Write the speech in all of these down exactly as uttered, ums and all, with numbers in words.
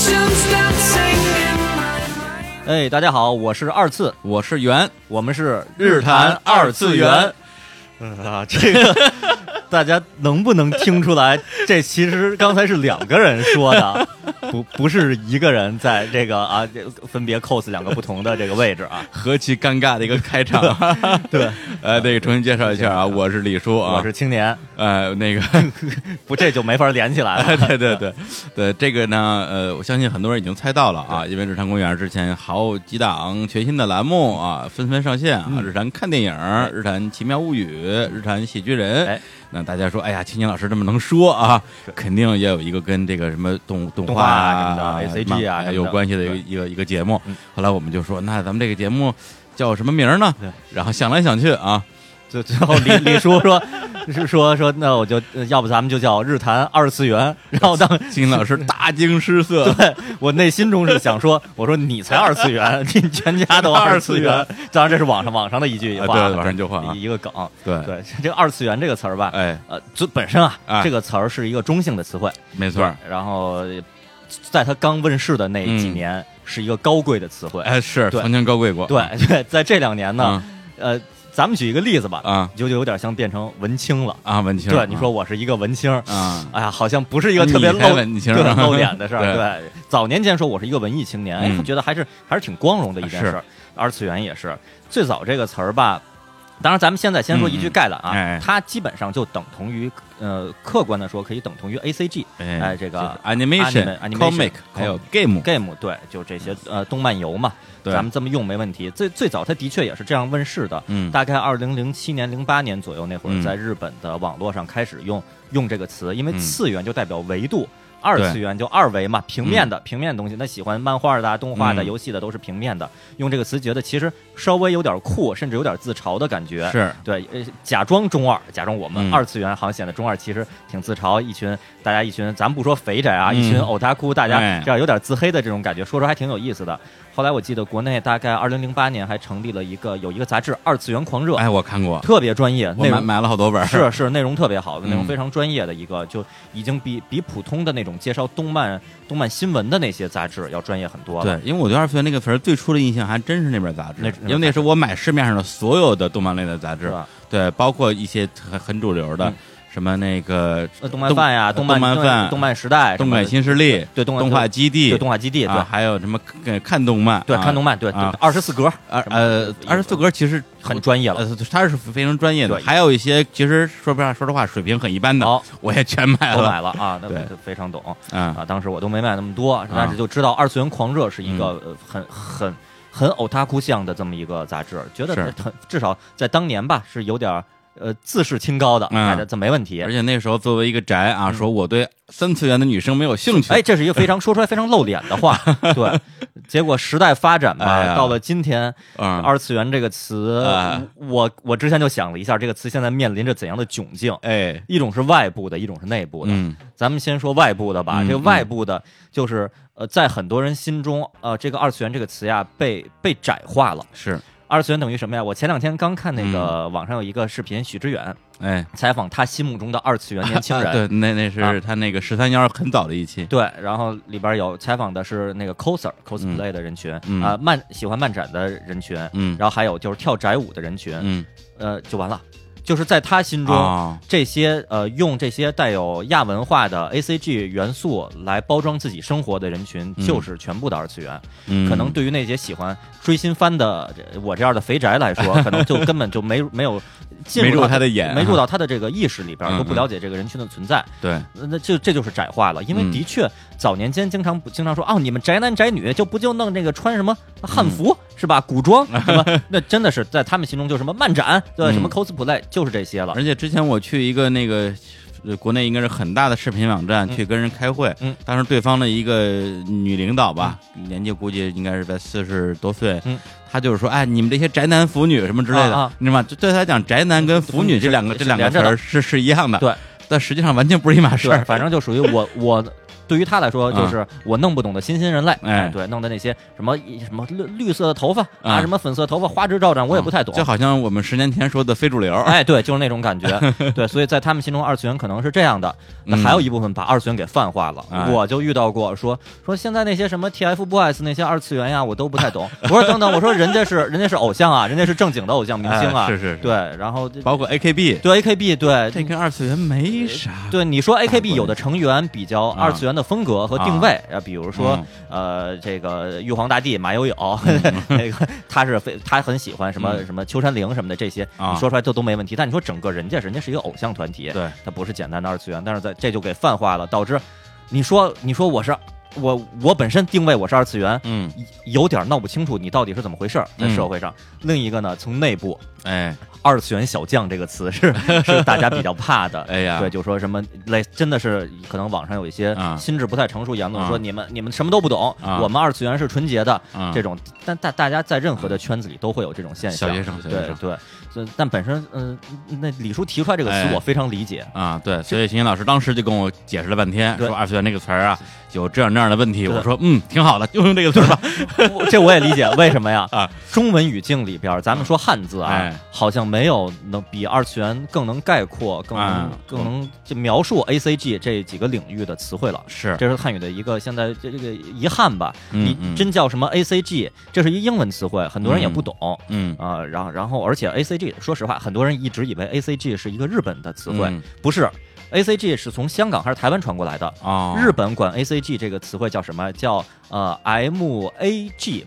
哎，大家好，我是二次， 我是袁， 我们是日坛二次元。 嗯啊，这个大家能不能听出来？这其实刚才是两个人说的，不不是一个人在这个啊，分别 cos 两个不同的这个位置啊， 何其尴尬的一个开场。 对， 呃，那个重新介绍一下啊，我是李叔啊， 我是青年， 呃，那个不这就没法连起来了。 对对对对，这个呢，呃，我相信很多人已经猜到了啊，因为日坛公园之前好几档全新的栏目啊，纷纷上线啊， 嗯、 日坛看电影、 哎、 日坛奇妙物语、日坛喜剧人。 哎， 那大家说，哎呀，青年老师这么能说啊，肯定也有一个跟这个什么动动画啊、什么的 A C G 啊有关系的一个一个一个节目。后来我们就说，那咱们这个节目叫什么名呢？然后想来想去啊， 就最后李李叔说是说说那我就要不咱们就叫日坛二次元。然后当金老师大惊失色， 对我内心中是想说，我说你才二次元，你全家都二次元。当然这是网上网上的一句话， 啊、对，网上就话、啊、 一个梗。 对对，这个二次元这个词儿吧， 哎， 呃，就本身啊， 哎、 这个词儿是一个中性的词汇， 没错。 然后在它刚问世的那几年，嗯、是一个高贵的词汇， 哎，是曾经高贵过。 对对，在这两年呢，嗯、呃。咱们举一个例子吧， 啊， 就就有点像变成文青了啊，文青。 对，你说我是一个文青啊， 哎呀，好像不是一个特别露文青、 对露脸的事儿。 对, 对，早年间说我是一个文艺青年，哎， 嗯、 觉得还是还是挺光荣的一件事。二次元也是最早这个词儿吧。当然，咱们现在先说一句概览啊， 嗯哎、 它基本上就等同于呃，客观的说可以等同于 A C G， 哎， 哎这个 animation、comic 还有 game game， 对，就这些呃动漫游嘛。咱们这么用没问题。最最早它的确也是这样问世的， 嗯， 大概二零零七年、零八年左右那会儿，在日本的网络上开始用、嗯、用这个词，因为次元就代表维度。嗯二次元就二维嘛，平面的、嗯、平面的东西，那喜欢漫画的、动画的、嗯、游戏的都是平面的。用这个词觉得其实稍微有点酷，甚至有点自嘲的感觉。 是对，呃，假装中二，假装我们嗯、 二次元好像显得中二，其实挺自嘲。一群大家一群，咱们不说肥宅啊， 嗯、 一群偶大哭，大家哎、 这样有点自黑的这种感觉，说说还挺有意思的。后来我记得国内大概二零零八年还成立了一个有一个杂志《二次元狂热》， 哎，我看过， 特别专业， 我买买了好多本， 是是内容特别好的， 嗯、 内容非常专业的一个，就已经比比普通的那种介绍动漫动漫新闻的那些杂志要专业很多了。对，因为我对二次元那个词儿最初的印象还真是那本杂志， 那因为那是我买市面上的所有的动漫类的杂志，对，包括一些很很主流的。嗯什么那个动漫饭呀，动漫饭、 动漫时代、 动感新势力， 对动动画基地， 对动画基地，对， 还有什么看动漫， 对看动漫，对对，二十四格， 呃，二十四格其实很专业了， 它是非常专业的。还有一些其实说不上，说实话，水平很一般的，我也全买了， 都买了啊， 对， 非常懂啊。当时我都没买那么多，但是就知道二次元狂热是一个很很很偶他哭向的这么一个杂志，觉得很至少在当年吧是有点。呃，自视清高的，哎、嗯，这没问题。 而且那时候作为一个宅啊，嗯、说我对三次元的女生没有兴趣， 哎，这是一个非常说出来非常露脸的话。对，结果时代发展吧， 哎、 到了今天， 嗯、 二次元这个词， 哎、 我我之前就想了一下，这个词现在面临着怎样的窘境？ 哎， 一种是外部的，一种是内部的。 嗯， 咱们先说外部的吧。 嗯、 这个外部的，就是呃，在很多人心中，呃，这个二次元这个词呀，被被窄化了。 是。 二次元等于什么呀？我前两天刚看那个网上有一个视频，许知远哎采访他心目中的二次元年轻人， 啊、对，那那是他那个十三幺很早的一期， 对，然后里边有采访的是那个 coser cosplay 的人群， 嗯、 啊漫喜欢漫展的人群， 嗯， 然后还有就是跳宅舞的人群， 嗯， 呃，就完了。就是在他心中， 哦、 这些呃用这些带有亚文化的 A C G 元素来包装自己生活的人群， 嗯、 就是全部的二次元。 嗯、 可能对于那些喜欢追新番的我这样的肥宅来说，可能就根本就没没有进入到他的眼， 没入到他的这个意识里边， 嗯、 都不了解这个人群的存在。 对， 那就这就是窄化了，因为的确、嗯、早年间经常经常说哦，你们宅男宅女就不就弄这个穿什么汉服、嗯、是吧？古装什么？那真的是在他们心中就什么漫展，对、嗯、什么 cosplay 就是这些了。 而且之前我去一个那个国内应该是很大的视频网站、嗯、去跟人开会， 嗯， 当时对方的一个女领导吧，嗯、年纪估计应该是在四十多岁， 嗯， 他就是说，哎，你们这些宅男腐女什么之类的， 啊啊、 你知道吗？就对他讲，宅男跟腐女这两个、嗯、这两个词儿是是一样的， 对， 但实际上完全不是一码事儿。 反正就属于我我。 对于他来说，就是我弄不懂的新兴人类， 哎， 对，弄的那些什么什么绿绿色的头发啊，什么粉色头发花枝招展，我也不太懂， 就好像我们十年前说的非主流， 哎，对，就是那种感觉，对，所以在他们心中二次元可能是这样的。那还有一部分把二次元给泛化了， 嗯、 我就遇到过说说现在那些什么 T F BOYS 那些二次元呀，我都不太懂。我说等等，我说人家是人家是偶像啊，人家是正经的偶像明星啊， 哎、是是是， 对，然后包括 A K B， 对 A K B， 对， 这跟二次元没啥。 对，你说 A K B 有的成员比较二次元的风格和定位，啊，比如说、嗯、呃这个玉皇大帝马友友，那、嗯、个他是非他很喜欢什么、嗯、什么秋山绫什么的这些， 啊、 你说出来都都没问题。但你说整个人家人家是一个偶像团体， 对， 他不是简单的二次元，但是在这就给泛化了，导致你说你说我是。我我本身定位我是二次元， 嗯， 有点闹不清楚你到底是怎么回事在社会上。嗯、另一个呢，从内部， 哎， 二次元小将这个词是是大家比较怕的， 哎呀， 对，就说什么类真的是可能网上有一些心智不太成熟言论， 啊、 说你们你们什么都不懂， 啊、 我们二次元是纯洁的、 啊、 这种，但大大家在任何的圈子里都会有这种现象， 小学生，小学生对对，但本身嗯、呃，那李叔提出来这个词我非常理解、 哎、啊，对，所以秦岩老师当时就跟我解释了半天，说二次元这个词儿啊有这样那样的问题，我说。嗯，挺好的，就用这个词吧。 这我也理解，为什么呀？啊，中文语境里边，咱们说汉字啊， 哎、 好像没有能比二次元更能概括、更能、 啊、 更能就描述 A C G 这几个领域的词汇了。 是， 这是汉语的一个现在这这个遗憾吧。 嗯、 你真叫什么 A C G， 这是一英文词汇，很多人也不懂。 嗯啊、呃，然后然后而且 A C G， 说实话，很多人一直以为 A C G 是一个日本的词汇， 嗯、 不是。A C G 是从香港还是台湾传过来的？ 哦， 日本管 A C G 这个词汇叫什么？叫呃 M A G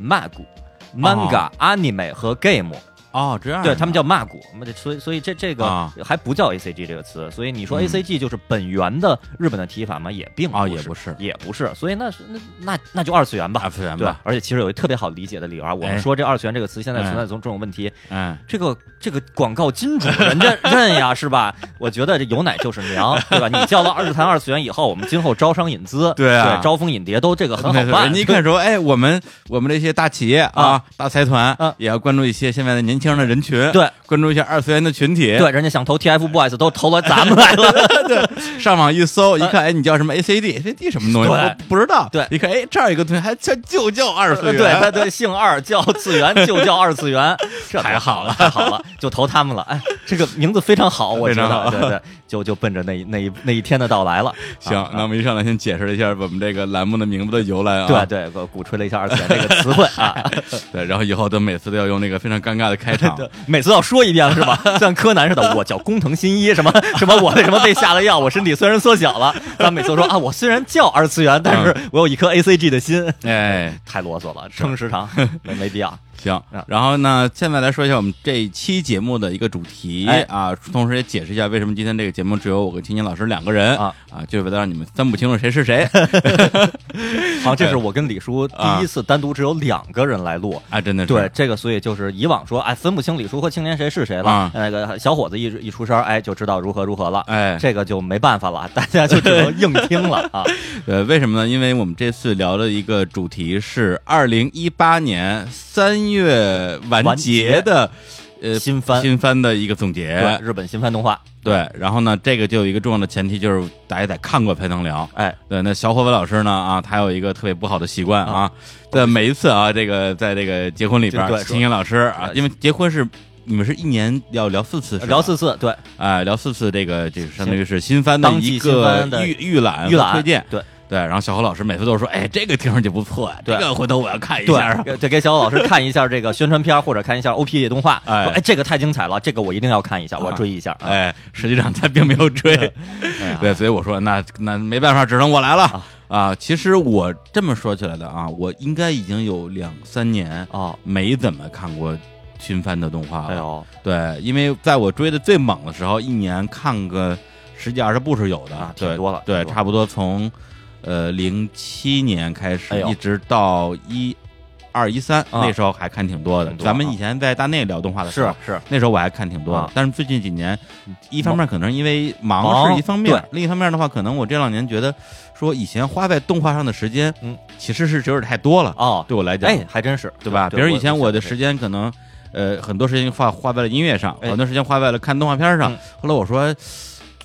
Mag、Manga、Anime 和 Game。 哦，这样对他们叫 mag， 所以所以这这个啊还不叫 A C G 这个词，所以你说 A C G 就是本源的日本的提法嘛，也并不是， 啊也不是， 也不是，所以那是那那那就二次元吧， 二次元吧。 对，而且其实有一个特别好理解的理由啊，我们说这二次元这个词现在存在这种这种问题， 嗯， 这个这个广告金主人家认呀，是吧？我觉得这有奶就是娘，对吧？你叫了日坛二次元以后，我们今后招商引资， 对啊， 对，招蜂引蝶都这个很好办。 人家一看说，哎，我们我们这些大企业啊，大财团也要关注一些现在的年轻人的人群， 对。 关注一下二次元的群体， 对，人家想投 T F BOYS 都投了咱们来了。 对，上网一搜，一看，哎，你叫什么 A C D？A C D 什么东西？我不知道。 对， 一看，哎，这儿有一个东西，还叫就叫二次元。 对，他对姓二叫次元，就叫二次元，这太好了， 太好了，就投他们了。哎，这个名字非常好，我觉得，对对，就就奔着那那一那一天的到来了。 行，那我们一上来先解释了一下我们这个栏目的名字的由来啊。 对对，我鼓吹了一下二次元这个词汇啊。 对，然后以后都每次都要用那个非常尴尬的开场， 每次要说一遍是吧？像柯南似的，我叫工藤新一，什么什么，我为什么被下了药？我身体虽然缩小了，咱每次都说啊，我虽然叫二次元，但是我有一颗 A C G 的心。 哎， 太啰嗦了，撑时长没没必要。 行，然后呢，现在来说一下我们这一期节目的一个主题、 哎、 啊，同时也解释一下为什么今天这个节目只有我跟青年老师两个人啊啊，就是为了让你们分不清楚谁是谁。 好，这是我跟李叔第一次单独只有两个人来录啊，真的是对这个，所以就是以往说哎分不清李叔和青年谁是谁了， 啊、 那个小伙子一一出声，哎就知道如何如何了， 哎， 这个就没办法了，大家就只能硬听了啊。 呃，为什么呢？因为我们这次聊的一个主题是二零一八年三月完结的呃新番新番的一个总结， 对日本新番动画。 对，然后呢，这个就有一个重要的前提，就是大家得看过才能聊。 哎， 对，那小伙子老师呢啊，他有一个特别不好的习惯啊，对、啊，每一次啊，这个在这个结婚里边，青青老师啊，因为结婚是你们是一年要聊四次， 聊四次，对， 哎、呃，聊四次，这个这相当于是新番的一个预预览预览推荐， 对。 对，然后小侯老师每次都说：“哎，这个听上去不错呀，这个回头我要看一下。” 对，得给小侯老师看一下这个宣传片，或者看一下 O P E 动画。 哎， 哎，这个太精彩了，这个我一定要看一下，我要追一下。 啊、哎，实际上他并没有追。 哎、 对，所以我说那那没办法，只能我来了啊。啊其实我这么说起来的啊，我应该已经有两三年啊没怎么看过新番的动画了。 哎呦， 对，因为在我追的最猛的时候，一年看个十几二十部是有的， 啊、挺多了。 对，差不多从。呃，零七年开始、 哎， 一直到一二一三，那时候还看挺多的。 多咱们以前在大内聊动画的时候， 是是， 那时候我还看挺多的。 啊、 但是最近几年，一方面可能因为忙是一方面，另一方面的话，可能我这两年觉得说以前花在动画上的时间， 嗯，其实是有点太多了哦。 对我来讲， 哎，还真是， 对吧？ 对比如以前我的时间可能，呃，很多时间花花在了音乐上， 哎、 很多时间花在了看动画片上。 嗯、 后来我说。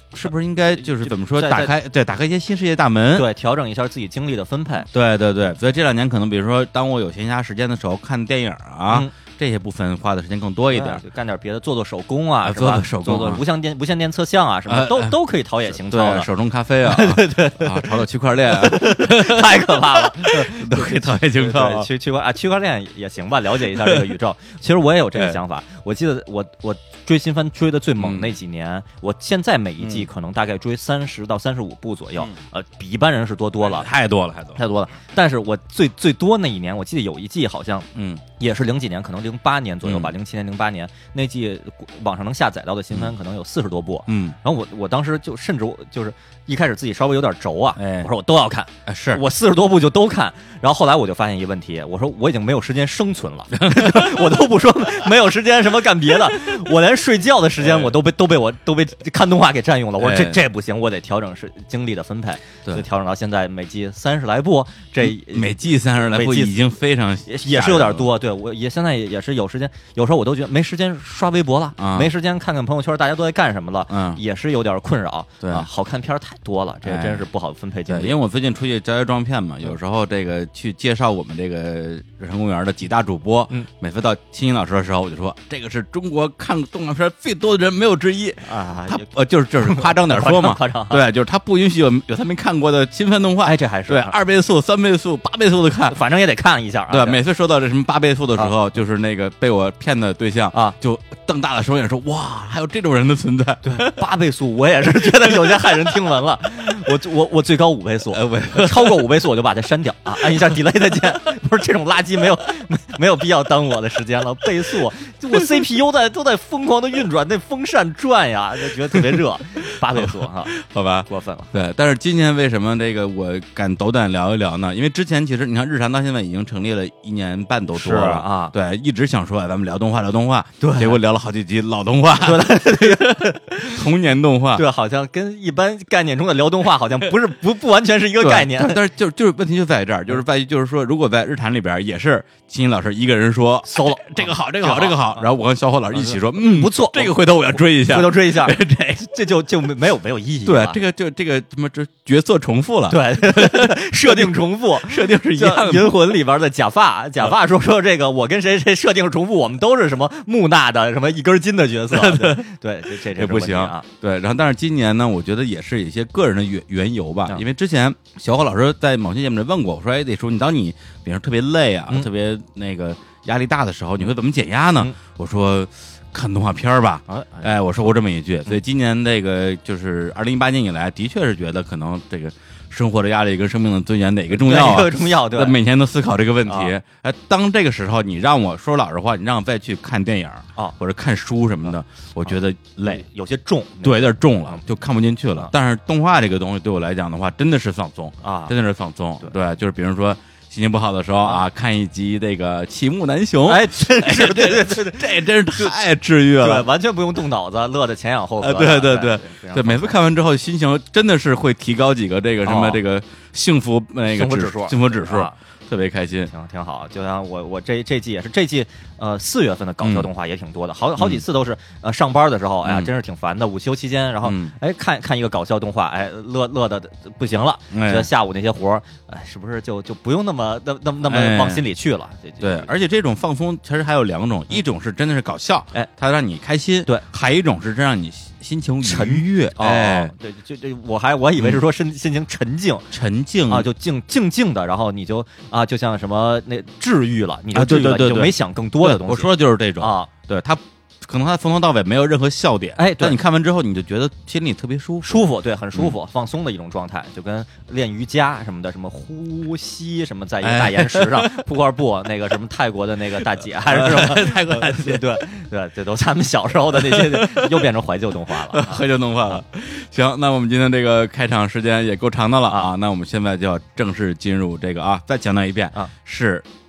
是不是应该就是怎么说，打开对打开一些新世界大门， 对，调整一下自己精力的分配， 对对对。所以这两年可能比如说，当我有闲暇时间的时候，看电影啊。嗯，这些部分花的时间更多一点， 就干点别的，做做手工啊， 做做手工， 做做无线电无线电测向啊，什么都都可以陶冶情操的。 手冲咖啡啊， 对对啊，炒炒区块链， 太可怕了， 都可以陶冶情操。 区区块啊，区块链也行吧，了解一下这个宇宙。其实我也有这个想法。我记得我我追新番追的最猛那几年，我现在每一季可能大概追三十到三十五部左右，呃，比一般人是多多了， 太多了，太多太多了。但是我最最多那一年，我记得有一季好像， 嗯， 也是零几年，可能零八年左右吧，零七年、零八年那季网上能下载到的新番可能有四十多部， 嗯， 然后我我当时就甚至就是一开始自己稍微有点轴啊，我说我都要看， 是我四十多部就都看，然后后来我就发现一个问题，我说我已经没有时间生存了，我都不说没有时间什么干别的，我连睡觉的时间我都被都被我都被看动画给占用了，我说这这不行，我得调整是精力的分配，所以调整到现在每季三十来部，这每季三十来部已经非常也是有点多，对我也现在也是有时间，有时候我都觉得没时间刷微博了， 啊、 没时间看看朋友圈大家都在干什么了， 嗯， 也是有点困扰， 对啊，好看片太多了，这真是不好分配精力。 因为我最近出去招摇撞骗嘛，有时候这个去介绍我们这个日坛公园的几大主播， 嗯， 每次到青青老师的时候，我就说这个是中国看动画片最多的人没有之一啊， 他呃就是就是夸张点说嘛， 夸张， 对，就是他不允许有有他没看过的新番动画， 哎，这还是对二倍速、三倍速、八倍速的看， 反正也得看一下， 对，每次说到这什么八倍速的时候，啊、就是那个被我骗的对象啊， 就瞪大了双眼说：“哇，还有这种人的存在。” 对，八倍速我也是觉得有些骇人听闻了。我我我最高五倍速， 呃， 超过五倍速我就把它删掉啊，按一下 delay 的键。不是这种垃圾没有没没有必要耽误我的时间了。倍速，我 C P U 在都在疯狂的运转，那风扇转呀，就觉得特别热。八倍速哈， 好吧， 过分了。 对，但是今天为什么这个我敢斗胆聊一聊呢？因为之前其实你看日坛到现在已经成立了一年半都多了啊， 对，一直想说咱们聊动画聊动画， 对， 结果聊了好几集老动画，对，童年动画， 对，好像跟一般概念中的聊动画好像不是不不完全是一个概念。 但是就就是问题就在这儿，就是在于就是说，如果在日坛里边也是金老师一个人说搜了这个好，这个好，这个好，然后我跟小伙老师一起说，嗯， 不错， 这个回头我要追一下， 回头追一下， 这这就就没有没有意义。 对，这个就这个什么这角色重复了， 对，设定重复， 设定是一样的。 银魂里边的假发，假发说说这个我跟谁谁设定是重复，我们都是什么木讷的什么一根筋的角色，对对，这这这不行啊。 对，然后但是今年呢，我觉得也是有一些个人的缘缘由吧，因为之前小伙老师在某些节目里问过我说，哎，得说你当你比如特别累啊， 嗯、 特别那个压力大的时候，你会怎么减压呢？ 嗯、 我说。看动画片吧， 啊、 哎，我说过这么一句，所以今年这个就是二零一八年以来，的确是觉得可能这个生活的压力跟生命的尊严哪个重要啊？ 哪个重要？对， 每天都思考这个问题。 啊、 哎，当这个时候你让我说老实话，你让我再去看电影啊， 或者看书什么的，我觉得累， 有些重， 对，有点重了，就看不进去了。但是动画这个东西对我来讲的话，真的是放松啊， 真的是放松。对，就是比如说。心情不好的时候啊，看一集这个《齐木楠雄》， 哎，真是对对对对， 这真是太治愈了， 对，完全不用动脑子，乐得前仰后合。 对对对对， 每次看完之后，心情真的是会提高几个这个什么这个幸福那个指数， 幸福指数。特别开心， 挺挺好。就像我我这这季也是这季呃四月份的搞笑动画也挺多的，好好几次都是呃上班的时候，哎呀真是挺烦的。午休期间，然后哎看看一个搞笑动画，哎乐乐的不行了，觉得下午那些活儿，哎是不是就就不用那么那那那么往心里去了？ 对，而且这种放松其实还有两种，一种是真的是搞笑， 哎， 它让你开心； 对， 还有一种是真让你心情愉悦。哎， 对，就这我还我以为是说心心情沉静， 沉静啊，就静静静的，然后你就啊。就像什么那治愈了，你就治愈了， 你就没想更多的东西。 我说的就是这种啊， 对他可能他从头到尾没有任何笑点， 哎， 但你看完之后你就觉得心里特别舒服， 舒服，对，很舒服，嗯、放松的一种状态，就跟练瑜伽什么的，什么呼吸什么，在一个大岩石上铺块布，那个什么泰国的那个大姐还是什么泰国大姐， 对对，这都咱们小时候的那些，又变成怀旧动画了， 怀旧动画了。行，那我们今天这个开场时间也够长的了啊，那我们现在就要正式进入这个啊，再强调一遍啊，是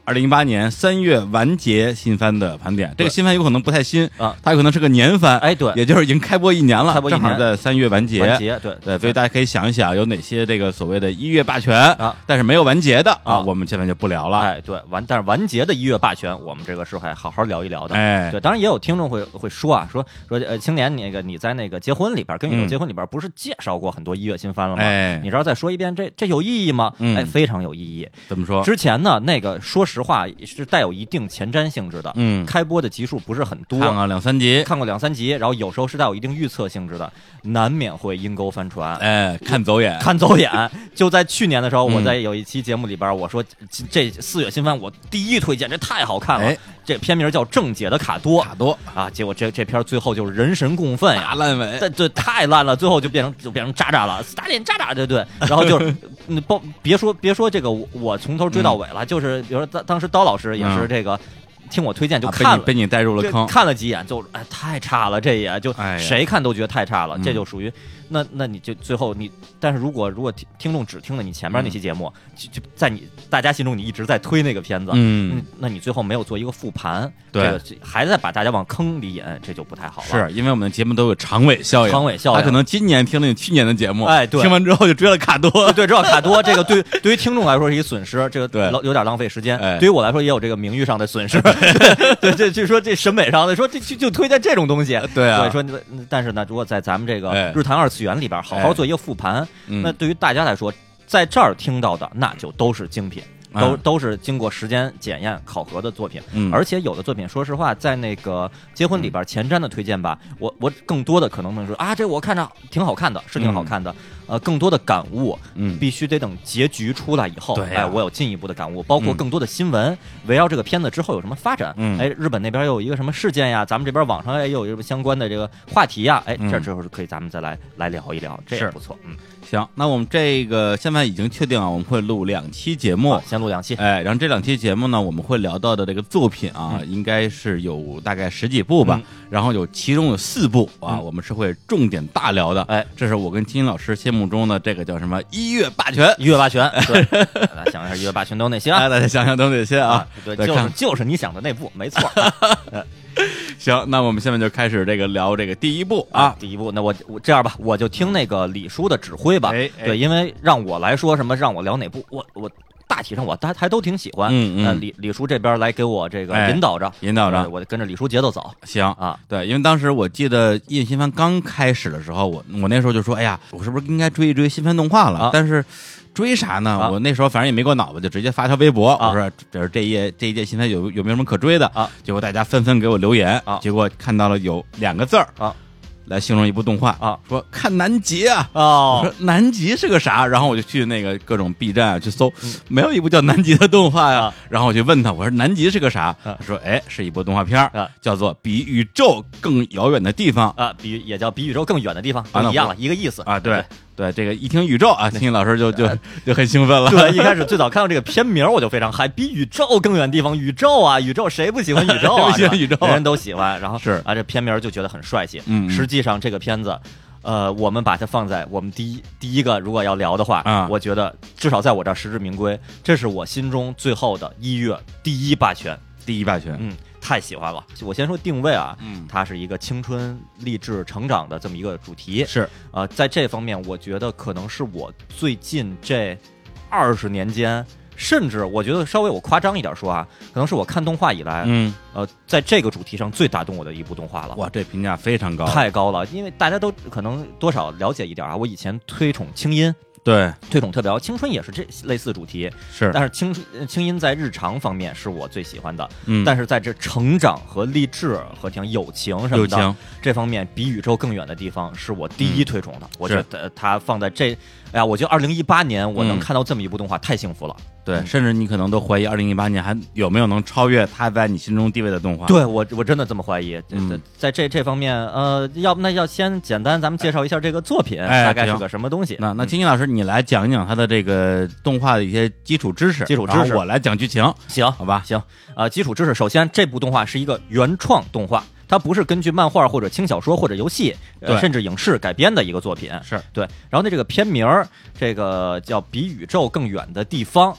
二零一八年三月完结新番的盘点。这个新番有可能不太新啊， 它有可能是个年番， 哎，对， 也就是已经开播一年了， 开播一年正好在三月完结。 完结，对对，所以大家可以想一想，有哪些这个所谓的一月霸权啊， 但是没有完结的啊， 我们现在就不聊了。 哎，对，完，但是完结的一月霸权，我们这个是还好好聊一聊的。 哎， 对，当然也有听众会会说啊，说说呃，青年那个你在那个结婚里边跟宇宙结婚里边不是介绍过很多一月新番了吗？ 哎， 你知道再说一遍，这这有意义吗？ 嗯、 哎，非常有意义。 怎么说？ 之前呢，那个说实话是带有一定前瞻性质的， 嗯， 开播的集数不是很多， 看过两三集， 看过两三集，然后有时候是带有一定预测性质的，难免会阴沟翻船， 哎，看走眼， 看走眼。就在去年的时候， 嗯、 我在有一期节目里边，我说这四月新番我第一推荐，这太好看了。 哎， 这片名叫《正解的卡多》， 卡多啊，结果这这片最后就是人神共愤呀， 大烂尾， 对对，太烂了，最后就变成就变成渣渣了，打脸渣渣，对对。然后就是包别说别说这个，我从头追到尾了，嗯、就是比如说当当时刀老师也是这个。嗯听我推荐就看了， 啊、被, 你被你带入了坑， 看了几眼就哎太差了，这也就哎谁看都觉得太差了， 嗯、 这就属于那那你就最后你，但是如果如果听听众只听了你前面那期节目，嗯、就就在你大家心中你一直在推那个片子， 嗯， 那你最后没有做一个复盘， 对， 这个、还在把大家往坑里引，这就不太好了。 是因为我们的节目都有长尾效应， 长尾效应， 他可能今年听了你去年的节目， 哎，对， 听完之后就追了卡多， 对，对，追了卡多，这个对对于听众来说是一损失，这个对有点浪费时间， 哎、 对于我来说也有这个名誉上的损失，对。这就说这审美上的说这就就推荐这种东西， 对啊， 对说，但是呢，如果在咱们这个哎日坛二次元里边好好做一个复盘， 哎、 那对于大家来说，在这儿听到的那就都是精品。都都是经过时间检验考核的作品， 嗯， 而且有的作品，说实话，在那个结婚里边前瞻的推荐吧，嗯、我我更多的可能能说啊，这我看着挺好看的，是挺好看的，嗯、呃，更多的感悟， 嗯， 必须得等结局出来以后， 对、啊， 哎，我有进一步的感悟，包括更多的新闻，嗯、围绕这个片子之后有什么发展， 嗯， 哎，日本那边有一个什么事件呀，咱们这边网上也有一个相关的这个话题呀，哎，这之后是可以咱们再来来聊一聊，这也不错，嗯。 行，那我们这个现在已经确定啊，我们会录两期节目， 先录两期， 哎，然后这两期节目呢，我们会聊到的这个作品啊， 嗯、 应该是有大概十几部吧， 嗯、 然后有其中有四部啊， 嗯、 我们是会重点大聊的， 哎， 这是我跟金老师心目中的这个叫什么一月霸权， 一月霸权，对，大家想一下一月霸权都有哪些啊？ 哎，大家想想都有哪些啊？ 啊对，就是就是你想的那部，没错。 行，那我们现在就开始这个聊这个第一部啊， 第一部，那我我这样吧，我就听那个李叔的指挥吧。 哎， 对，因为让我来说什么，让我聊哪部，我我大体上我还还都挺喜欢。 嗯嗯， 李李叔这边来给我这个引导着， 哎、引导着， 我跟着李叔节奏走。 行啊， 对，因为当时我记得《一月新番》刚开始的时候，我我那时候就说，哎呀，我是不是应该追一追新番动画了？ 啊、 但是。追啥呢、 啊？ 我那时候反正也没过脑子，就直接发条微博， 啊、 我说这是这一页这一届新番有有没有什么可追的啊？ 结果大家纷纷给我留言啊， 结果看到了有两个字儿啊， 来形容一部动画啊， 说看南极啊， 哦， 我说南极是个啥？然后我就去那个各种 B 站啊去搜， 嗯、 没有一部叫南极的动画呀、 啊。 然后我就问他，我说南极是个啥？ 啊、 他说哎是一部动画片啊， 叫做比宇宙更遥远的地方啊，比也叫比宇宙更远的地方， 啊， 一样了，一个意思啊，对。对，这个一听宇宙啊，听老师就就就很兴奋了。 对，一开始最早看到这个片名我就非常嗨，比宇宙更远地方，宇宙啊，宇宙谁不喜欢宇宙啊？ 喜欢宇宙， 人人都喜欢。然后是啊，这片名就觉得很帅气。 嗯， 实际上这个片子，呃，我们把它放在我们第一第一个如果要聊的话啊， 我觉得至少在我这儿实至名归，这是我心中最后的一月第一霸权， 第一霸权。 嗯。太喜欢了！我先说定位啊， 嗯， 它是一个青春励志成长的这么一个主题， 是呃，在这方面，我觉得可能是我最近这二十年间，甚至我觉得稍微我夸张一点说啊，可能是我看动画以来， 嗯， 呃，在这个主题上最打动我的一部动画了。 哇，这评价非常高， 太高了！因为大家都可能多少了解一点啊，我以前推崇轻音。 对， 推崇特别高，青春也是这类似主题， 是， 但是青青音在日常方面是我最喜欢的， 嗯， 但是在这成长和励志和像友情什么的这方面，比宇宙更远的地方是我第一推崇的。嗯、我觉得它放在这，哎呀，我觉得二零一八年我能看到这么一部动画，嗯、太幸福了。 对， 嗯、 甚至你可能都怀疑二零一八年还有没有能超越它在你心中地位的动画。 对我，我真的这么怀疑。 嗯、 在这这方面，呃，要不那要先简单咱们介绍一下这个作品， 哎、 大概是个什么东西。 那那金金老师，你来讲一讲它的这个动画的一些基础知识， 基础知识， 我来讲剧情， 行， 好吧？ 行，呃，基础知识，首先这部动画是一个原创动画。它不是根据漫画或者轻小说或者游戏，呃、甚至影视改编的一个作品， 是对。然后呢，这个片名儿，这个叫《比宇宙更远的地方》，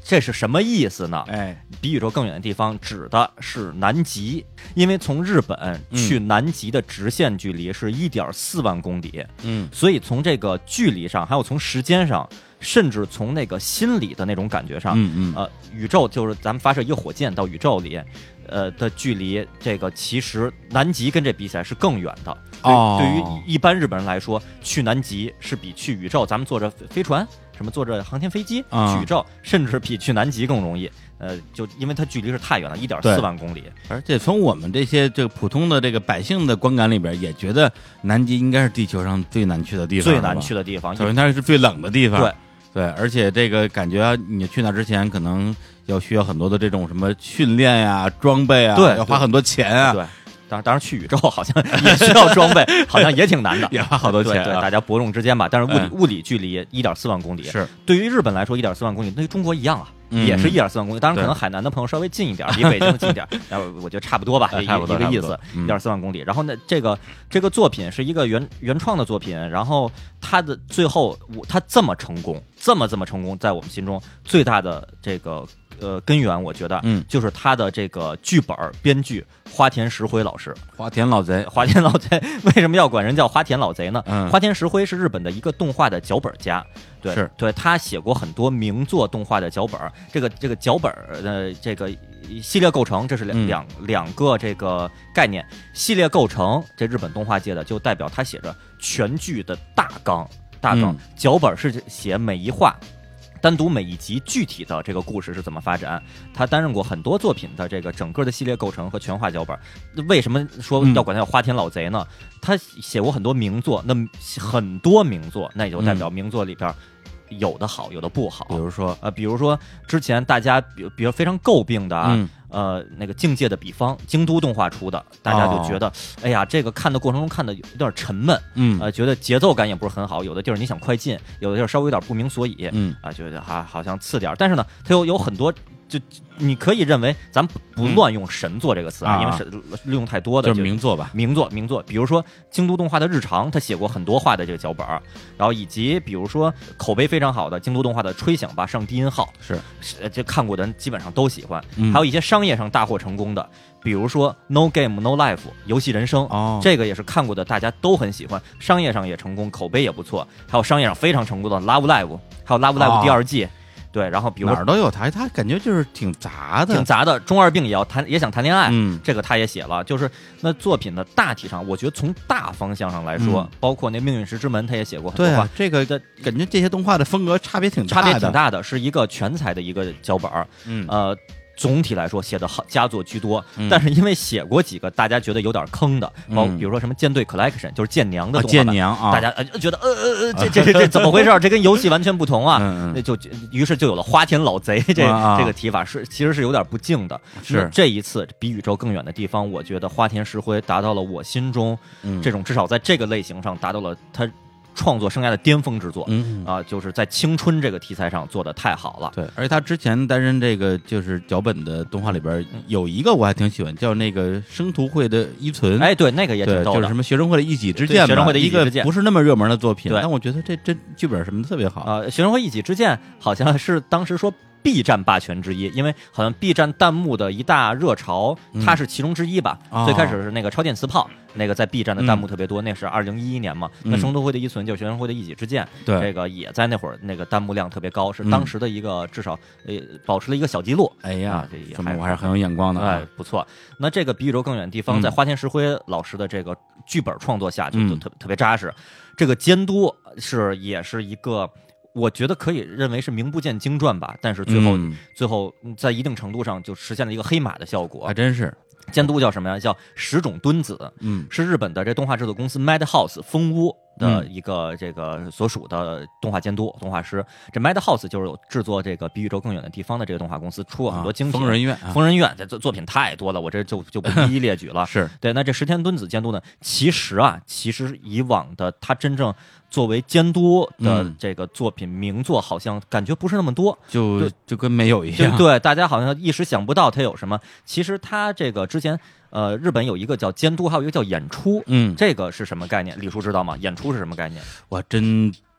这是什么意思呢？ 哎， 比宇宙更远的地方指的是南极，因为从日本去南极的直线距离是 一点四万公里， 嗯， 所以从这个距离上，还有从时间上，甚至从那个心理的那种感觉上， 嗯嗯， 呃，宇宙就是咱们发射一个火箭到宇宙里，呃的距离，这个其实南极跟这比起来是更远的。 哦， 对于一般日本人来说，去南极是比去宇宙，咱们坐着飞船。什么坐着航天飞机去宇宙，嗯、甚至比去南极更容易。呃，就因为它距离是太远了，一点四万公里。 而且从我们这些这个普通的这个百姓的观感里边，也觉得南极应该是地球上最难去的地方， 最难去的地方， 首先它是最冷的地方。 对对，而且这个感觉你去那之前，可能要需要很多的这种什么训练呀、装备啊， 对， 要花很多钱啊。 对。当然，当然去宇宙好像也需要装备，好像也挺难的， 也花好多钱、啊。 对，对大家伯仲之间吧。但是物理、嗯、物理距离一点四万公里， 是对于日本来说一点四万公里，对于中国一样啊，嗯、也是一点四万公里。当然，可能海南的朋友稍微近一点，离北京近一点，然后我觉得差不多吧，一个意思，一点四万公里。然后呢，这个这个作品是一个原原创的作品，然后它的最后它这么成功，这么这么成功，在我们心中最大的这个。呃，根源我觉得， 嗯， 就是他的这个剧本编剧花田石灰老师， 花田老贼， 花田老贼为什么要管人叫花田老贼呢？ 嗯， 花田石灰是日本的一个动画的脚本家，对， 是对，他写过很多名作动画的脚本，这个这个脚本的这个系列构成，这是两、嗯、两两个这个概念，系列构成，这日本动画界的就代表他写着全剧的大纲，大纲， 嗯、 脚本是写每一话。单独每一集具体的这个故事是怎么发展，他担任过很多作品的这个整个的系列构成和全画脚本。为什么说要管他叫花田老贼呢？嗯、他写过很多名作，那很多名作，那也就代表名作里边有的好，有的不好。 比如说， 呃，比如说之前大家比比如非常诟病的啊。 嗯呃，那个境界的比方，京都动画出的，大家就觉得，哦、哎呀，这个看的过程中看的有点沉闷， 嗯， 呃，觉得节奏感也不是很好，有的地儿你想快进，有的地儿稍微有点不明所以， 嗯， 啊，觉得哈好像次点，但是呢，它有有很多，就你可以认为，咱不不乱用神作这个词啊， 嗯、 因为神利用太多的就是名作吧， 名作名作，比如说京都动画的日常，他写过很多话的这个脚本，然后以及比如说口碑非常好的京都动画的《吹响吧上低音号》， 是， 是这看过的人基本上都喜欢， 嗯、 还有一些商业上大获成功的，比如说 No Game No Life 游戏人生， 哦， 这个也是看过的，大家都很喜欢，商业上也成功，口碑也不错，还有商业上非常成功的 Love Live， 还有 Love Live 第二季。哦对，然后比如哪儿都有他，他感觉就是挺杂的， 挺杂的。中二病也要谈，也想谈恋爱， 嗯， 这个他也写了。就是那作品的大体上，我觉得从大方向上来说， 嗯、 包括那《命运石之门》，他也写过很多话。 对、啊，这个的感觉这些动画的风格差别挺大的，差别挺大的，是一个全才的一个脚本。 嗯， 呃。总体来说写的好佳作居多， 嗯、 但是因为写过几个大家觉得有点坑的，包、 嗯、 比如说什么舰队 Collection， 就是舰娘的动画版， 舰娘啊， 大家呃觉得呃呃呃这这这这怎么回事？这跟游戏完全不同啊！ 嗯那就于是就有了花田老贼这、 啊、 这个提法，是其实是有点不敬的。 是这一次比宇宙更远的地方，我觉得花田石灰达到了我心中、 嗯、 这种至少在这个类型上达到了他创作生涯的巅峰之作， 嗯啊，就是在青春这个题材上做的太好了。 对，而且他之前担任这个就是脚本的动画里边有一个我还挺喜欢，叫那个生徒会的依存。 哎，对，那个也挺逗的， 就是什么学生会的一己之见， 学生会的一己之见， 一个不是那么热门的作品， 对， 但我觉得这这剧本什么的特别好啊、呃。学生会一己之见好像是当时说B 站霸权之一，因为好像 B 站弹幕的一大热潮，它是其中之一吧。 嗯、 最开始是那个超电磁炮，那个在 B 站的弹幕特别多， 嗯、 那是二零一一年嘛。 嗯、 那生徒会的依存就是学生会的一己之见， 对， 这个也在那会儿那个弹幕量特别高，是当时的一个、嗯、至少呃保持了一个小记录。 哎呀， 啊、这也还我还是很有眼光的、啊， 哎，不错。那这个比宇宙更远的地方， 嗯、 在花田石灰老师的这个剧本创作下，就就特、嗯、特别扎实。这个监督是也是一个。我觉得可以认为是名不见经传吧，但是最后、 嗯、 最后在一定程度上就实现了一个黑马的效果， 还真是。 监督叫什么呀？叫石冢敦子， 嗯， 是日本的这动画制作公司 Madhouse 风屋的一个这个所属的动画监督、动画师。这 Madhouse 就是有制作这个《比宇宙更远的地方》的这个动画公司，出过很多精品。 疯人院， 疯人院这作作品太多了，我这就就不一一列举了。 是对，那这石田敦子监督呢？其实啊，其实以往的他真正作为监督的这个作品、嗯、名作，好像感觉不是那么多， 就就跟没有一样。 对，大家好像一时想不到他有什么。其实他这个之前。呃，日本有一个叫监督，还有一个叫演出， 嗯， 这个是什么概念？李叔知道吗？演出是什么概念？ 我真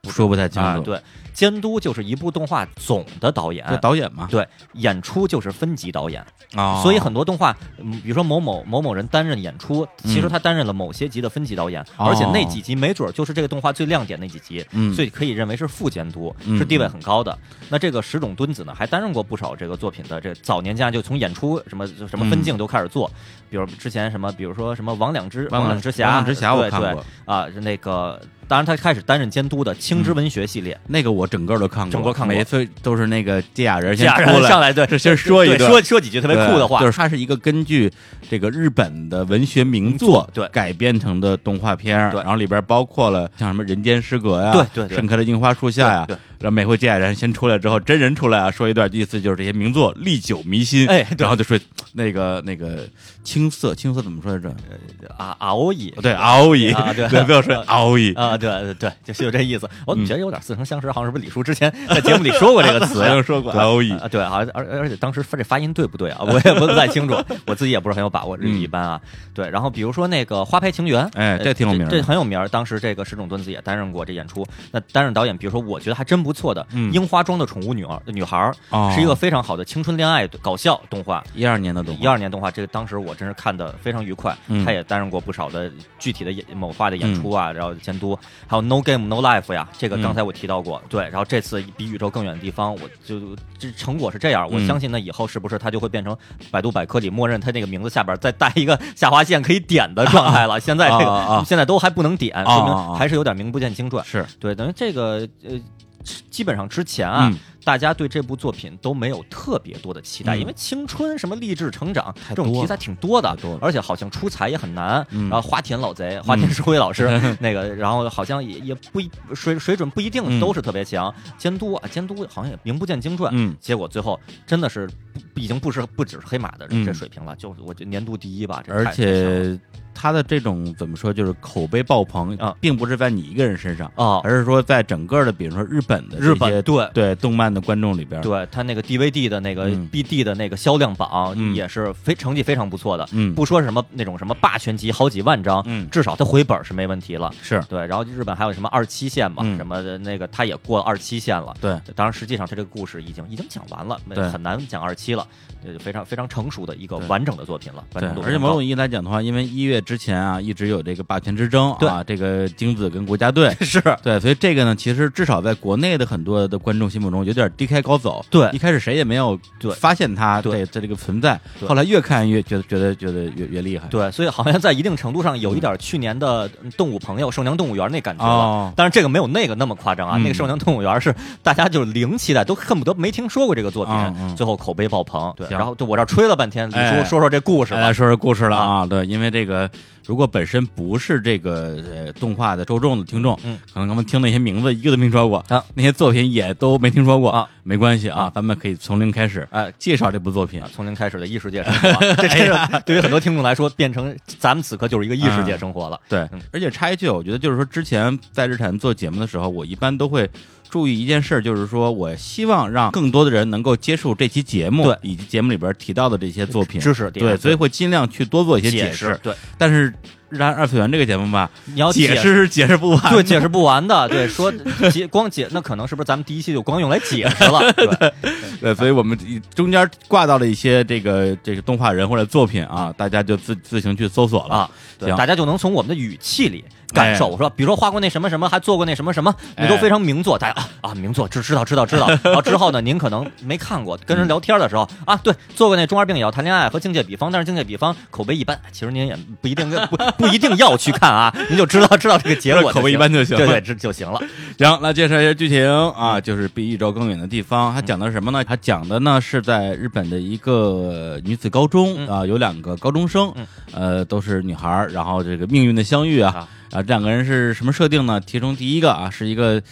说不太清楚。 啊、对，监督就是一部动画总的导演， 对导演嘛。 对，演出就是分级导演。 哦， 所以很多动画，嗯，比如说某某某某人担任演出，其实他担任了某些集的分级导演， 嗯、 而且那几集没准就是这个动画最亮点那几集， 嗯， 所以可以认为是副监督， 嗯、 是地位很高的。那这个石冢敦子呢，还担任过不少这个作品的这早年间就从演出什么什么分镜都开始做，嗯、比如之前什么，比如说什么王两之王两之侠， 王两之侠我看过对对啊，那个。当然，他开始担任监督的《青之文学》系列、 嗯，那个我整个都看过， 整个看过， 每一次都是那个芥雅人先出来上来，对， 是先说一个，说说几句特别酷的话， 就是它是一个根据这个日本的文学名作对改编成的动画片， 对， 然后里边包括了像什么《人间失格》呀， 对对对， 盛开的樱花树下呀， 对。 然后每回芥雅人先出来之后，真人出来啊，说一段意思就是这些名作历久弥新， 哎， 然后就说那个那个青涩，青涩怎么说来着？ 啊，熬乙， 对，熬乙啊，对， 不要说熬乙啊，对对对，就是有这意思。我怎么觉得有点似曾相识？好像是不是李叔之前在节目里说过这个词呀？ 说过熬乙啊，对啊，而而且当时这发音对不对啊？我也不太清楚，我自己也不是很有把握，日语一般啊。对，然后比如说那个《花牌情缘》， 哎，这挺有名， 这很有名。当时这个石冢敦子也担任过这演出。那担任导演，比如说我觉得还真不错的《樱花庄的宠物女儿》女孩，是一个非常好的青春恋爱搞笑动画， 一二年的动画， 一二年动画，这个当时我真是看的非常愉快。他也担任过不少的具体的演某画的演出啊，然后监督，还有 No Game No Life 呀，这个刚才我提到过。对，然后这次比宇宙更远的地方，我就这成果是这样，我相信呢以后是不是它就会变成百度百科里默认它那个名字下边再带一个下划线可以点的状态了。现在这个现在都还不能点，说明还是有点名不见经传。 是对，等于这个呃。基本上之前啊、 嗯， 大家对这部作品都没有特别多的期待， 嗯、 因为青春什么励志成长这种题材挺多的， 多而且好像出彩也很难。 嗯、 然后花田老贼、花田石灰老师、嗯、那个，然后好像也也不水水准不一定都是特别强，嗯、监督啊监督好像也名不见经传。 嗯， 结果最后真的是已经不是不只是黑马的这水平了， 嗯、 就我觉得年度第一吧。这而且他的这种怎么说，就是口碑爆棚啊， 并不是在你一个人身上啊， 而是说在整个的，比如说日本的日本对对动漫的观众里边， 对他那个 D V D 的那个 B D 的那个销量榜也是非成绩非常不错的。 嗯， 不说什么那种什么霸权级好几万张， 嗯， 至少它回本是没问题了。 是对，然后日本还有什么二七线嘛， 嗯、 什么的那个他也过二七线了。 对， 当然实际上他这个故事已经已经讲完了，很难讲二七了。非常非常成熟的一个完整的作品了。 对，而且某种意义来讲的话，因为一月之前啊，一直有这个霸权之争啊，这个京子跟国家队是对，所以这个呢，其实至少在国内的很多的观众心目中有点低开高走。 对， 一开始谁也没有发现他这这这个存在，后来越看越觉得觉得觉得越越厉害。 对，所以好像在一定程度上有一点去年的动物朋友寿娘动物园那感觉了。 哦， 但是这个没有那个那么夸张啊， 嗯、 那个寿娘动物园是大家就是零期待，都恨不得没听说过这个作品， 嗯嗯、 最后口碑爆棚。对，然后就我这吹了半天，李叔、 哎、 说说这故事吧， 来说说故事了啊。对，因为这个如果本身不是这个呃动画的受众的听众， 嗯， 可能他们听那些名字一个都没听说过啊， 那些作品也都没听说过啊， 没关系啊，咱们可以从零开始， 哎， 介绍这部作品， 啊、从零开始的异世界生活，这真是对于很多听众来说，变成咱们此刻就是一个异世界生活了。 嗯、对、嗯，而且插一句，我觉得就是说，之前在日产做节目的时候，我一般都会注意一件事，就是说我希望让更多的人能够接触这期节目， 对， 以及节目里边提到的这些作品知识， 对，所以会尽量去多做一些解释， 对。 但是日产二次元这个节目吧， 你要解释是解释不完， 对，解释不完的，对，说解光解，那可能是不是咱们第一期就光用来解释了，对，对， 对，所以我们中间挂到了一些这个这个动画人或者作品啊，大家就自自行去搜索了啊，对，大家就能从我们的语气里感受，说，比如说画过那什么什么，还做过那什么什么，那都非常名作，大家啊啊名作，知知道知道知道。然后之后呢，您可能没看过，跟人聊天的时候啊，对，做过那中二病也要谈恋爱和境界比方，但是境界比方口碑一般，其实您也不一定不不一定要去看啊，您就知道知道这个结果， 口碑一般就行， 对对，这就行了。 行，来介绍一下剧情啊，就是比一周更远的地方，它讲的是什么呢？它讲的呢是在日本的一个女子高中啊，有两个高中生，呃，都是女孩，然后这个命运的相遇啊。啊，这两个人是什么设定呢？其中第一个啊，是一个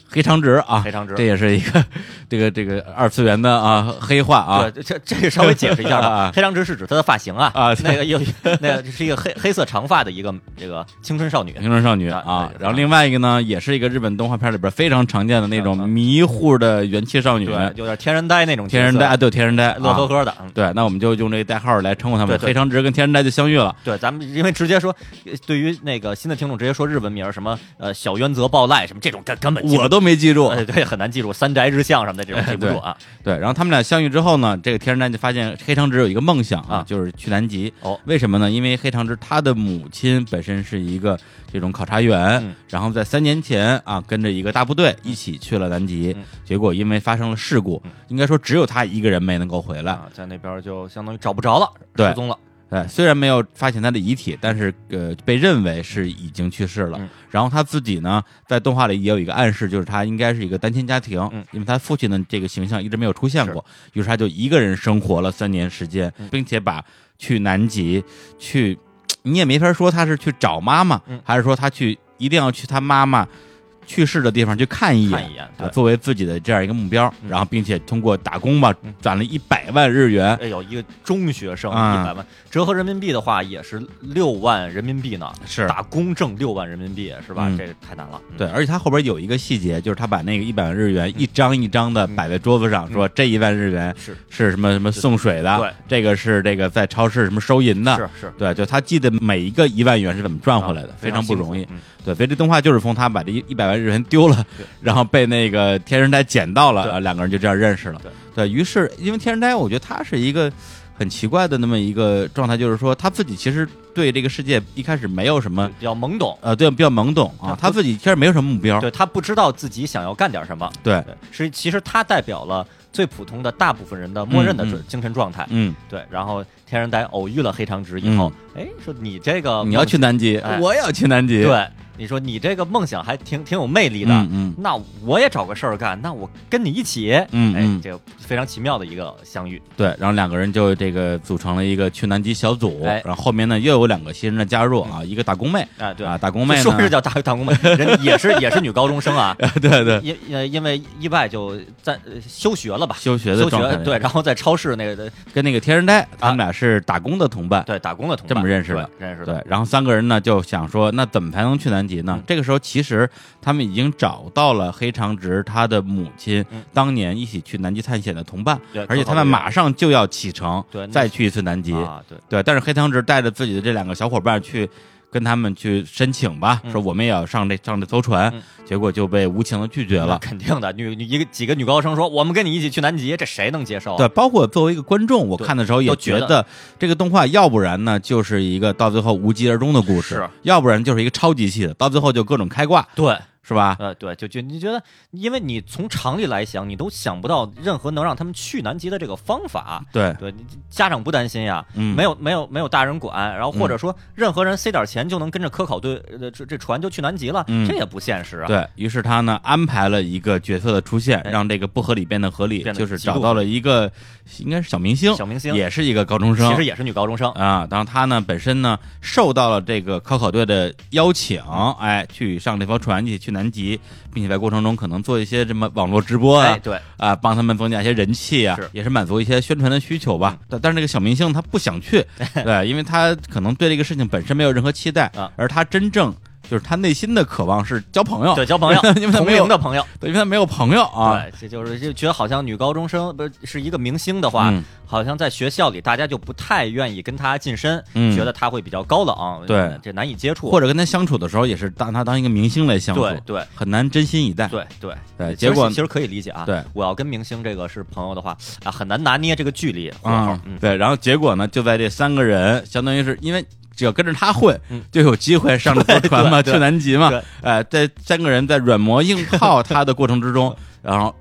黑长直啊， 黑长直， 这也是一个这个这个二次元的啊黑化啊。 对，这这个稍微解释一下吧。黑长直是指他的发型啊， 啊， 那个有那个是一个黑黑色长发的一个这个青春少女， 青春少女啊。然后另外一个呢，也是一个日本动画片里边非常常见的那种迷糊的元气少女， 对，有点天然呆那种天然呆，对，天然呆， 乐呵呵的。 对，那我们就用这个代号来称呼他们，黑长直跟天然呆就相遇了。 对，咱们因为直接说，对于那个新的听众直接说日本名什么呃小渊泽暴赖什么这种根根本我都没记住， 呃、对，很难记住三宅日向什么的这种记不住啊。 对，然后他们俩相遇之后呢，这个天然呆就发现黑长直有一个梦想啊，就是去南极。 哦， 为什么呢？因为黑长直他的母亲本身是一个这种考察员， 嗯、 然后在三年前啊跟着一个大部队一起去了南极， 嗯、 结果因为发生了事故，嗯、应该说只有他一个人没能够回来， 啊、在那边就相当于找不着了，失踪了。 对，虽然没有发现他的遗体，但是呃，被认为是已经去世了。 嗯、 然后他自己呢，在动画里也有一个暗示，就是他应该是一个单亲家庭， 嗯、 因为他父亲的这个形象一直没有出现过，于是他就一个人生活了三年时间， 嗯、 并且把去南极去，你也没法说他是去找妈妈， 嗯、 还是说他去一定要去他妈妈去世的地方去看一眼， 看一眼啊，作为自己的这样一个目标， 嗯、 然后并且通过打工吧， 嗯、 攒了一百万日元。 哎呦，一个中学生一百万，折合人民币的话也是六万人民币呢。 是打工挣六万人民币是吧？ 嗯、 这太难了。 嗯、对，而且他后边有一个细节，就是他把那个一百万日元一张一张的摆在桌子上， 嗯、 说这一万日元是是什么什么送水的， 对， 这个是这个在超市什么收银的， 是是， 对，就他记得每一个一万元是怎么赚回来的， 啊、 非常不容易。 嗯、 对，所以这动画就是从他把这一一百万日元丢了。然后被那个天然呆捡到了，啊，两个人就这样认识了。 对， 对于是，因为天然呆，我觉得他是一个很奇怪的那么一个状态，就是说他自己其实对这个世界一开始没有什么比较懵懂， 呃，对，比较懵懂啊，他自己其实没有什么目标， 对他不知道自己想要干点什么。 对， 对是其实他代表了最普通的大部分人的默认的嗯嗯精神状态。 嗯， 对。然后天然呆偶遇了黑长直以后，哎、嗯，说你这个你要去南极， 哎、 我也要去南极。 对。你说你这个梦想还挺挺有魅力的， 嗯嗯， 那我也找个事儿干，那我跟你一起， 嗯哎，这个非常奇妙的一个相遇。 对，然后两个人就这个组成了一个去南极小组， 哎、 然后后面呢又有两个新人的加入啊，嗯、一个打工妹， 哎，对啊，打工妹呢说是叫打打工妹，人也是也是女高中生啊， 对对， 因呃因为意外就在休学了吧， 休学的休状态， 学对，然后在超市那个跟那个天然呆，他们俩是打工的同伴， 对，打工的同伴这么认识的， 认识的， 对，然后三个人呢就想说，那怎么才能去南极呢？ 嗯、 这个时候。其实他们已经找到了黑长直他的母亲、 嗯、 当年一起去南极探险的同伴， 对， 而且他们马上就要启程， 对， 再去一次南极， 啊、对对。但是黑长直带着自己的这两个小伙伴去跟他们去申请吧， 嗯、 说我们也要上这上这艘船、 嗯， 结果就被无情的拒绝了。 肯定的，女女一个几个女高生说我们跟你一起去南极，这谁能接受、啊？ 对，包括作为一个观众，我看的时候也觉得这个动画要不然呢就是一个到最后无疾而终的故事， 是要不然就是一个超级系的，到最后就各种开挂。 对。 是吧？ 呃，对，就就你觉得，因为你从常理来想，你都想不到任何能让他们去南极的这个方法。 对对，家长不担心呀， 嗯， 没有没有没有大人管，然后或者说任何人塞点钱就能跟着科考队，呃，这这船就去南极了， 嗯、 这也不现实啊。 对于是他呢安排了一个角色的出现， 哎、 让这个不合理变得合理， 变得就是找到了一个应该是小明星， 小明星也是一个高中生， 其实也是女高中生啊。当然他呢本身呢受到了这个科考队的邀请，哎，去上这艘船去去南极。并且在过程中可能做一些什么网络直播啊， 哎、对啊，帮他们增加一些人气啊， 是也是满足一些宣传的需求吧。但、嗯、但是那个小明星他不想去，对，因为他可能对这个事情本身没有任何期待， 啊、 而他真正就是他内心的渴望是交朋友， 对，交朋友， 因为他没有同龄的朋友， 对，因为他没有朋友啊。 对，这就是就觉得好像女高中生不是是一个明星的话、 嗯， 好像在学校里大家就不太愿意跟他近身， 嗯、 觉得他会比较高冷， 对， 这难以接触， 或者跟他相处的时候也是当他当一个明星来相处， 对对， 很难真心以待， 对对对。结果其实可以理解啊， 对， 我要跟明星这个是朋友的话啊，很难拿捏这个距离， 嗯， 嗯对。然后结果呢，就在这三个人，相当于是因为。只要跟着他混， 嗯、 就有机会上这艘船嘛，去南极嘛。哎，在三个人在软磨硬泡他的过程之中，然后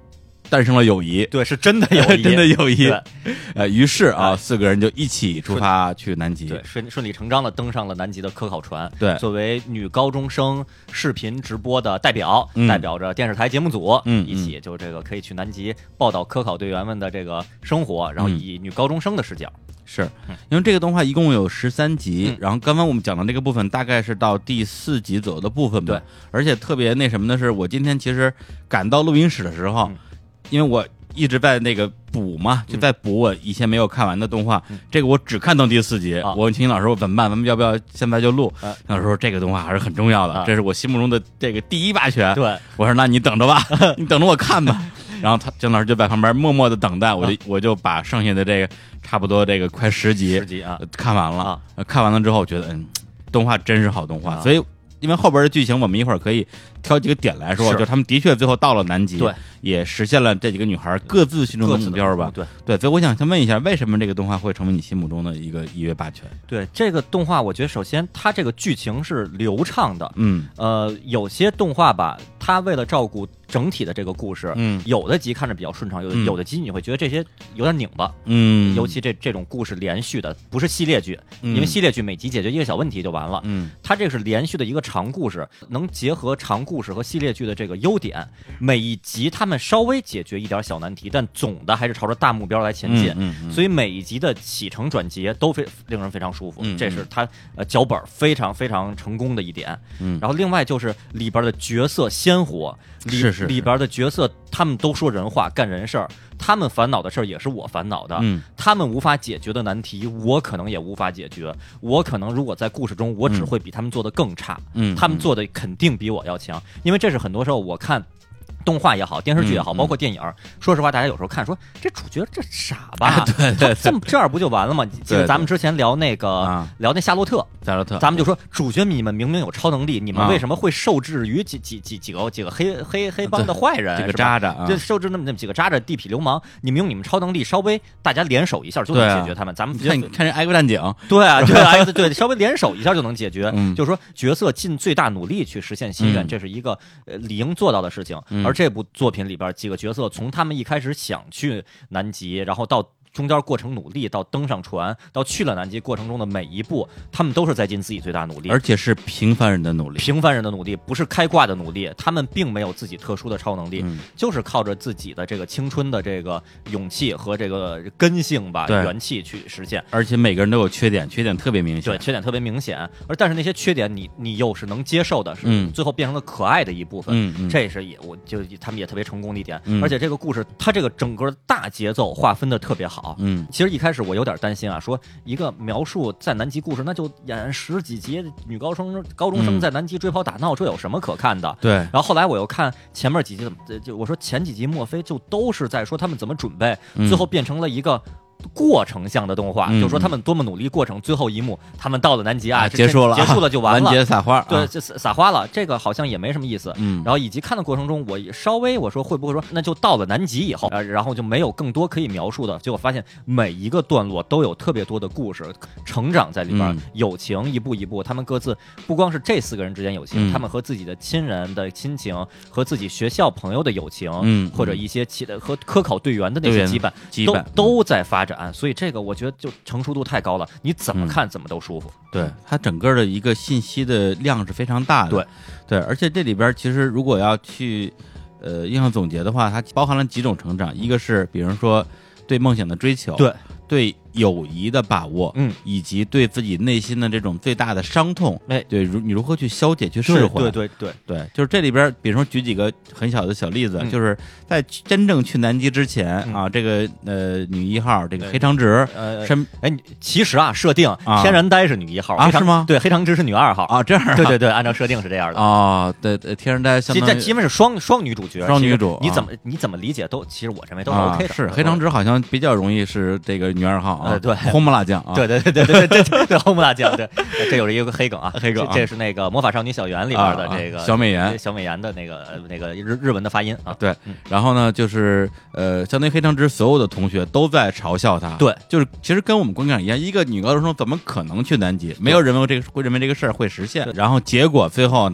诞生了友谊， 对，是真的友谊， 真的友谊。呃，于是啊，四个人就一起出发去南极， 对，顺顺理成章的登上了南极的科考船。 对， 作为女高中生视频直播的代表， 嗯、 代表着电视台节目组， 嗯， 一起就这个可以去南极报道科考队员们的这个生活，然后以女高中生的视角。 是因为这个动画一共有十三集、 嗯， 然后刚刚我们讲的这个部分大概是到第四集左右的部分吧。 对， 而且特别那什么的是，我今天其实赶到录音室的时候，嗯、因为我一直在那个补嘛，就在补我以前没有看完的动画。嗯、这个我只看到第四集，啊、我问秦秦老师我怎么办？咱们要不要现在就录？秦、啊、老师说这个动画还是很重要的，啊、这是我心目中的这个第一霸权。 对， 我说那你等着吧，你等着我看吧。然后他姜老师就在旁边默默的等待，我就、啊、我就把剩下的这个差不多这个快十集十集啊看完了、 啊。 看完了之后，我觉得嗯，动画真是好动画，啊、所以。因为后边的剧情，我们一会儿可以挑几个点来说，就他们的确最后到了南极， 对， 也实现了这几个女孩各自心中的目标吧， 对对。所以我想先问一下，为什么这个动画会成为你心目中的一个一跃霸权？ 对这个动画，我觉得首先它这个剧情是流畅的， 嗯， 呃，有些动画吧，它为了照顾整体的这个故事， 嗯， 有的集看着比较顺畅，有的、 嗯、 有的集你会觉得这些有点拧巴， 嗯， 尤其这这种故事连续的，不是系列剧， 嗯、 因为系列剧每集解决一个小问题就完了， 嗯， 它这个是连续的一个长故事，能结合长故事和系列剧的这个优点，每一集他们稍微解决一点小难题，但总的还是朝着大目标来前进， 嗯嗯嗯、 所以每一集的起承转结都非令人非常舒服， 嗯嗯、 这是它呃脚本非常非常成功的一点， 嗯， 然后另外就是里边的角色鲜活，里是是是里边的角色他们都说人话干人事儿，他们烦恼的事儿也是我烦恼的， 嗯， 他们无法解决的难题我可能也无法解决，我可能如果在故事中我只会比他们做的更差， 嗯， 他们做的肯定比我要强，因为这是很多时候我看动画也好，电视剧也好， 嗯、 包括电影、嗯，说实话，大家有时候看说这主角这傻吧， 啊、对对对， 这么这样不就完了吗？记得咱们之前聊那个对对啊、 聊那夏洛特， 夏洛特， 咱们就说主角你们明明有超能力，你们啊、 为什么会受制于几几几几个几个黑黑黑帮的坏人？ 这个渣渣， 就受制那么那么几个渣渣地痞流氓，你们用你们超能力稍微大家联手一下就能解决他们。 啊、 咱们看看人 X 战警， 对啊，对啊，对，稍微联手一下就能解决。 嗯、 就是说角色尽最大努力去实现心愿， 嗯、 这是一个呃理应做到的事情。 嗯、 而这部作品里边几个角色，从他们一开始想去南极，然后到中间过程努力，到登上船，到去了南极过程中的每一步，他们都是在尽自己最大努力， 而且是平凡人的努力， 平凡人的努力，不是开挂的努力。他们并没有自己特殊的超能力， 嗯、 就是靠着自己的这个青春的这个勇气和这个根性吧，元气去实现。 而且每个人都有缺点，缺点特别明显， 对，缺点特别明显。而但是那些缺点你，你你又是能接受的，是最后变成了可爱的一部分。 嗯嗯， 这是也我就他们也特别成功的一点。 嗯、 而且这个故事，它这个整个大节奏划分的特别好。 嗯， 其实一开始我有点担心啊，说一个描述在南极故事，那就演十几集女高中高中生在南极追跑打闹，这有什么可看的？ 对。 然后后来我又看前面几集，就我说前几集莫非就都是在说他们怎么准备， 嗯、 最后变成了一个过程向的动画， 嗯、 就说他们多么努力，过程最后一幕他们到了南极啊， 啊结束了， 结束了就完了， 完结撒花， 对， 啊、 撒撒花了，这个好像也没什么意思。 嗯， 然后以及看的过程中，我稍微我说会不会说那就到了南极以后，呃，然后就没有更多可以描述的，结果发现每一个段落都有特别多的故事成长在里边， 嗯、 友情一步一步，他们各自不光是这四个人之间友情， 嗯、 他们和自己的亲人的亲情，和自己学校朋友的友情， 嗯， 或者一些其的和科考队员的那些羁绊， 羁绊都都在发展，所以这个我觉得就成熟度太高了，你怎么看怎么都舒服。 嗯、对，它整个的一个信息的量是非常大的。 对， 对，而且这里边其实如果要去呃印象总结的话，它包含了几种成长，一个是比如说对梦想的追求， 对， 对友谊的把握， 嗯， 以及对自己内心的这种最大的伤痛， 哎， 对，如你如何去消解、去释怀， 对对对对，就是这里边，比如说举几个很小的小例子， 嗯、 就是在真正去南极之前、 嗯、 啊，这个呃女一号这个黑长直， 呃， 身哎，其实啊，设定、 啊、 天然呆是女一号啊，是吗？ 对，黑长直是女二号啊，这样、啊， 对对对，按照设定是这样的啊，对对，天然呆相当于基本是双双女主角， 双女主， 你怎么、啊、你怎么理解都，其实我认为都是 OK 的。 啊、是黑长直好像比较容易是这个女二号啊， 呃、对， 红不拉酱啊， 对对对对对对对对，红不拉酱，对，这有一个黑梗啊， 黑梗、啊， 这是那个魔法少女小圆里边的这个、 啊啊、小美颜， 小美颜的那个那个日日文的发音啊， 对，嗯、然后呢，就是呃，相当于黑长直所有的同学都在嘲笑他， 对， 就是其实跟我们观感一样，一个女高中生怎么可能去南极？没有人为这个会认为这个事儿会实现，然后结果最后他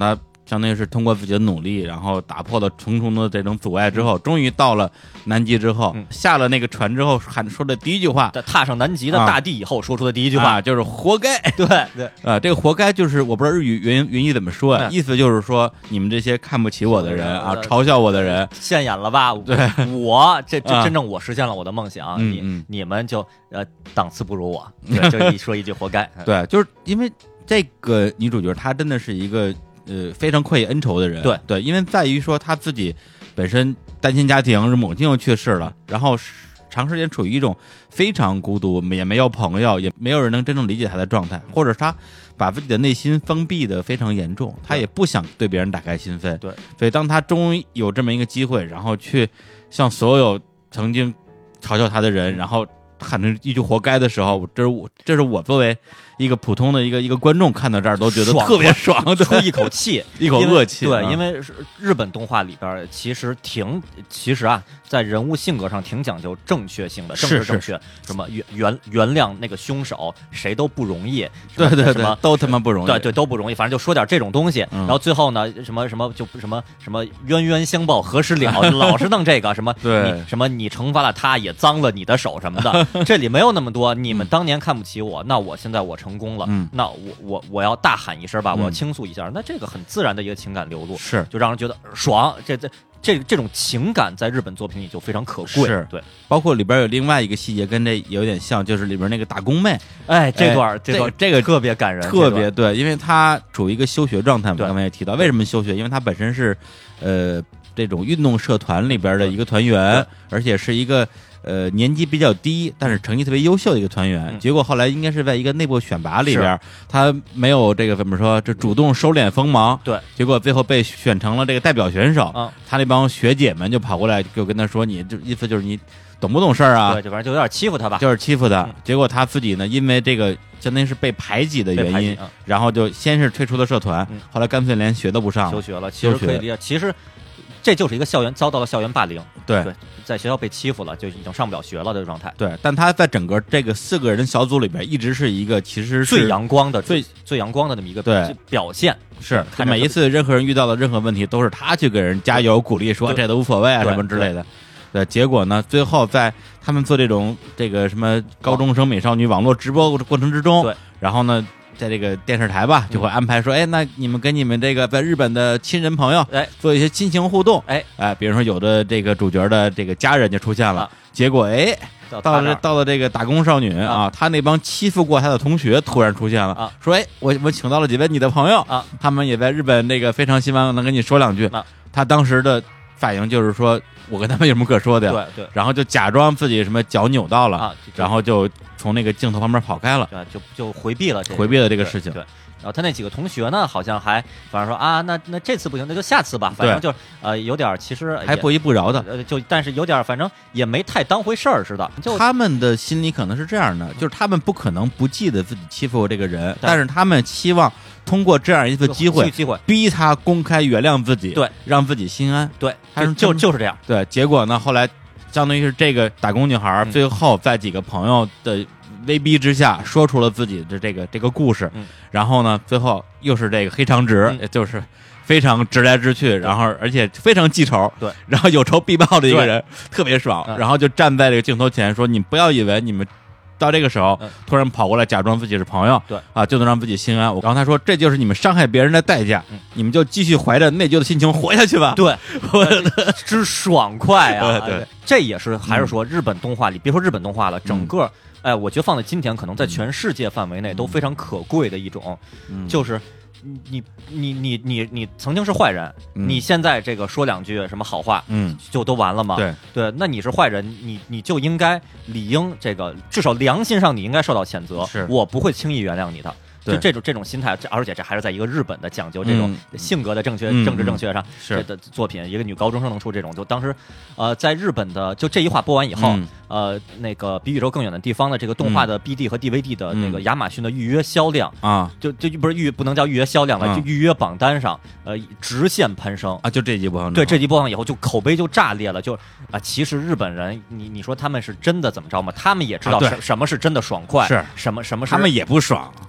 相当于是通过自己的努力，然后打破了重重的这种阻碍之后，终于到了南极之后，嗯、下了那个船之后喊说的第一句话， 在踏上南极的大地以后说出的第一句话、 啊啊、就是活该。 对对啊，这个活该就是我不知道日语原原意怎么说、啊，意思就是说你们这些看不起我的人啊，嘲笑我的人， 现眼了吧？ 对， 我这这真正我实现了我的梦想， 嗯、 你、 嗯、 你们就呃档次不如我，对，就一说一句活该。 对，就是因为这个女主角她真的是一个。呃，非常愧意恩仇的人， 对对，因为在于说他自己本身单亲家庭，是母亲又去世了，然后长时间处于一种非常孤独，也没有朋友，也没有人能真正理解他的状态，或者他把自己的内心封闭的非常严重，他也不想对别人打开心扉， 对， 所以当他终于有这么一个机会，然后去向所有曾经嘲笑他的人，然后喊成一句活该的时候，这是我，这是我作为一个普通的一个一个观众看到这儿都觉得特别爽， 出一口气， 一口恶气。 对，因为日本动画里边其实挺，其实啊，在人物性格上挺讲究正确性的，政治正确，什么原原原谅那个凶手，谁都不容易， 对对对， 什么都他妈不容易， 对对都不容易，反正就说点这种东西， 嗯、 然后最后呢，什么什么就什么什么冤冤相报何时了，老是弄这个什么， 对， 什么你惩罚了他也脏了你的手什么的，这里没有那么多，你们当年看不起我，那我现在我成功了， 嗯， 那我我我要大喊一声吧，我要倾诉一下，嗯、那这个很自然的一个情感流露， 是就让人觉得爽，这这。这这种情感在日本作品里就非常可贵， 是对， 包括里边有另外一个细节跟这有点像，就是里边那个打工妹， 哎，这段、 哎、 这段这个特别感人， 特别对，因为她处于一个休学状态，我刚才也提到，为什么休学？因为她本身是呃这种运动社团里边的一个团员，而且是一个。呃，年纪比较低，但是成绩特别优秀的一个团员， 嗯、 结果后来应该是在一个内部选拔里边，他没有这个怎么说，这主动收敛锋芒， 对， 结果最后被选成了这个代表选手。 嗯、 他那帮学姐们就跑过来，就跟他说：“你这意思就是你懂不懂事儿啊？” 对，就反正就有点欺负他吧， 就是欺负他。 嗯、 结果他自己呢，因为这个相当于是被排挤的原因， 嗯、 然后就先是退出了社团， 嗯、 后来干脆连学都不上了， 休学了。其实可以理解，其实。这就是一个校园遭到了校园霸凌， 对， 对，在学校被欺负了，就已经上不了学了的状态。 对，但他在整个这个四个人小组里边，一直是一个其实是最阳光的、 最最阳光的那么一个对表现。 是他每一次任何人遇到的任何问题，都是他去给人加油鼓励，说这都无所谓啊什么之类的。对，结果呢，最后在他们做这种这个什么高中生美少女网络直播过程之中， 对， 然后呢。在这个电视台吧，就会安排说，哎，那你们跟你们这个在日本的亲人朋友， 哎， 做一些亲情互动， 哎， 哎，比如说有的这个主角的这个家人就出现了， 啊、 结果哎，到了到了这个打工少女啊，啊她那帮欺负过她的同学突然出现了， 啊、 说，哎，我我请到了几位你的朋友啊， 他们也在日本，那个非常希望能跟你说两句。 啊、 她当时的反应就是说，我跟他们有什么可说的呀？ 对对， 然后就假装自己什么脚扭到了， 啊、 然后就从那个镜头旁边跑开了， 对，就就回避了这个， 回避了这个事情， 对。对然后他那几个同学呢，好像还反正说啊，那那这次不行，那就下次吧。反正就是呃，有点其实还不依不饶的， 呃，就但是有点反正也没太当回事儿似的。就他们的心里可能是这样的，就是他们不可能不记得自己欺负过这个人，但是他们期望通过这样一次机会， 机会逼他公开原谅自己， 对， 让自己心安。 对， 他就就就是这样。 对，结果呢，后来相当于是这个打工女孩， 嗯、 最后在几个朋友的威逼之下，说出了自己的这个这个故事， 嗯、 然后呢，最后又是这个黑长直， 嗯、 就是非常直来直去，然后而且非常记仇， 对， 然后有仇必报的一个人，特别爽， 嗯、 然后就站在这个镜头前说：“你不要以为你们。”到这个时候， 嗯、 突然跑过来假装自己是朋友， 对啊，就能让自己心安。然后他说：“这就是你们伤害别人的代价， 嗯、 你们就继续怀着内疚的心情活下去吧。” 对，之爽快啊！ 对对， 这也是还是说日本动画里，嗯、别说日本动画了，整个。哎，我觉得放在今天，可能在全世界范围内都非常可贵的一种， 嗯、 就是你你你你你曾经是坏人， 嗯、 你现在这个说两句什么好话， 嗯， 就都完了吗？ 对对，那你是坏人，你你就应该理应这个至少良心上你应该受到谴责， 是我不会轻易原谅你的。就这种这种心态，这而且这还是在一个日本的讲究这种性格的正确、 嗯、 政治正确上是的作品，一个女高中生能出这种，就当时，呃，在日本的就这一话播完以后， 嗯、 呃，那个比宇宙更远的地方的这个动画的 B D 和 D V D 的那个亚马逊的预约销量啊、 嗯，就就不是预不能叫预约销量了， 嗯、 就预约榜单上，呃，直线攀升啊！就这集播放， 对这集播放以后，就口碑就炸裂了，就啊，其实日本人，你你说他们是真的怎么着吗？他们也知道什、啊、什么是真的爽快， 是什么什么是他们也不爽， 也不爽。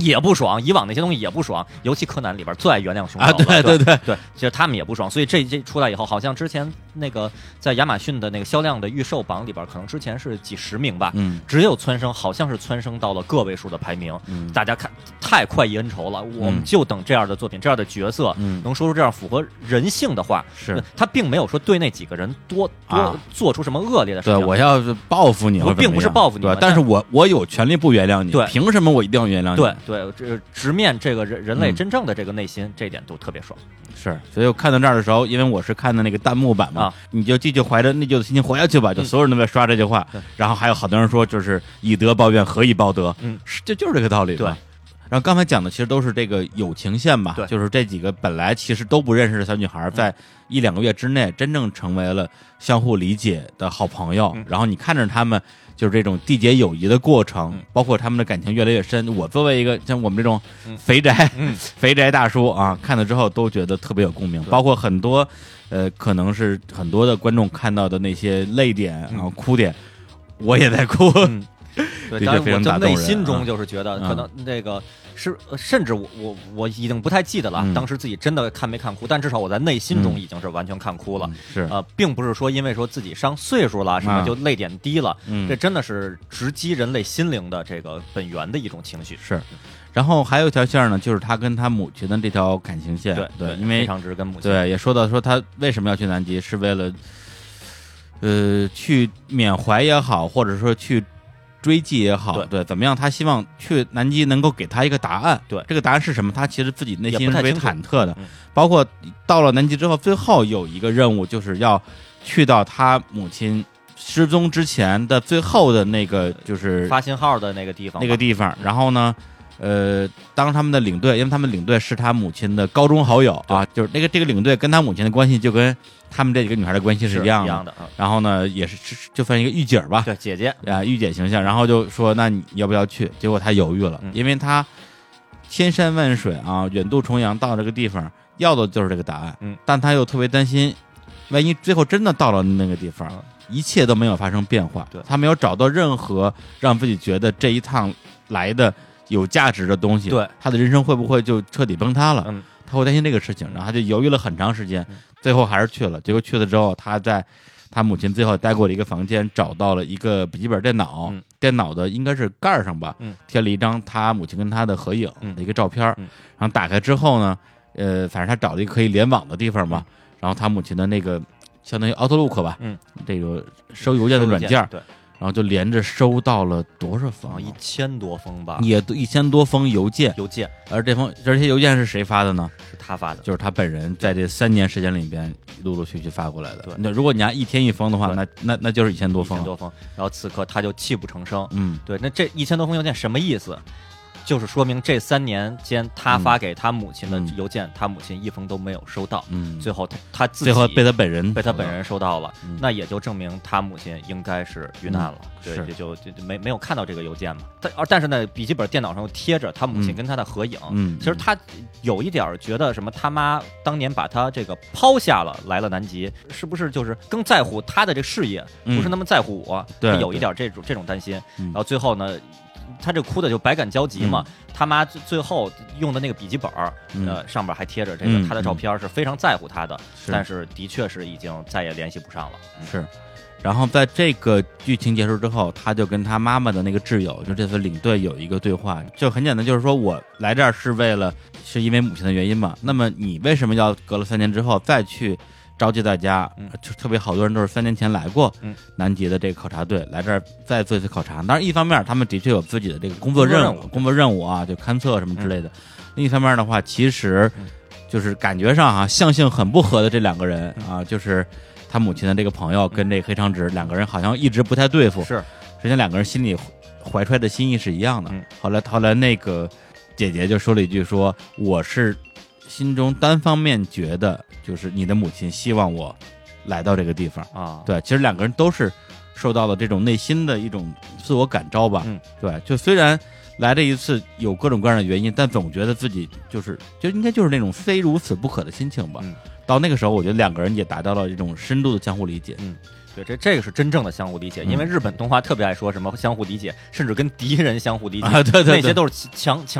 爽，以往那些东西也不爽，尤其柯南里边最爱原谅凶手啊，对对对对，其实他们也不爽，所以这这出来以后，好像之前那个在亚马逊的那个销量的预售榜里边，可能之前是几十名吧， 嗯， 只有蹿升，好像是蹿升到了个位数的排名， 嗯， 大家看太快意恩仇了，我们就等这样的作品，这样的角色， 嗯， 能说出这样符合人性的话， 是他并没有说对那几个人多多、啊、做出什么恶劣的事情， 对，我要是报复你， 我并不是报复你， 对，但是我我有权利不原谅你， 对， 凭什么我一定要原谅你？ 对对，这直面这个人人类真正的这个内心，嗯、这一点都特别爽。 是，所以我看到这儿的时候，因为我是看的那个弹幕版嘛， 啊、 你就继续怀着内疚的心情活下去吧，就所有人都在刷这句话， 嗯、 然后还有好多人说，就是以德报怨，何以报德？ 嗯， 这就是这个道理。 对。 然后刚才讲的其实都是这个友情线吧， 对， 就是这几个本来其实都不认识的小女孩，在一两个月之内真正成为了相互理解的好朋友。 嗯、 然后你看着他们就是这种缔结友谊的过程， 嗯、 包括他们的感情越来越深。我作为一个像我们这种肥宅、 嗯、 肥宅大叔啊，看了之后都觉得特别有共鸣。包括很多呃，可能是很多的观众看到的那些泪点啊、 嗯、 哭点，我也在哭。 嗯对，但是我就内心中就是觉得， 嗯、 可能那个是，甚至我我我已经不太记得了， 嗯、 当时自己真的看没看哭，但至少我在内心中已经是完全看哭了。 嗯、是呃，并不是说因为说自己上岁数了什么就泪点低了， 嗯、 这真的是直击人类心灵的这个本源的一种情绪。 是。然后还有一条线呢，就是他跟他母亲的这条感情线。 对对，因为非常之跟母亲对也说到说他为什么要去南极，是为了呃去缅怀也好，或者说去追记也好， 对, 对，怎么样？他希望去南极能够给他一个答案。 对， 这个答案是什么？他其实自己内心是特别忐忑的。 嗯、 包括到了南极之后，最后有一个任务，就是要去到他母亲失踪之前的最后的那个，就是发信号的那个地方， 那个地方。然后呢，呃，当他们的领队，因为他们领队是他母亲的高中好友啊，就是那个这个领队跟他母亲的关系就跟他们这几个女孩的关系是一样的。 一样的啊、 然后呢，也是就算一个御姐吧， 对，姐姐啊，御姐形象。然后就说，那你要不要去？结果他犹豫了， 嗯、 因为他千山万水啊，远渡重洋到这个地方，要的就是这个答案。 嗯， 但他又特别担心，万一最后真的到了那个地方， 嗯、 一切都没有发生变化， 对， 他没有找到任何让自己觉得这一趟来的有价值的东西， 对， 他的人生会不会就彻底崩塌了？ 嗯， 他会担心这个事情，然后他就犹豫了很长时间， 嗯、 最后还是去了。结果去了之后，他在他母亲最后待过的一个房间，找到了一个笔记本电脑， 嗯、 电脑的应该是盖上吧， 嗯、 贴了一张他母亲跟他的合影的一个照片， 嗯、 然后打开之后呢，呃，反正他找了一个可以联网的地方嘛， 嗯、 然后他母亲的那个相当于 Outlook 吧， 嗯， 这个收邮件的软件， 对。 然后就连着收到了多少封、啊？ 一千多封吧， 也一千多封邮件。 邮件， 而这封这些邮件是谁发的呢？ 是他发的， 就是他本人在这三年时间里边陆陆续续发过来的。对，那如果你按一天一封的话，那那那就是一千多封。 一千多封。然后此刻他就泣不成声。 嗯， 对，那这一千多封邮件什么意思？就是说明这三年间，他发给他母亲的邮件，嗯、他母亲一封都没有收到。 嗯， 最后他他自己最后被他本人被他本人收到了， 嗯、 那也就证明他母亲应该是遇难了。 嗯、 对，也就就没没有看到这个邮件嘛。但但是呢，笔记本电脑上又贴着他母亲跟他的合影。 嗯， 其实他有一点觉得什么，他妈当年把他这个抛下了，来了南极，是不是就是更在乎他的这事业， 嗯、 不是那么在乎我？ 对， 他有一点这种这种担心。 嗯、 然后最后呢？他这哭的就百感交集嘛，嗯、他妈最后用的那个笔记本， 嗯、 呃，上边还贴着这个、 嗯、 他的照片，是非常在乎他的， 是但是的确是已经再也联系不上了。 嗯、是，然后在这个剧情结束之后，他就跟他妈妈的那个挚友，就这次领队有一个对话，就很简单，就是说我来这儿是为了，是因为母亲的原因嘛？那么你为什么要隔了三年之后再去？召集大家， 嗯、 就特别好多人都是三年前来过南极的这个考察队，嗯、来这儿再做一次考察。当然，一方面他们的确有自己的这个工作任务，工作任务啊，就勘测什么之类的。嗯、另一方面的话，其实就是感觉上啊，相性很不合的这两个人啊，就是他母亲的这个朋友跟这个黑长直两个人好像一直不太对付。 是， 实际上两个人心里怀揣的心意是一样的。 嗯、 后来，后来那个姐姐就说了一句说：“我是。”心中单方面觉得，就是你的母亲希望我来到这个地方啊。 对，其实两个人都是受到了这种内心的一种自我感召吧。 嗯， 对，就虽然来这一次有各种各样的原因，但总觉得自己就是就应该就是那种非如此不可的心情吧。 嗯， 到那个时候，我觉得两个人也达到了这种深度的相互理解。 嗯，对，这这个是真正的相互理解，因为日本动画特别爱说什么相互理解，甚至跟敌人相互理解， 啊，对对对， 那些都是强强。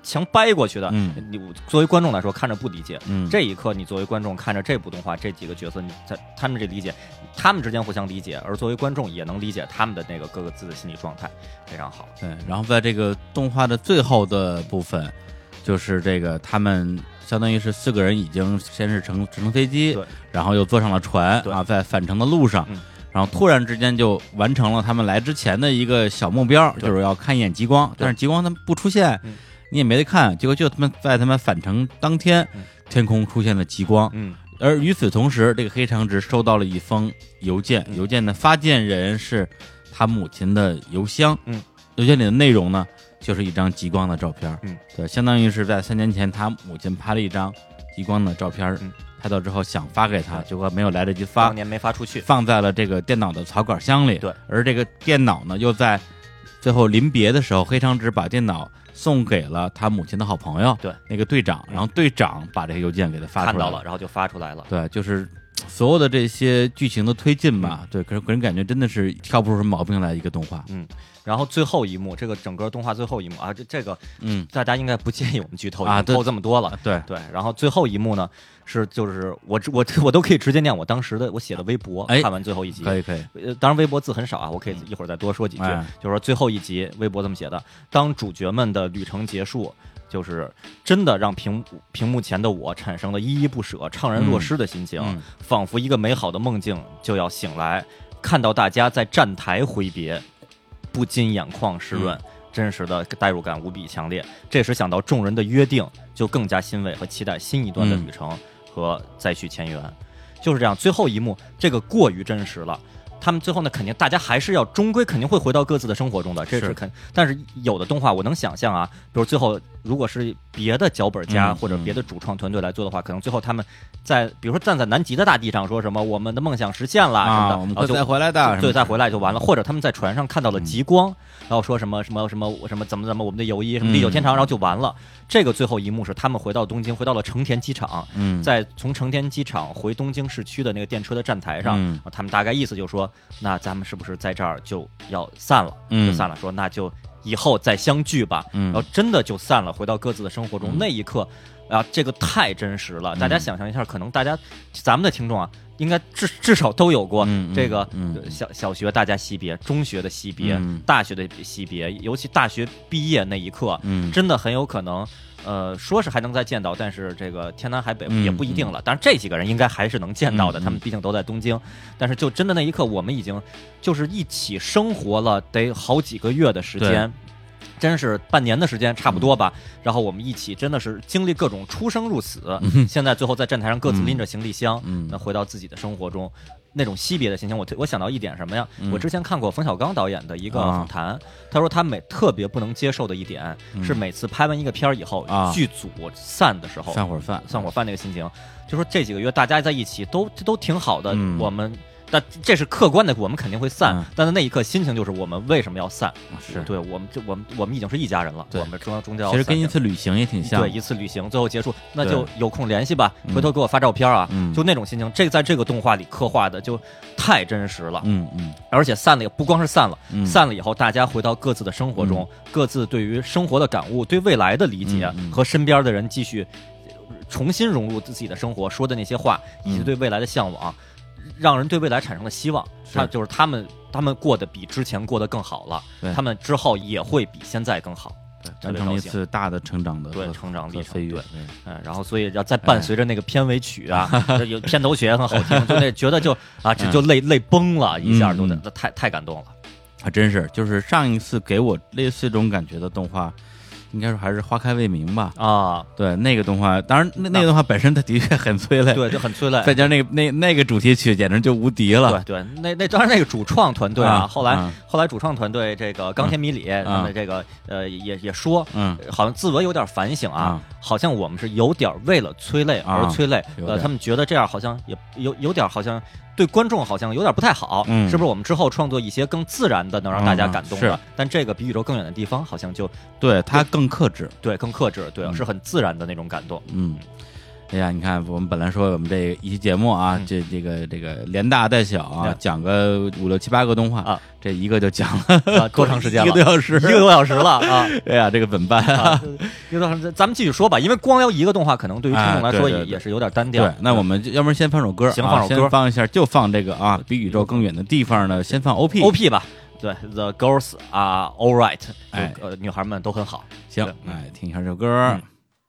强掰过去的， 嗯， 你作为观众来说看着不理解， 嗯， 这一刻你作为观众看着这部动画这几个角色，你在他们这理解，他们之间互相理解，而作为观众也能理解他们的那个各个自的心理状态，非常好。 对，然后在这个动画的最后的部分，就是这个他们相当于是四个人已经先是乘直升飞机， 对， 然后又坐上了船啊，在返程的路上。 嗯，然后突然之间就完成了他们来之前的一个小目标，就是要看一眼极光，但是极光它不出现， 嗯， 你也没得看，结果就他们在他们返程当天， 嗯， 天空出现了极光， 嗯， 而与此同时，这个黑长直收到了一封邮件， 嗯， 邮件的发件人是他母亲的邮箱， 嗯， 邮件里的内容呢，就是一张极光的照片， 嗯， 对，相当于是在三年前他母亲拍了一张极光的照片， 嗯， 拍到之后想发给他，结果没有来得及发， 当年没发出去， 放在了这个电脑的草稿箱里。 对， 而这个电脑呢，又在最后临别的时候，黑长直把电脑送给了他母亲的好朋友， 对， 那个队长，然后队长把这个邮件给他发出来看到了，然后就发出来了。 对，就是所有的这些剧情的推进吧，嗯，对，个人感觉真的是挑不出什么毛病来一个动画。 嗯，然后最后一幕，这个整个动画最后一幕啊，这这个， 嗯， 大家应该不介意我们剧透啊， 透这么多了， 对对。然后最后一幕呢，是就是我我我都可以直接念我当时的我写的微博， 哎， 看完最后一集， 可以可以。 呃，当然微博字很少啊，我可以一会儿再多说几句。 哎， 就是说最后一集微博这么写的：当主角们的旅程结束，就是真的让屏屏幕前的我产生了依依不舍、怅然若失的心情， 嗯嗯， 仿佛一个美好的梦境就要醒来。看到大家在站台挥别，不禁眼眶湿润，嗯，真实的代入感无比强烈。这时想到众人的约定，就更加欣慰和期待新一段的旅程和再续前缘。嗯，就是这样，最后一幕这个过于真实了。他们最后呢，肯定大家还是要终归肯定会回到各自的生活中的，这是肯。但是有的动画我能想象啊，比如最后如果是别的脚本家或者别的主创团队来做的话，嗯，可能最后他们在比如说站在南极的大地上说什么我们的梦想实现了什么的， 啊，我们会再回来的， 对，再回来就完了。或者他们在船上看到了极光，嗯，然后说什么什么什么什么怎么怎么我们的友谊什么地久天长，然后就完了。这个最后一幕是他们回到东京，回到了成田机场， 嗯， 在从成田机场回东京市区的那个电车的站台上， 嗯， 他们大概意思就是说，那咱们是不是在这儿就要散了？ 嗯， 就散了，说那就以后再相聚吧。 嗯， 然后真的就散了，回到各自的生活中。嗯，那一刻，啊，这个太真实了。大家想象一下，可能大家咱们的听众啊，应该至至少都有过这个小小学大家惜别，中学的惜别， 嗯， 大学的惜别，尤其大学毕业那一刻， 嗯， 真的很有可能。呃，说是还能再见到，但是这个天南海北也不一定了。 嗯嗯， 当然，这几个人应该还是能见到的， 嗯嗯， 他们毕竟都在东京。但是，就真的那一刻，我们已经就是一起生活了得好几个月的时间，真是半年的时间差不多吧。嗯，然后我们一起真的是经历各种出生入死， 嗯， 现在最后在站台上各自拎着行李箱， 嗯， 那回到自己的生活中。那种惜别的心情，我我想到一点什么呀？ 嗯， 我之前看过冯小刚导演的一个访谈，啊，他说他每特别不能接受的一点，嗯，是每次拍完一个片儿以后，啊，剧组散的时候， 散伙饭， 散伙饭那个心情，就说这几个月大家在一起都都挺好的， 嗯， 我们。但这是客观的，我们肯定会散， 嗯， 但在那一刻心情就是我们为什么要散？ 是对我们这我们我们已经是一家人了，我们中中间要其实跟一次旅行也挺像， 对，一次旅行最后结束，那就有空联系吧，回头给我发照片啊， 嗯， 就那种心情，这个在这个动画里刻画的就太真实了， 嗯嗯， 而且散了也不光是散了， 嗯， 散了以后大家回到各自的生活中，嗯，各自对于生活的感悟，对未来的理解， 嗯嗯， 和身边的人继续重新融入自己的生活，说的那些话，以及对未来的向往。嗯，让人对未来产生了希望，他就是他们，他们过得比之前过得更好了，他们之后也会比现在更好， 完成了一次大的成长的对成长历程飞跃， 嗯，然后所以要再伴随着那个片尾曲啊，有片头曲也很好听，就那觉得就啊，这就泪泪崩了一下，都那太太感动了， 还真是，就是上一次给我类似这种感觉的动画。应该说还是花开未明吧啊， 对那个动画，当然那那个动画本身它的确很催泪， 对，就很催泪， 再加上那个那那个主题曲简直就无敌了， 对对，那那当然那个主创团队啊， 啊后来、 啊、 后来主创团队这个冈田米里他们这个、啊、呃也也说， 嗯， 好像自我有点反省啊， 啊好像我们是有点为了催泪而催泪， 啊、 呃，他们觉得这样好像也有有点好像。对观众好像有点不太好， 嗯， 是不是？我们之后创作一些更自然的，能让大家感动的。 嗯、 但这个比宇宙更远的地方，好像就对它更克制， 对更克制，对、嗯，是很自然的那种感动。 嗯， 哎呀，你看我们本来说我们这一期节目啊，嗯、这这个这个连大带小啊，讲个五六七八个动画啊， 这一个就讲了、 啊、多长时间了？ 一个多小时， 一个多小时了啊！ 哎呀，这个怎么办啊？ 一个多小时，咱们继续说吧，因为光聊一个动画，可能对于听众来说也、 哎、 也是有点单调。 对，那我们就要不然先放首歌， 行，放首歌， 先放一下，就放这个啊，比宇宙更远的地方呢，先放 O P O P 吧。对 ，The Girls Are All Right， 哎， 呃，女孩们都很好。 行，哎，听一下这首歌。 嗯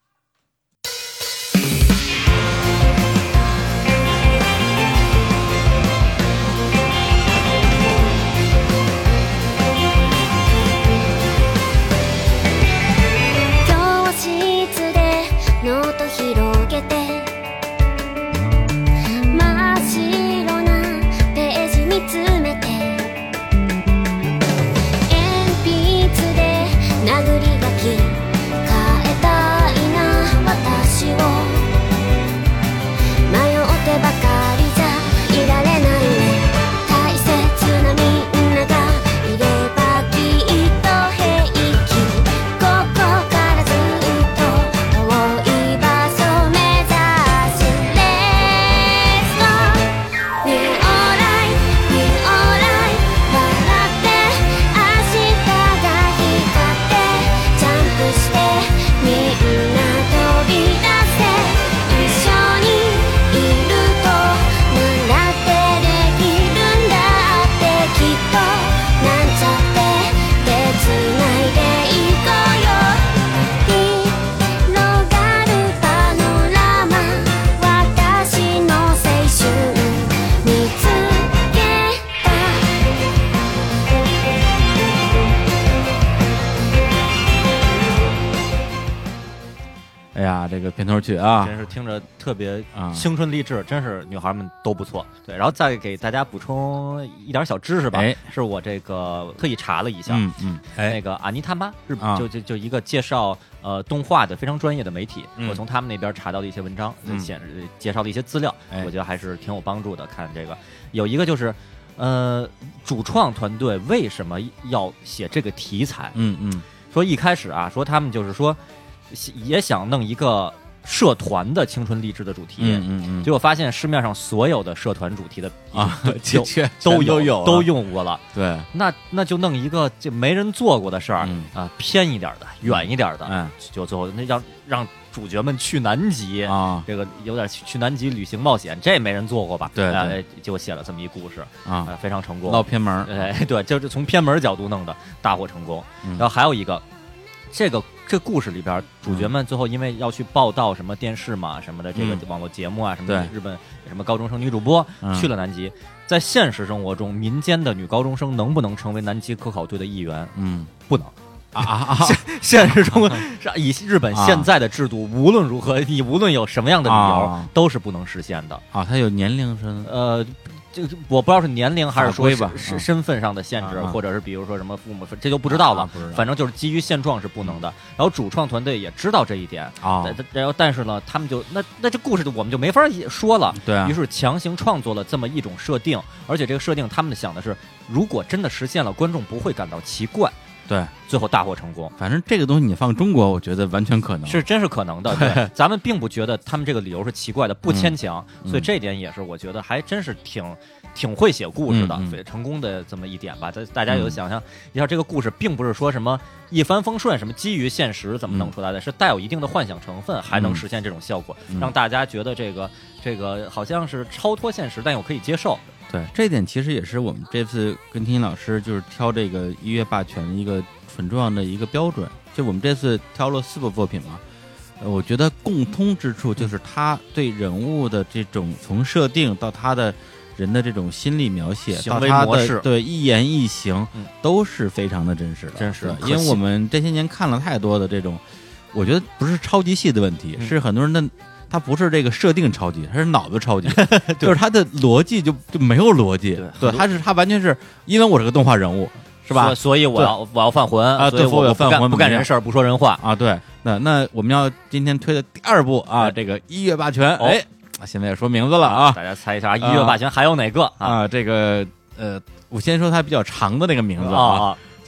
这个片头曲啊， 真是听着特别青春励志，嗯、真是女孩们都不错。对，然后再给大家补充一点小知识吧， 哎、 是我这个特意查了一下， 嗯嗯， 哎、那个阿尼他妈是、 啊、 就就就一个介绍呃动画的非常专业的媒体， 嗯、 我从他们那边查到的一些文章， 嗯、 显示介绍的一些资料， 哎、 我觉得还是挺有帮助的。看这个有一个就是。呃，主创团队为什么要写这个题材？ 嗯嗯， 说一开始啊，说他们就是说也想弄一个社团的青春励志的主题， 嗯嗯嗯， 结果发现市面上所有的社团主题的啊， 就都有有都用过了。 对， 那那就弄一个就没人做过的事儿、 嗯、 啊，偏一点的、远一点的， 嗯， 就最后那让让。主角们去南极啊， 这个有点去南极旅行冒险，这没人做过吧？ 对， 哎，就写了这么一故事啊、 呃，非常成功， 捞偏门。 哎，对，就是从偏门角度弄的，大获成功。 嗯、 然后还有一个，这个这故事里边，主角们最后因为要去报道什么电视嘛、什么的这个网络节目啊，什么日本什么高中生女主播、 嗯、 去了南极，在现实生活中，民间的女高中生能不能成为南极科考队的一员？ 嗯， 不能。 啊啊！ 现现实中，以日本现在的制度， 啊、 无论如何，你无论有什么样的理由， 啊、 都是不能实现的啊。它有年龄上， 呃，这我不知道是年龄还是说吧， 是身份上的限制， 啊、 或者是比如说什么父母，这就不知道了。 啊、不知道反正就是基于现状是不能的。然后主创团队也知道这一点啊， 然后但是呢，他们就那那这故事我们就没法说了。 对、啊， 于是强行创作了这么一种设定，而且这个设定他们想的是，如果真的实现了，观众不会感到奇怪。 对， 最后大获成功。 反正这个东西你放中国，我觉得完全可能， 是真是可能的。对，咱们并不觉得他们这个理由是奇怪的，不牵强。 嗯、 所以这一点也是我觉得还真是挺挺会写故事的， 嗯嗯、 所以成功的这么一点吧。大大家有想象一下，这个故事并不是说什么一帆风顺，什么基于现实怎么弄出来的， 嗯、 是带有一定的幻想成分，还能实现这种效果， 嗯、 让大家觉得这个这个好像是超脱现实，但又可以接受。 对，这一点其实也是我们这次跟听老师就是挑这个一月霸权的一个很重要的一个标准。就我们这次挑了四部作品嘛，呃，我觉得共通之处就是他对人物的这种从设定到他的人的这种心理描写， 行为模式， 对一言一行都是非常的真实的， 真实。 因为我们这些年看了太多的这种，我觉得不是超级系的问题， 嗯、 是很多人的。他不是这个设定超级，他是脑子超级，就是他的逻辑就就没有逻辑。 对， 对他是他完全是因为我是个动画人物，是吧？ 所以我要我要犯浑啊，对， 我要犯浑， 不干人事儿，不说人话啊。对，那那我们要今天推的第二部啊，这个一月霸权，哎，现在也说名字了啊， 大家猜一下，一月霸权还有哪个啊？这个呃，我先说它比较长的那个名字啊，叫。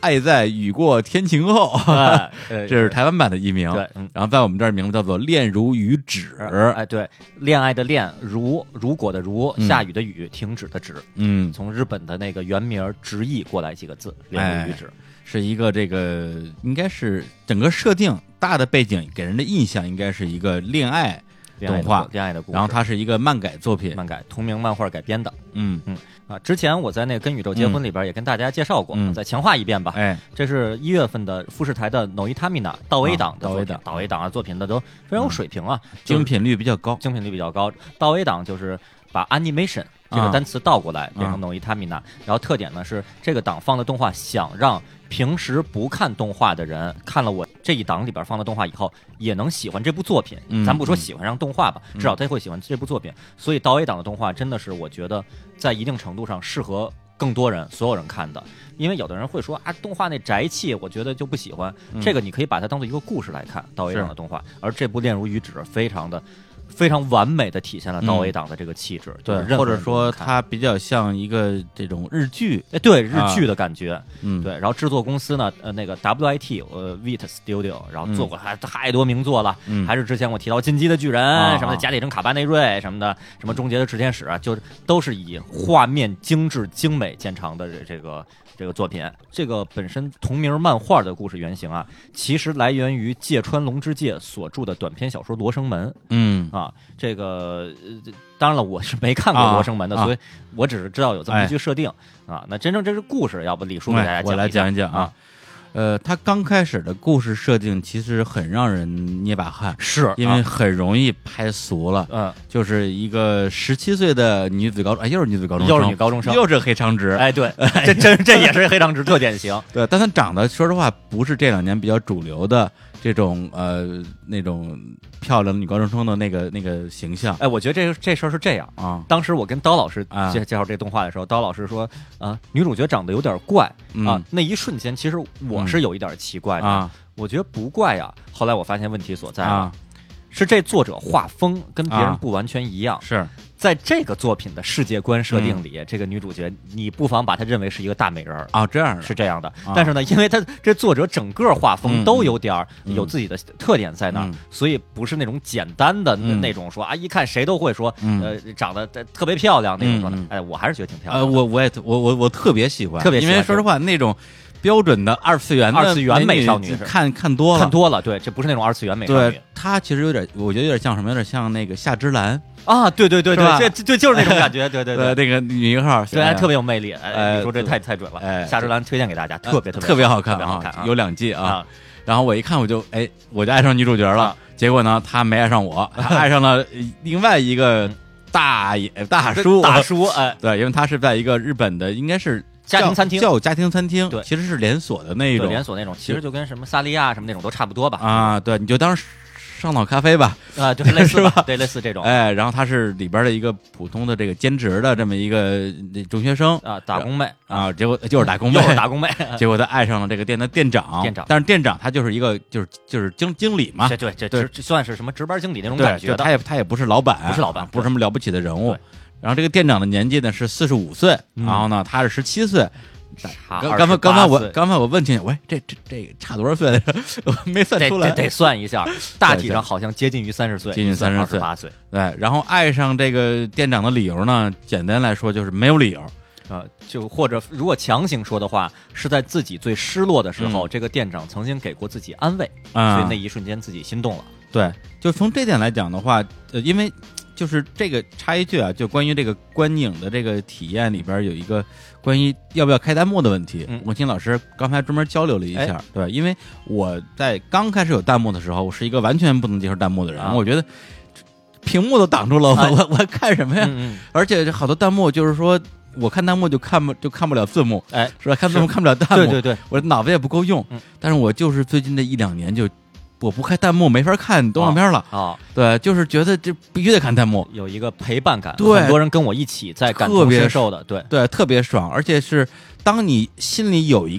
爱在雨过天晴后， 哎、 这是台湾版的译名。 对、嗯， 然后在我们这儿名字叫做恋如雨止。 哎，对，恋爱的恋，如如果的如，下雨的雨，停止的止。 嗯， 从日本的那个原名直译过来几个字，恋如雨止。 哎，是一个这个应该是整个设定大的背景给人的印象应该是一个恋爱动画， 恋爱的故事。 然后它是一个漫改作品， 漫改同名漫画改编的。 嗯嗯啊，之前我在那个《跟宇宙结婚》里边也跟大家介绍过， 嗯、 再强化一遍吧。 哎， 这是一月份的富士台的 Noitamina 到 A 档的到 A 档， 到 A 档啊作品的都非常有水平啊， 嗯、精品率比较高， 精品率比较高。到 A 档就是把 animation 这个单词倒过来、啊、变成 Noitamina，、啊、然后特点呢是这个档放的动画想让平时不看动画的人看了我这一档里边放的动画以后也能喜欢这部作品、 嗯、 咱不说喜欢上动画吧、嗯、至少他会喜欢这部作品、嗯、所以到 A 档的动画真的是我觉得在一定程度上适合更多人所有人看的，因为有的人会说啊动画那宅气我觉得就不喜欢、嗯、这个你可以把它当做一个故事来看到 A 档的动画，而这部恋如雨止非常的非常完美的体现了到 A 档的这个气质、 嗯、对，或者说它比较像一个这种日剧， 哎，对，日剧的感觉、啊、 嗯， 对。然后制作公司呢，呃，那个 W I T 呃 V I T Studio， 然后做过还、嗯、太多名作了、嗯，还是之前我提到进击的巨人、啊、什么的，贾里城卡巴内瑞什么的，什么终结的炽天使啊，就都是以画面精致精美见长的这个这个作品。这个本身同名漫画的故事原型啊，其实来源于芥川龙之介所著的短篇小说《罗生门》。 嗯啊，这个呃，当然了，我是没看过《罗生门》的、啊，所以我只是知道有这么一句设定、哎、啊。那真正这是故事，要不李叔给大家讲一讲、 哎、我来讲一讲啊。呃，他刚开始的故事设定其实很让人捏把汗， 是因为很容易拍俗了。 嗯， 就是一个十七岁的女子高中，哎，又是女子高中生， 又是女高中生， 又是黑长直， 哎，对，这真这也是黑长直特典型。 对，但她长得说实话不是这两年比较主流的这种呃那种漂亮的女高中生的那个那个形象。 哎，我觉得这这事儿是这样啊。 当时我跟刀老师介、 啊、 介绍这动画的时候，刀老师说啊，女主角长得有点怪、 嗯、 啊。那一瞬间，其实我是有一点奇怪的、 嗯、啊。 我觉得不怪呀。后来我发现问题所在了， 啊、 是这作者画风跟别人不完全一样。 啊、是在这个作品的世界观设定里、嗯，这个女主角你不妨把她认为是一个大美人啊，这样的是这样的。 啊、 但是呢，因为她这作者整个画风都有点有自己的特点在那儿、 嗯， 所以不是那种简单的那种说、嗯、啊，一看谁都会说， 嗯、 呃，长得特别漂亮那种说的、 嗯。 哎，我还是觉得挺漂亮的。 呃，我我也我我我特别喜欢， 特别喜欢， 因为说实话那种。标准的二次元的二次元美少女看看多了， 看多了，对，这不是那种二次元美少女。 对，她其实有点，我觉得有点像什么，有点像那个夏之兰啊，对对对对，这这就是那种感觉，对对对， 那个女一号， 对，特别有魅力。 哎， 你说这太太准了。 哎， 夏之兰推荐给大家，特别特别特别好看， 特别好看， 有两季啊。然后我一看，我就哎，我就爱上女主角了。结果呢，她没爱上我，她爱上了另外一个大爷大叔大叔。哎， 对，因为他是在一个日本的，应该是。 家庭餐厅叫家庭餐厅， 对， 其实是连锁的那一种， 连锁那种，其实就跟什么萨莉亚什么那种都差不多吧。 啊，对，你就当上岛咖啡吧， 啊，就是类似吧，对，类似这种。 哎，然后他是里边的一个普通的这个兼职的这么一个中学生啊，打工妹啊，结果就是打工妹， 又是打工妹， 结果他爱上了这个店的店长， 店长， 但是店长他就是一个就是就是经经理嘛， 对对，这对这算是什么值班经理那种感觉的， 他也他也不是老板， 不是老板， 不是什么了不起的人物。然后这个店长的年纪呢是四十五岁，然后呢他是十七岁。刚刚才刚才我刚才我问清，喂，这这这差多少岁来着？我没算出来， 得得算一下，大体上好像接近于三十岁， 接近三十岁， 八岁。 对，然后爱上这个店长的理由呢，简单来说就是没有理由。 呃，就或者如果强行说的话，是在自己最失落的时候， 嗯、 这个店长曾经给过自己安慰， 嗯、 所以那一瞬间自己心动了。 对，就从这点来讲的话，呃，因为就是这个插一句啊，就关于这个观影的这个体验里边有一个关于要不要开弹幕的问题， 嗯、 我跟老师刚才专门交流了一下， 哎、 对，因为我在刚开始有弹幕的时候，我是一个完全不能接受弹幕的人， 啊、 我觉得屏幕都挡住了， 哎、 我我我看什么呀？ 嗯嗯而且好多弹幕就是说。我看弹幕就看不就看不了字幕， 哎， 是吧？看字幕看不了弹幕， 对对对， 我脑子也不够用。 嗯， 但是我就是最近这一两年就，我不开弹幕没法看动画片了啊、哦。 对，就是觉得这必须得看弹幕， 有一个陪伴感。 对， 很多人跟我一起在感同身受的，对对，特别爽。而且是当你心里有一个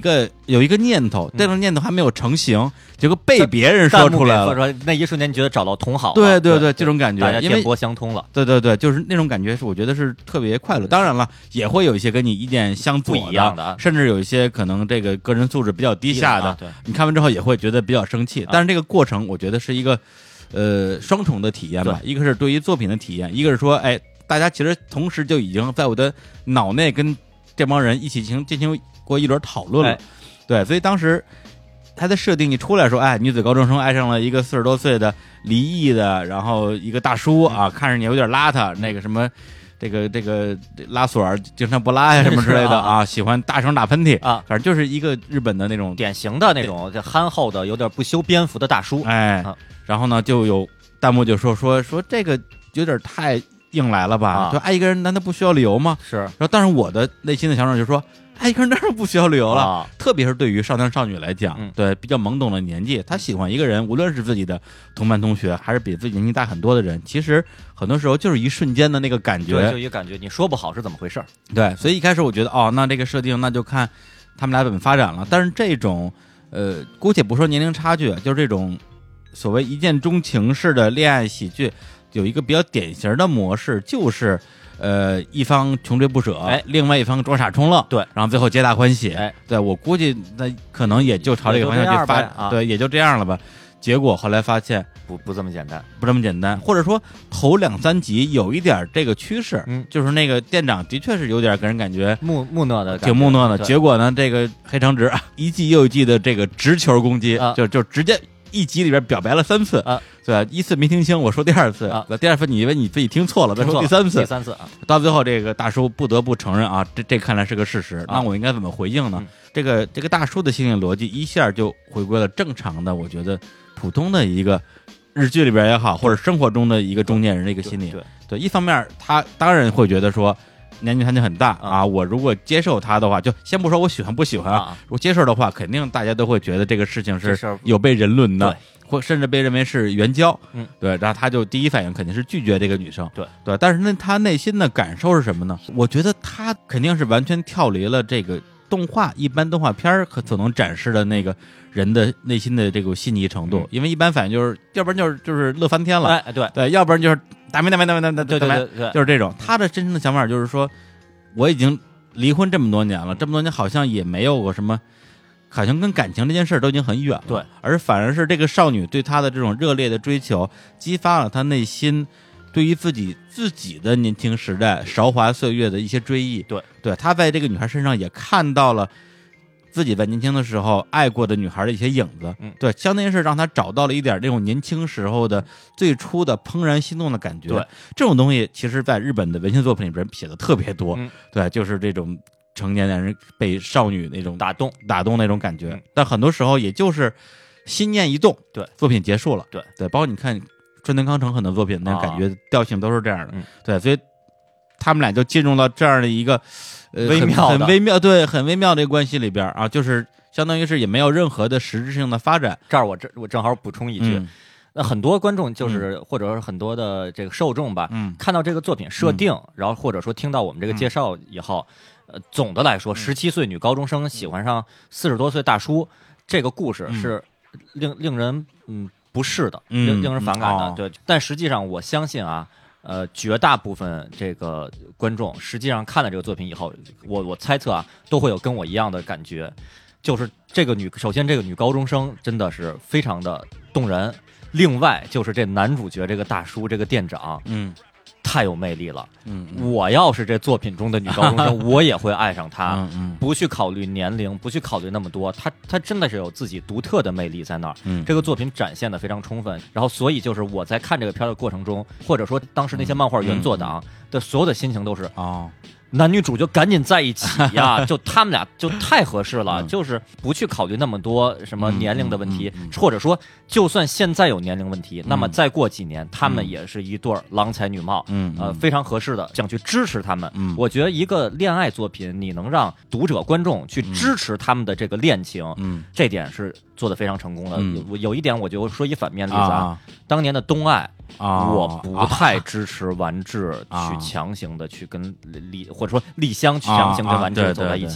有一个念头，这个念头还没有成型，结果被别人说出来了。 说那一瞬间你觉得找到同好了， 对对对， 这种感觉， 大家电波相通了。 对对对，就是那种感觉，是我觉得是特别快乐。当然了，也会有一些跟你意见相左不一样的， 甚至有一些可能这个个人素质比较低下的， 对， 你看完之后也会觉得比较生气。但是这个过程，我觉得是一个呃双重的体验吧，一个是对于作品的体验，一个是说，哎，大家其实同时就已经在我的脑内跟这帮人一起进行进行过一轮讨论了。哎，对，所以当时他的设定一出来说，哎，女子高中生爱上了一个四十多岁的离异的，然后一个大叔啊，看着你有点邋遢，那个什么，这个这个拉锁儿经常不拉呀什么之类的啊，喜欢大声打喷嚏啊， 反正就是一个日本的那种典型的那种憨厚的、有点不修边幅的大叔。 哎，啊、然后呢，就有弹幕就说说说这个有点太硬来了吧？啊、就爱一个人难道不需要理由吗？ 是。然后，但是我的内心的想法就是说。爱一个人当然不需要理由了， 啊、 特别是对于少男少女来讲， 嗯、 对比较懵懂的年纪，他喜欢一个人，无论是自己的同班同学，还是比自己年纪大很多的人，其实很多时候就是一瞬间的那个感觉， 对，就一个感觉，你说不好是怎么回事。 对，所以一开始我觉得，哦，那这个设定那就看他们俩怎么发展了。但是这种，呃，姑且不说年龄差距，就是这种所谓一见钟情式的恋爱喜剧，有一个比较典型的模式，就是。呃，一方穷追不舍， 哎， 另外一方装傻充愣， 对， 然后最后皆大欢喜， 哎， 对我估计那可能也就朝这个方向去发， 啊、 对，也就这样了吧。结果后来发现不不这么简单， 不这么简单，或者说头两三集有一点这个趋势， 嗯， 就是那个店长的确是有点给人感觉木木讷的， 挺木讷的。结果呢，这个黑长直一季又一季的这个直球攻击， 啊、 就就直接。一集里边表白了三次啊， 对，一次没听清，我说第二次啊， 第二次你以为你自己听错了，再说第三次， 第三次啊， 到最后这个大叔不得不承认啊，这这看来是个事实，那我应该怎么回应呢？ 嗯、 这个这个大叔的心理逻辑一下就回归了正常的，我觉得普通的一个日剧里边也好，或者生活中的一个中年人的一个心理， 对对, 对，一方面他当然会觉得说。年纪差距很大啊！我如果接受他的话，就先不说我喜欢不喜欢啊，如果接受的话，肯定大家都会觉得这个事情是有被人论的，或甚至被认为是援交。 嗯， 对，然后他就第一反应肯定是拒绝这个女生。 对对，但是那他内心的感受是什么呢？我觉得他肯定是完全跳离了这个动画一般动画片可所能展示的那个人的内心的这个细腻程度， 嗯、 因为一般反应就是，要不然就是就是乐翻天了， 哎，对对，要不然就是打没打没打没打没， 对对对对， 就是这种。他的真正的想法就是说，我已经离婚这么多年了，这么多年好像也没有过什么，好像跟感情这件事都已经很远了， 对， 而反而是这个少女对他的这种热烈的追求，激发了他内心对于自己自己的年轻时代韶华岁月的一些追忆。 对， 对，他在这个女孩身上也看到了自己在年轻的时候爱过的女孩的一些影子。 嗯， 对，相当于是让他找到了一点这种年轻时候的最初的怦然心动的感觉。 对， 这种东西其实在日本的文学作品里边写的特别多。 嗯， 对，就是这种成年男人被少女那种打动打动那种感觉。 嗯， 但很多时候也就是心念一动， 对， 作品结束了。 对对，包括你看春田康成很多作品那种感觉、啊、调性都是这样的。 嗯， 对，所以他们俩就进入了这样的一个呃微妙很很微妙，对，很微妙的一个关系里边啊，就是相当于是也没有任何的实质性的发展。 这儿我这我正好补充一句。 嗯， 那很多观众就是、嗯、或者是很多的这个受众吧， 嗯， 看到这个作品设定、嗯，然后或者说听到我们这个介绍以后， 嗯、 呃，总的来说，十七岁女高中生喜欢上四十多岁大叔，这个故事是令令人嗯不适的，令令人反感的、 嗯哦， 对。但实际上，我相信啊，呃，绝大部分这个观众实际上看了这个作品以后，我我猜测啊，都会有跟我一样的感觉，就是这个女，首先这个女高中生真的是非常的动人。另外就是这男主角这个大叔这个店长， 嗯， 太有魅力了。 嗯， 我要是这作品中的女高中生，我也会爱上他。 嗯嗯， 不去考虑年龄，不去考虑那么多，他他真的是有自己独特的魅力在那儿。 嗯， 这个作品展现的非常充分。然后，所以就是我在看这个片的过程中，或者说当时那些漫画原作党的所有的心情都是哦。 男女主就赶紧在一起呀，就他们俩就太合适了， 嗯、 就是不去考虑那么多什么年龄的问题， 嗯嗯嗯、 或者说就算现在有年龄问题， 嗯、 那么再过几年、嗯、他们也是一对郎才女貌， 嗯， 呃，非常合适的，想去支持他们。 嗯， 我觉得一个恋爱作品，你能让读者观众去支持他们的这个恋情， 嗯， 这点是做得非常成功的。 嗯、 有有一点我就说一反面例子啊， 啊当年的东爱。 啊， 我不太支持丸治去强行的去跟丽、啊，或者说丽香去强行跟丸治走在一起。 啊、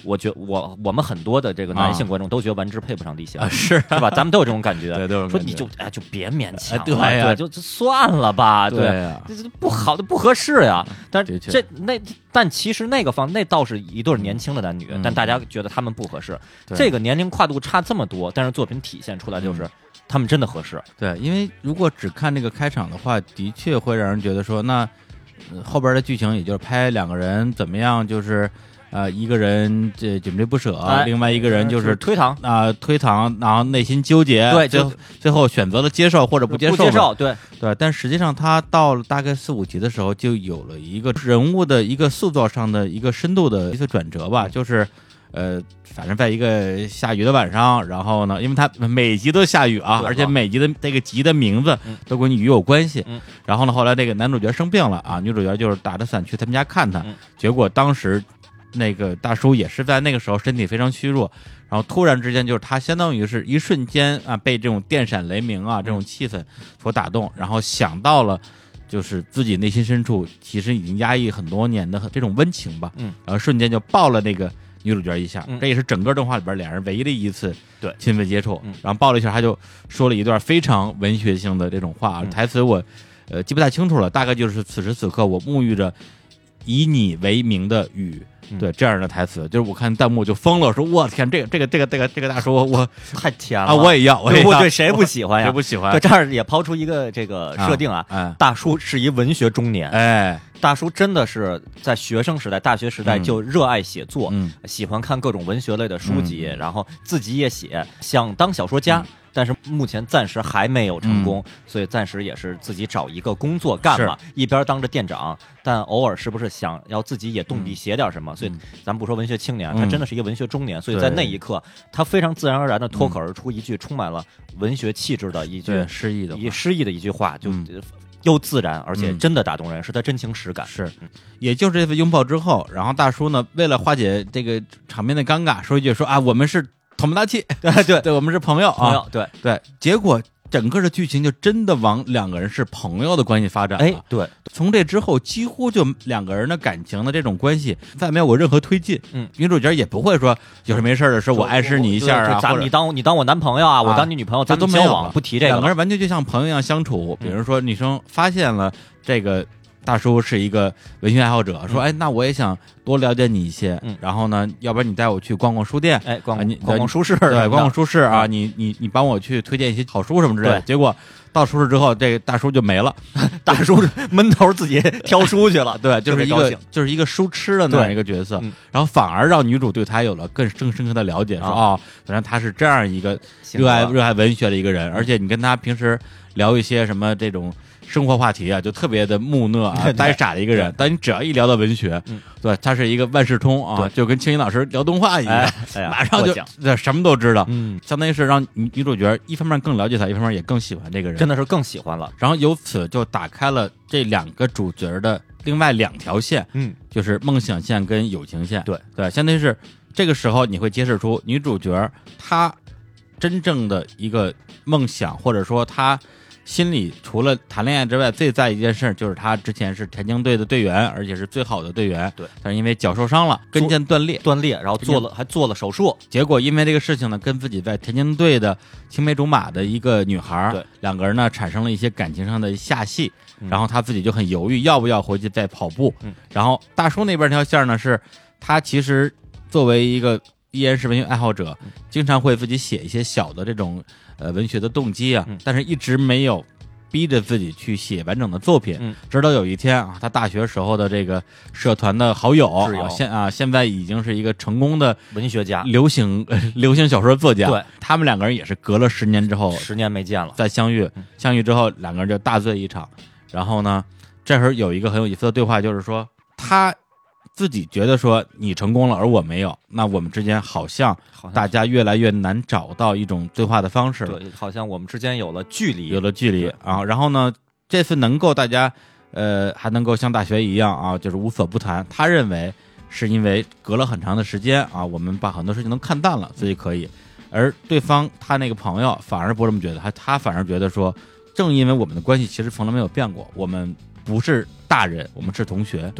我觉我我们很多的这个男性观众都觉得丸之配不上丽香， 啊、是是吧？咱们都有这种感觉， 对，都有说你就哎就别勉强了， 对呀、 对，就就算了吧， 对呀、 这这不好的不合适呀。但是这那但其实那个方那倒是一对年轻的男女， 嗯、 但大家觉得他们不合适。这个年龄跨度差这么多，但是作品体现出来就是。嗯他们真的合适， 对，因为如果只看这个开场的话，的确会让人觉得说，那、呃、后边的剧情也就是拍两个人怎么样，就是呃一个人这紧追不舍、哎，另外一个人就是、 呃、推搪啊、呃、推搪，然后内心纠结， 对， 最后最后选择了接受或者不接受， 不接受，对对。但实际上他到了大概四五集的时候，就有了一个人物的一个塑造上的一个深度的一个转折吧，就是。呃，反正在一个下雨的晚上，然后呢，因为它每集都下雨啊，而且每集的这个集的名字都跟雨有关系。 嗯、 然后呢，后来这个男主角生病了啊，女主角就是打着伞去他们家看他， 嗯、 结果当时那个大叔也是在那个时候身体非常虚弱，然后突然之间就是他相当于是一瞬间啊，被这种电闪雷鸣啊这种气氛所打动，然后想到了。就是自己内心深处其实已经压抑很多年的这种温情吧， 嗯， 然后瞬间就抱了那个女主角一下， 嗯、 这也是整个动画里边两人唯一的一次对亲密接触， 嗯， 然后抱了一下，他就说了一段非常文学性的这种话， 嗯、 台词我呃记不太清楚了，大概就是此时此刻我沐浴着以你为名的雨。对这样的台词，就是我看弹幕就疯了，说我天，这个这个这个这个这个大叔我太甜了啊！我也要，我也要， 对谁不喜欢呀？ 谁不喜欢？ 对，这儿也抛出一个这个设定啊， 啊哎、 大叔是一文学中年， 哎， 大叔真的是在学生时代、大学时代就热爱写作， 嗯， 喜欢看各种文学类的书籍， 嗯、 然后自己也写，想当小说家。嗯，但是目前暂时还没有成功， 嗯、 所以暂时也是自己找一个工作干嘛，一边当着店长，但偶尔是不是想要自己也动笔写点什么？ 嗯、 所以咱不说文学青年， 嗯、 他真的是一个文学中年，所以在那一刻，他非常自然而然的脱口而出一句充满了文学气质的一句诗意的、 一诗意的一句话，就。 嗯又自然，而且真的打动人，嗯、是他真情实感。 是，也就是这次拥抱之后，然后大叔呢，为了化解这个场面的尴尬，说一句说啊，我们是同门大气， 对对对，我们是朋友啊， 朋友，对对。结果整个的剧情就真的往两个人是朋友的关系发展了。 哎，对， 从这之后，几乎就两个人的感情的这种关系再没有过任何推进。 嗯， 女主角也不会说有事没事的时候我暗示你一下啊， 咱你当你当我男朋友啊，我当你女朋友，咱都没有不提这个， 两个人完全就像朋友一样相处。比如说女生发现了这个大叔是一个文学爱好者，说哎，那我也想多了解你一些， 嗯， 然后呢，要不然你带我去逛逛书店， 哎，逛你逛逛书市， 对，逛逛书市啊，你你你帮我去推荐一些好书什么之类的。结果到书市之后，这个大叔就没了， 大叔闷头自己挑书去了， 对，就是一个就是一个书痴的那样一个角色，然后反而让女主对他有了更更深刻的了解，说哦，原来他是这样一个热爱热爱文学的一个人，而且你跟他平时聊一些什么这种生活话题啊，就特别的木讷啊、呆傻的一个人。但你只要一聊到文学， 嗯、 对，他是一个万事通啊，就跟青云老师聊动画一样， 哎哎、 马上就对什么都知道。 嗯， 相当于是让女女主角一方面更了解他，一方面也更喜欢这个人， 真的是更喜欢了。 然后由此就打开了这两个主角的另外两条线， 嗯， 就是梦想线跟友情线。 对对，相当于是这个时候你会揭示出女主角她真正的一个梦想，或者说她心里除了谈恋爱之外最在意一件事，就是她之前是田径队的队员，而且是最好的队员。 对， 但是因为脚受伤了，跟腱断裂， 断裂，然后做了还做了手术， 结果因为这个事情呢，跟自己在田径队的青梅竹马的一个女孩， 对， 两个人呢产生了一些感情上的下戏，嗯、然后他自己就很犹豫要不要回去再跑步。 嗯， 然后大叔那边这条线呢，是他其实作为一个依然是文学爱好者， 嗯、 经常会自己写一些小的这种呃文学的动机啊， 嗯、 但是一直没有逼着自己去写完整的作品。 嗯， 直到有一天啊，他大学时候的这个社团的好友， 友啊、现啊现在已经是一个成功的文学家、 流行、呃、流行小说作家。 对， 他们两个人也是隔了十年之后， 十年没见了， 再相遇。 嗯、 相遇之后，两个人就大醉一场。然后呢，这时候有一个很有意思的对话，就是说他自己觉得说你成功了，而我没有，那我们之间好像大家越来越难找到一种对话的方式了。 对，好像我们之间有了距离， 有了距离啊。然后呢，这次能够大家呃还能够像大学一样啊，就是无所不谈。他认为是因为隔了很长的时间啊，我们把很多事情都看淡了，所以可以。而对方他那个朋友反而不这么觉得，他他反而觉得说，正因为我们的关系其实从来没有变过，我们不是大人，我们是同学。 对。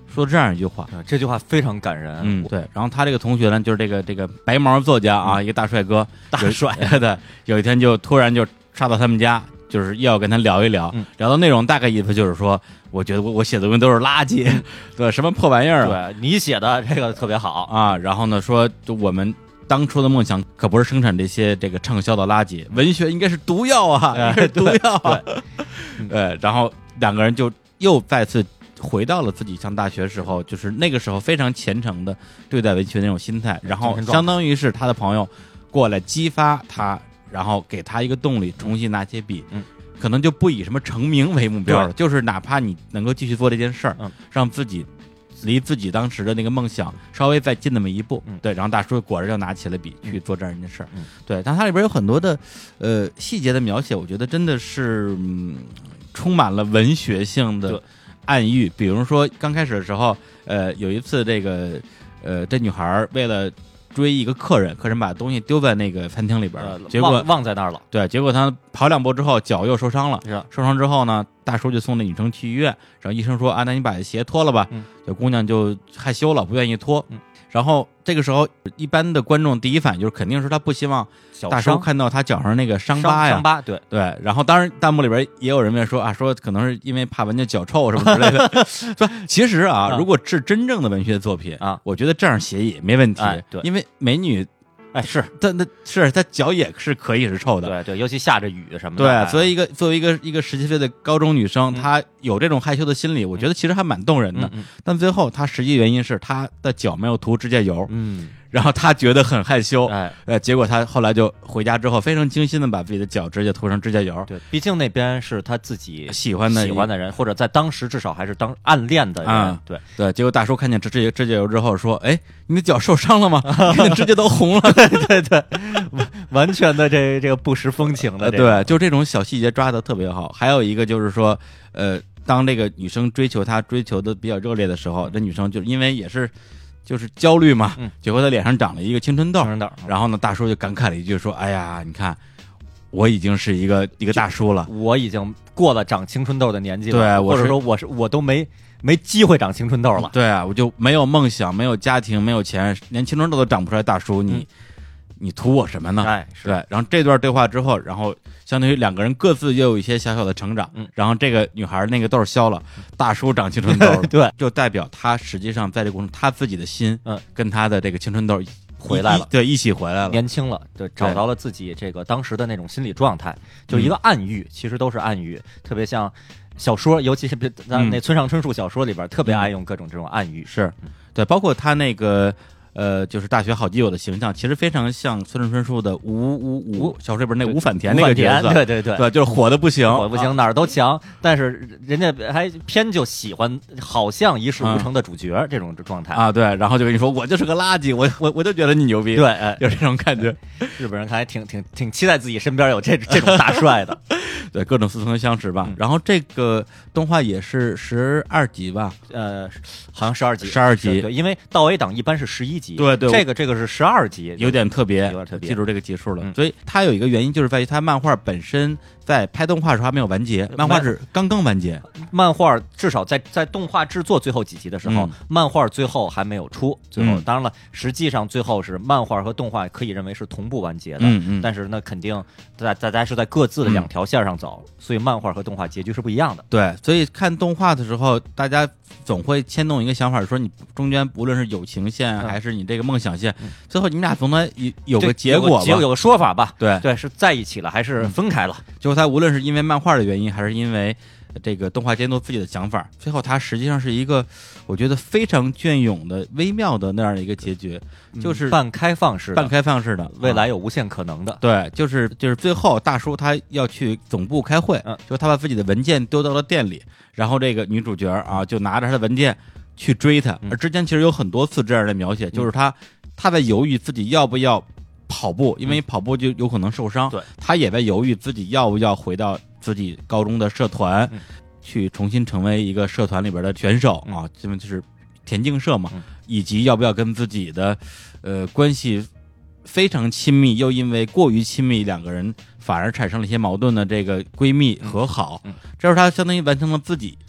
说这样一句话， 这句话非常感人。 嗯，对。然后他这个同学呢，就是这个这个白毛作家啊，嗯、一个大帅哥， 大帅对，有一天就突然就杀到他们家，就是要跟他聊一聊， 嗯、 聊到内容大概意思就是说，我觉得我我写的东西都是垃圾，嗯、对，什么破玩意儿、 啊，对你写的这个特别好啊。然后呢，说就我们当初的梦想可不是生产这些这个畅销的垃圾，文学应该是毒药啊，应该是毒药啊。对，对，然后两个人就又再次回到了自己上大学时候，就是那个时候非常虔诚的对待文学那种心态，然后相当于是他的朋友过来激发他，然后给他一个动力，重新拿起笔， 嗯， 可能就不以什么成名为目标了，就是哪怕你能够继续做这件事儿， 嗯， 让自己离自己当时的那个梦想稍微再近那么一步， 嗯， 对，然后大叔果然就拿起了笔去做这样一件事儿， 嗯， 对，但它里边有很多的呃细节的描写，我觉得真的是嗯充满了文学性的暗喻。比如说刚开始的时候，呃，有一次这个呃这女孩为了追一个客人，客人把东西丢在那个餐厅里边，呃、结果忘在那儿了。 对，结果他跑两步之后脚又受伤了， 是受伤之后呢，大叔就送那女生去医院，然后医生说啊，那你把鞋脱了吧。 嗯， 这姑娘就害羞了，不愿意脱。 嗯， 然后这个时候一般的观众第一反应就是肯定是他不希望大叔看到他脚上那个伤疤呀， 伤疤，对对。然后当然弹幕里边也有人问说啊，说可能是因为怕人家脚臭什么之类的。说其实啊， 啊如果是真正的文学作品啊， 我觉得这样写也没问题。 哎、对， 因为美女。 哎，是， 他那是他脚也是可以是臭的， 对对，尤其下着雨什么的。 对， 哎、 所以一个作为一个一个十七岁的高中女生， 嗯、 她有这种害羞的心理，我觉得其实还蛮动人的。 嗯嗯、 但最后，她实际原因是她的脚没有涂指甲油， 嗯， 然后她觉得很害羞， 哎， 呃，结果她后来就回家之后非常精心的把自己的脚指甲涂上指甲油。 对，毕竟那边是她自己喜欢的喜欢的人，或者在当时至少还是当暗恋的人。 嗯、 对对，结果大叔看见指指指甲油之后说：“哎，你的脚受伤了吗？你的指甲都红了。” 对对对。完全的这这个不失风情的、这个， 对，就这种小细节抓得特别好。还有一个就是说，呃，当这个女生追求他追求的比较热烈的时候，这女生就因为也是就是焦虑嘛， 嗯， 结果她脸上长了一个青春痘， 青春痘。 然后呢，大叔就感慨了一句说：“哎呀，你看，我已经是一个一个大叔了， 我已经过了长青春痘的年纪了， 对， 或者说我是我都没。”没机会长青春痘了。 对啊，我就没有梦想，没有家庭，没有钱，连青春痘都长不出来。大叔，你、嗯、你图我什么呢？ 哎，是对。然后这段对话之后，然后相当于两个人各自又有一些小小的成长。 嗯。 然后这个女孩那个痘消了，大叔长青春痘了。 对， 就代表他实际上在这个过程中，他自己的心， 嗯， 跟他的这个青春痘回来了， 对，一起回来了， 年轻了，对，找到了自己这个当时的那种心理状态，就一个暗喻，嗯、其实都是暗喻，特别像。小说，尤其是咱那村上春树小说里边，嗯、特别爱用各种这种暗喻。 是，对，包括他那个呃，就是大学好基友的形象，其实非常像村上春树的吴吴吴小说里边那吴反田那个角色， 对对对， 对，就是火的不行， 火的不行， 啊、 哪儿都强，但是人家还偏就喜欢，好像一事无成的主角、嗯、这种状态啊，对，然后就跟你说我就是个垃圾，我我我就觉得你牛逼， 对，哎， 有这种感觉。 日本人看来挺挺挺期待自己身边有这这种大帅的。 对，各种似曾相识吧。嗯、然后这个动画也是十二集吧？ 呃，好像十二集， 十二集。 对，因为到 A 档一般是十一集， 对对， 这个这个是十二集， 有点特别， 有点特别， 记住这个集数了。 嗯、 所以它有一个原因，就是在于它漫画本身在拍动画的时候还没有完结，漫画是刚刚完结。 漫画至少在在动画制作最后几集的时候， 嗯、 漫画最后还没有出。最后， 嗯、 当然了，实际上最后是漫画和动画可以认为是同步完结的。 嗯嗯。 但是呢，肯定大大家是在各自的两条线上走，嗯、所以漫画和动画结局是不一样的。 对，所以看动画的时候，大家总会牵动一个想法，说你中间无论是友情线、嗯、还是你这个梦想线，嗯、最后你们俩总得有有个结果吧， 有有个说法吧？ 对对，是在一起了还是分开了？ 就他无论是因为漫画的原因，还是因为这个动画监督自己的想法，最后它实际上是一个我觉得非常隽永的微妙的那样的一个结局，就是半开放式的， 半开放式的， 未来有无限可能的。 啊、对，就是就是最后大叔他要去总部开会， 嗯， 就他把自己的文件丢到了店里，然后这个女主角啊就拿着他的文件去追他， 嗯、 而之前其实有很多次这样的描写，嗯、就是他他在犹豫自己要不要跑步，因为跑步就有可能受伤， 对、嗯， 他也在犹豫自己要不要回到自己高中的社团， 嗯、 去重新成为一个社团里边的选手、 嗯、 啊，因为就是田径社嘛、 嗯， 以及要不要跟自己的呃关系非常亲密又因为过于亲密，两个人反而产生了一些矛盾的这个闺蜜和好， 嗯嗯、 这是她相当于完成了自己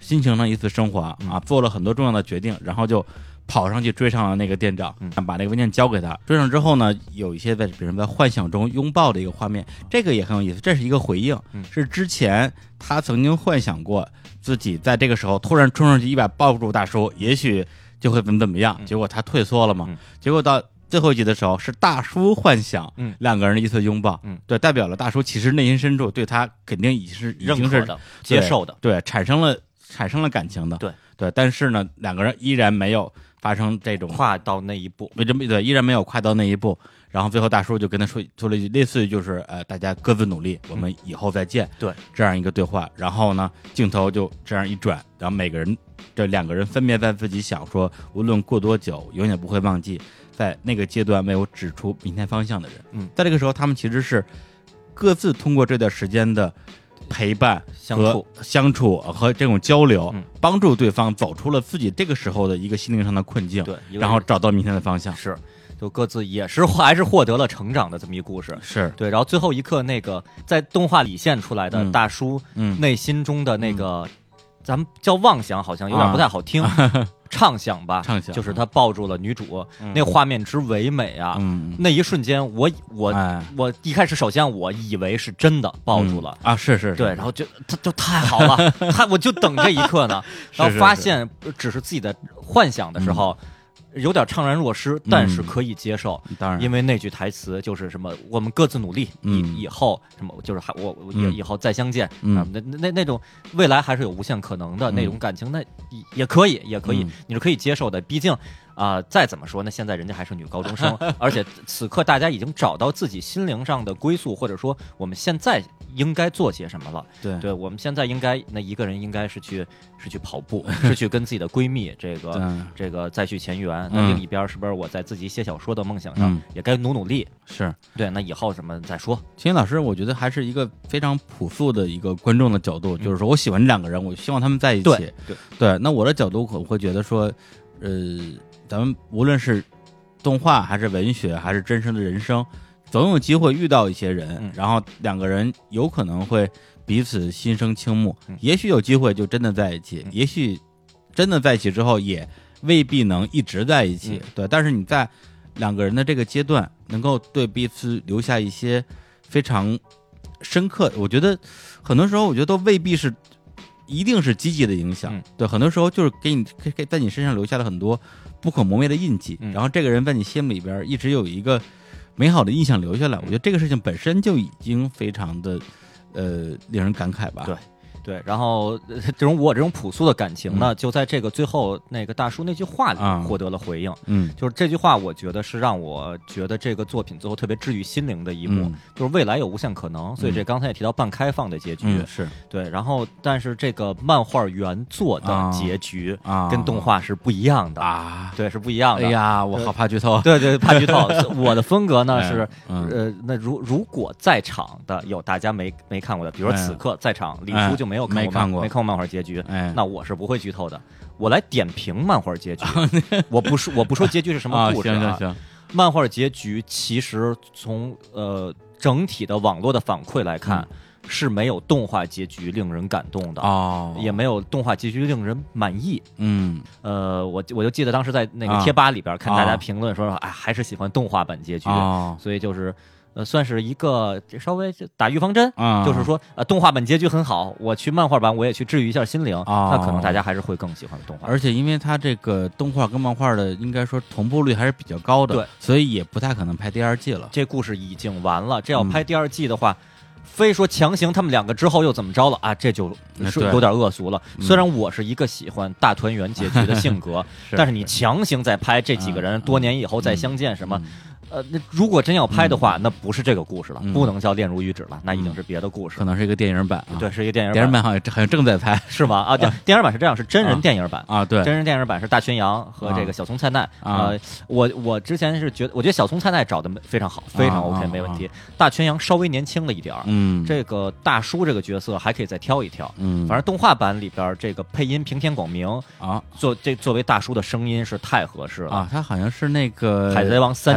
心情上一次升华啊，做了很多重要的决定，然后就跑上去追上了那个店长， 嗯、 把那个文件交给他。追上之后呢，有一些在比如在幻想中拥抱的一个画面，这个也很有意思。这是一个回应， 嗯、 是之前他曾经幻想过自己在这个时候突然冲上去一把抱住大叔，也许就会怎么怎么样。结果他退缩了嘛， 嗯、 结果到最后一集的时候是大叔幻想， 嗯， 两个人的一次拥抱， 嗯， 对，代表了大叔其实内心深处对他肯定已是已经是的接受的， 对，对产生了产生了感情的， 对对，但是呢，两个人依然没有发生这种跨到那一步， 对，依然没有跨到那一步。然后最后大叔就跟他说说了一句类似于就是呃大家各自努力，我们以后再见， 对， 这样一个对话。然后呢，镜头就这样一转，然后每个人这两个人分别在自己想说，无论过多久，永远不会忘记在那个阶段没有指出明天方向的人。 嗯， 在这个时候，他们其实是各自通过这段时间的陪伴、 相处、 相处和这种交流， 嗯、 帮助对方走出了自己这个时候的一个心灵上的困境， 对， 然后找到明天的方向。 是。就各自也是还是获得了成长的这么一故事， 是对。然后最后一刻，那个在动画里现出来的大叔内心中的那个， 嗯、 咱们叫妄想，好像有点不太好听，啊、畅想吧， 畅想就是他抱住了女主， 嗯、 那画面之唯美啊！ 嗯、 那一瞬间，我我、 哎、 我一开始首先我以为是真的抱住了、 嗯、啊，是是是， 对，然后就他就太好了，他我就等这一刻呢，然后发现只是自己的幻想的时候。嗯有点怅然若失，但是可以接受。 嗯、当然， 因为那句台词就是什么，我们各自努力， 嗯、 以以后什么，就是还我我以、 嗯、 以后再相见。 嗯， 啊、那那那种未来还是有无限可能的、嗯、那种感情，那也可以，也可以， 嗯、 你是可以接受的。毕竟啊、呃，再怎么说，那现在人家还是女高中生，而且此刻大家已经找到自己心灵上的归宿，或者说我们现在应该做些什么了。 对， 对，我们现在应该那一个人应该是去是去跑步，是去跟自己的闺蜜这个这个再续前缘。那另一边是不是我在自己写小说的梦想上也该努努力？ 是对，那以后什么再说。 秦老师，我觉得还是一个非常朴素的一个观众的角度，嗯、就是说我喜欢这两个人，我希望他们在一起。 对对对，那我的角度可能会觉得说，呃，咱们无论是动画还是文学还是真实的人生，总有机会遇到一些人， 嗯、 然后两个人有可能会彼此心生倾慕， 嗯、 也许有机会就真的在一起， 嗯、 也许真的在一起之后也未必能一直在一起。 嗯、 对，但是你在两个人的这个阶段，能够对彼此留下一些非常深刻，我觉得很多时候我觉得都未必是一定是积极的影响。 嗯、 对，很多时候就是给你给在你身上留下了很多不可磨灭的印记， 嗯、 然后这个人在你心里边一直有一个美好的印象留下来，我觉得这个事情本身就已经非常的呃令人感慨吧。 对对，然后这种我这种朴素的感情呢，嗯、就在这个最后那个大叔那句话里获得了回应。 嗯， 就是这句话，我觉得是让我觉得这个作品最后特别治愈心灵的一幕， 嗯、 就是未来有无限可能。所以这刚才也提到半开放的结局， 嗯、是对。然后，但是这个漫画原作的结局啊， 跟动画是不一样的啊， 对，是不一样的。 哎呀，我好怕剧透。 对对，怕剧透。我的风格呢是， 嗯、 呃，那如如果在场的有大家没没看过的，比如说此刻在场，李叔就没有看过， 没看过， 没看过漫画结局， 哎， 那我是不会剧透的。我来点评漫画结局，我不说我不说结局是什么故事啊。行行行， 漫画结局其实从呃整体的网络的反馈来看。嗯是没有动画结局令人感动的哦， 也没有动画结局令人满意。 嗯， 呃，我我就记得当时在那个贴吧里边看大家评论说，哎、啊，还是喜欢动画版结局， 哦、 所以就是呃，算是一个稍微打预防针， 啊、 就是说呃，动画版结局很好，我去漫画版我也去治愈一下心灵， 哦、 那可能大家还是会更喜欢动画。 而且因为它这个动画跟漫画的应该说同步率还是比较高的， 对， 所以也不太可能拍第二季了。 这故事已经完了，这要拍第二季的话。嗯非说强行他们两个之后又怎么着了啊？这就有点恶俗了。虽然我是一个喜欢大团圆结局的性格， 是但是你强行再拍这几个人多年以后再相见什么， 嗯、 呃，那如果真要拍的话， 嗯、 那不是这个故事了， 嗯、 不能叫《恋如雨止》了，那一定是别的故事， 可能是一个电影版、啊。 对，是一个电影版。 电影版好像好像正在拍， 是吗？啊，电电影版是这样，是真人电影版啊。对， 真人电影版是大泉洋和这个小松菜奈啊。 呃，我我之前是觉得，我觉得小松菜奈找的非常好，非常 OK，、 啊、 没问题。大泉洋稍微年轻了一点儿， 嗯， 这个大叔这个角色还可以再挑一挑， 嗯， 反正动画版里边这个配音平田广明啊， 做这作为大叔的声音是太合适了啊，他好像是那个 《海贼王》三集的配音，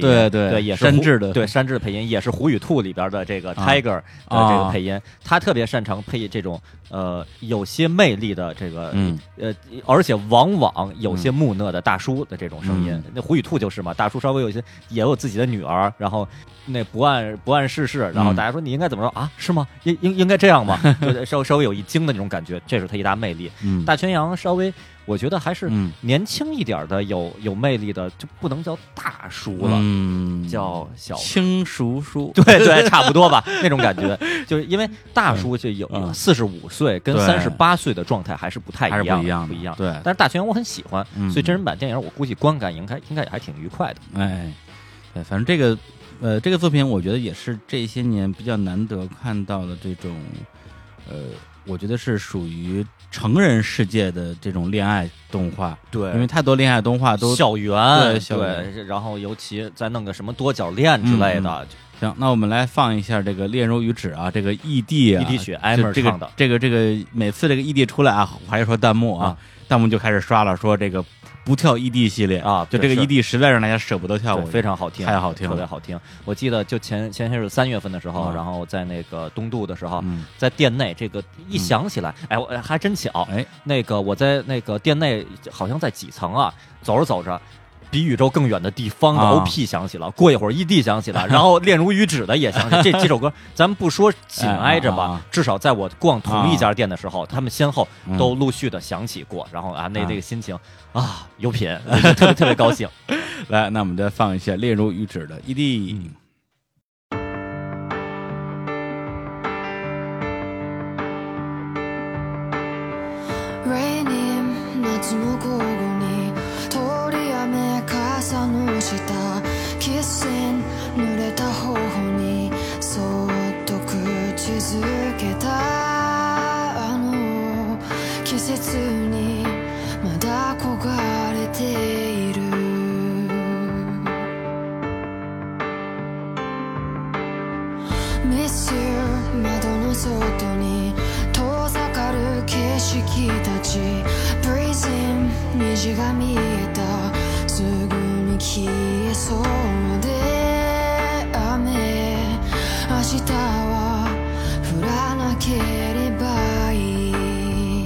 对对对，也是山治的， 对山治的配音，也是《虎与兔》里边的这个 Tiger 的这个配音，他特别擅长配这种呃有些魅力的这个嗯呃，而且往往有些木讷的大叔的这种声音。 嗯、 那《虎与兔》就是嘛，大叔稍微有些也有自己的女儿，然后那不谙不谙世事，然后大家说你应该怎么说啊？是吗？应应应该这样吗？就稍稍微有一惊的那种感觉，这是他一大魅力。 嗯， 大泉洋稍微。我觉得还是嗯年轻一点的有有魅力的，就不能叫大叔了， 嗯， 叫小轻叔叔， 对对，差不多吧，那种感觉。就是因为大叔就有四十五岁跟三十八岁的状态还是不太一样， 不一样， 不一样。 对， 但是大泉洋我很喜欢， 嗯、 所以真人版电影我估计观感应该应该也还挺愉快的。 哎，对，反正这个呃这个作品，我觉得也是这些年比较难得看到的这种呃。我觉得是属于成人世界的这种恋爱动画， 对， 因为太多恋爱动画都校园， 对，校园对，然后尤其再弄个什么多角恋之类的。 嗯、行，那我们来放一下这个《恋如雨止》啊，这个异地啊， 异地雪艾默唱的， 这个这个这个每次这个异地出来啊，我还是说弹幕啊，啊弹幕就开始刷了，说这个。不跳异地系列啊， 就这个异地实在让大家舍不得跳舞， 非常好听， 太好听了， 特别好听。我记得就前前些日三月份的时候， 嗯、 然后在那个东渡的时候， 嗯、 在店内这个一想起来，嗯、哎，我还真巧， 哎， 那个我在那个店内好像在几层啊，走着走着。比宇宙更远的地方的 O P 响起了，啊、过一会儿 E D 响起了，然后恋如雨止的也响起。这几首歌，咱们不说紧挨着吧， 哎啊、 至少在我逛同一家店的时候， 啊、 他们先后都陆续的响起过。然后啊，那这个心情啊，有品，特别特别高兴。 来，那我们再放一下恋如雨止的 E D。嗯夏の午後に通り雨傘の下キッシン濡れた頬にそっと口づけたあの季節にまだ焦がれているミスユー窓の外に遠ざかる景色たち虹が見えたすぐに消えそうで雨明日は降らなければいい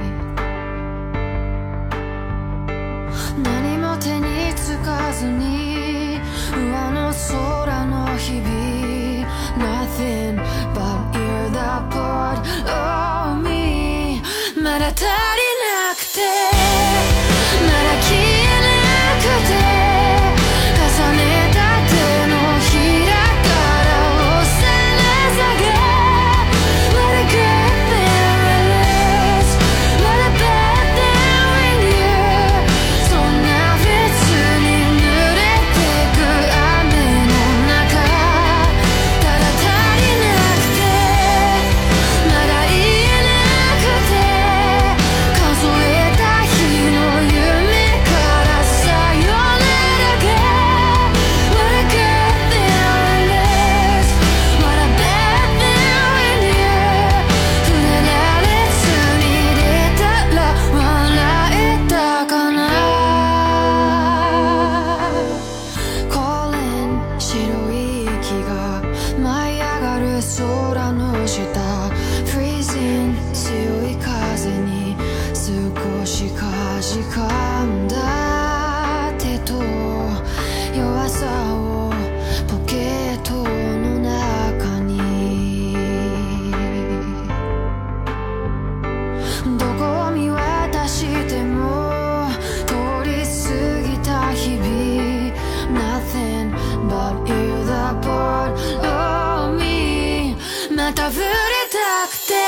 何も手につかずに上の空の日々 Nothing but you're the part of me まだ足りなくてまだ消えなくて重ねた手のひらから押され下げ What a good thing it is What a bad thing when you そんな別に濡れてく雨の中ただ足りなくてまだ言えなくて数えた日の夢からさよならが What a good thing it is What a bad thing when you 触れられずに出たら笑えたかな Calling 白い息が舞い上がる空の下 Freezing 強い風に少しかじかんだ手と弱さをポケットの中にどこを見渡しても通り過ぎた日々 Nothing but you the part of me また触れたくて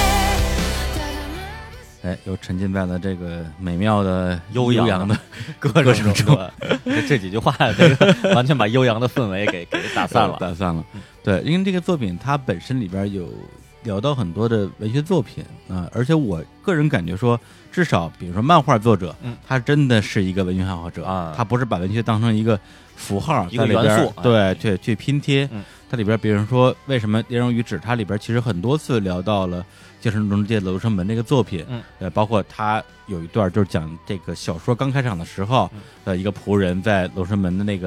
哎，又沉浸在了这个美妙的悠扬的歌声中，这这几句话，这个完全把悠扬的氛围给给打散了， 打散了。对，因为这个作品它本身里边有聊到很多的文学作品啊、呃，而且我个人感觉说，至少比如说漫画作者， 嗯， 他真的是一个文学爱好者啊， 他不是把文学当成一个符号， 一个元素， 对，去去拼贴。 嗯， 它里边，比如说为什么《恋如雨止》，它里边其实很多次聊到了《京城中介罗生门》这个作品， 嗯， 呃，包括他有一段就是讲这个小说刚开场的时候， 嗯、 呃，一个仆人在罗生门的那个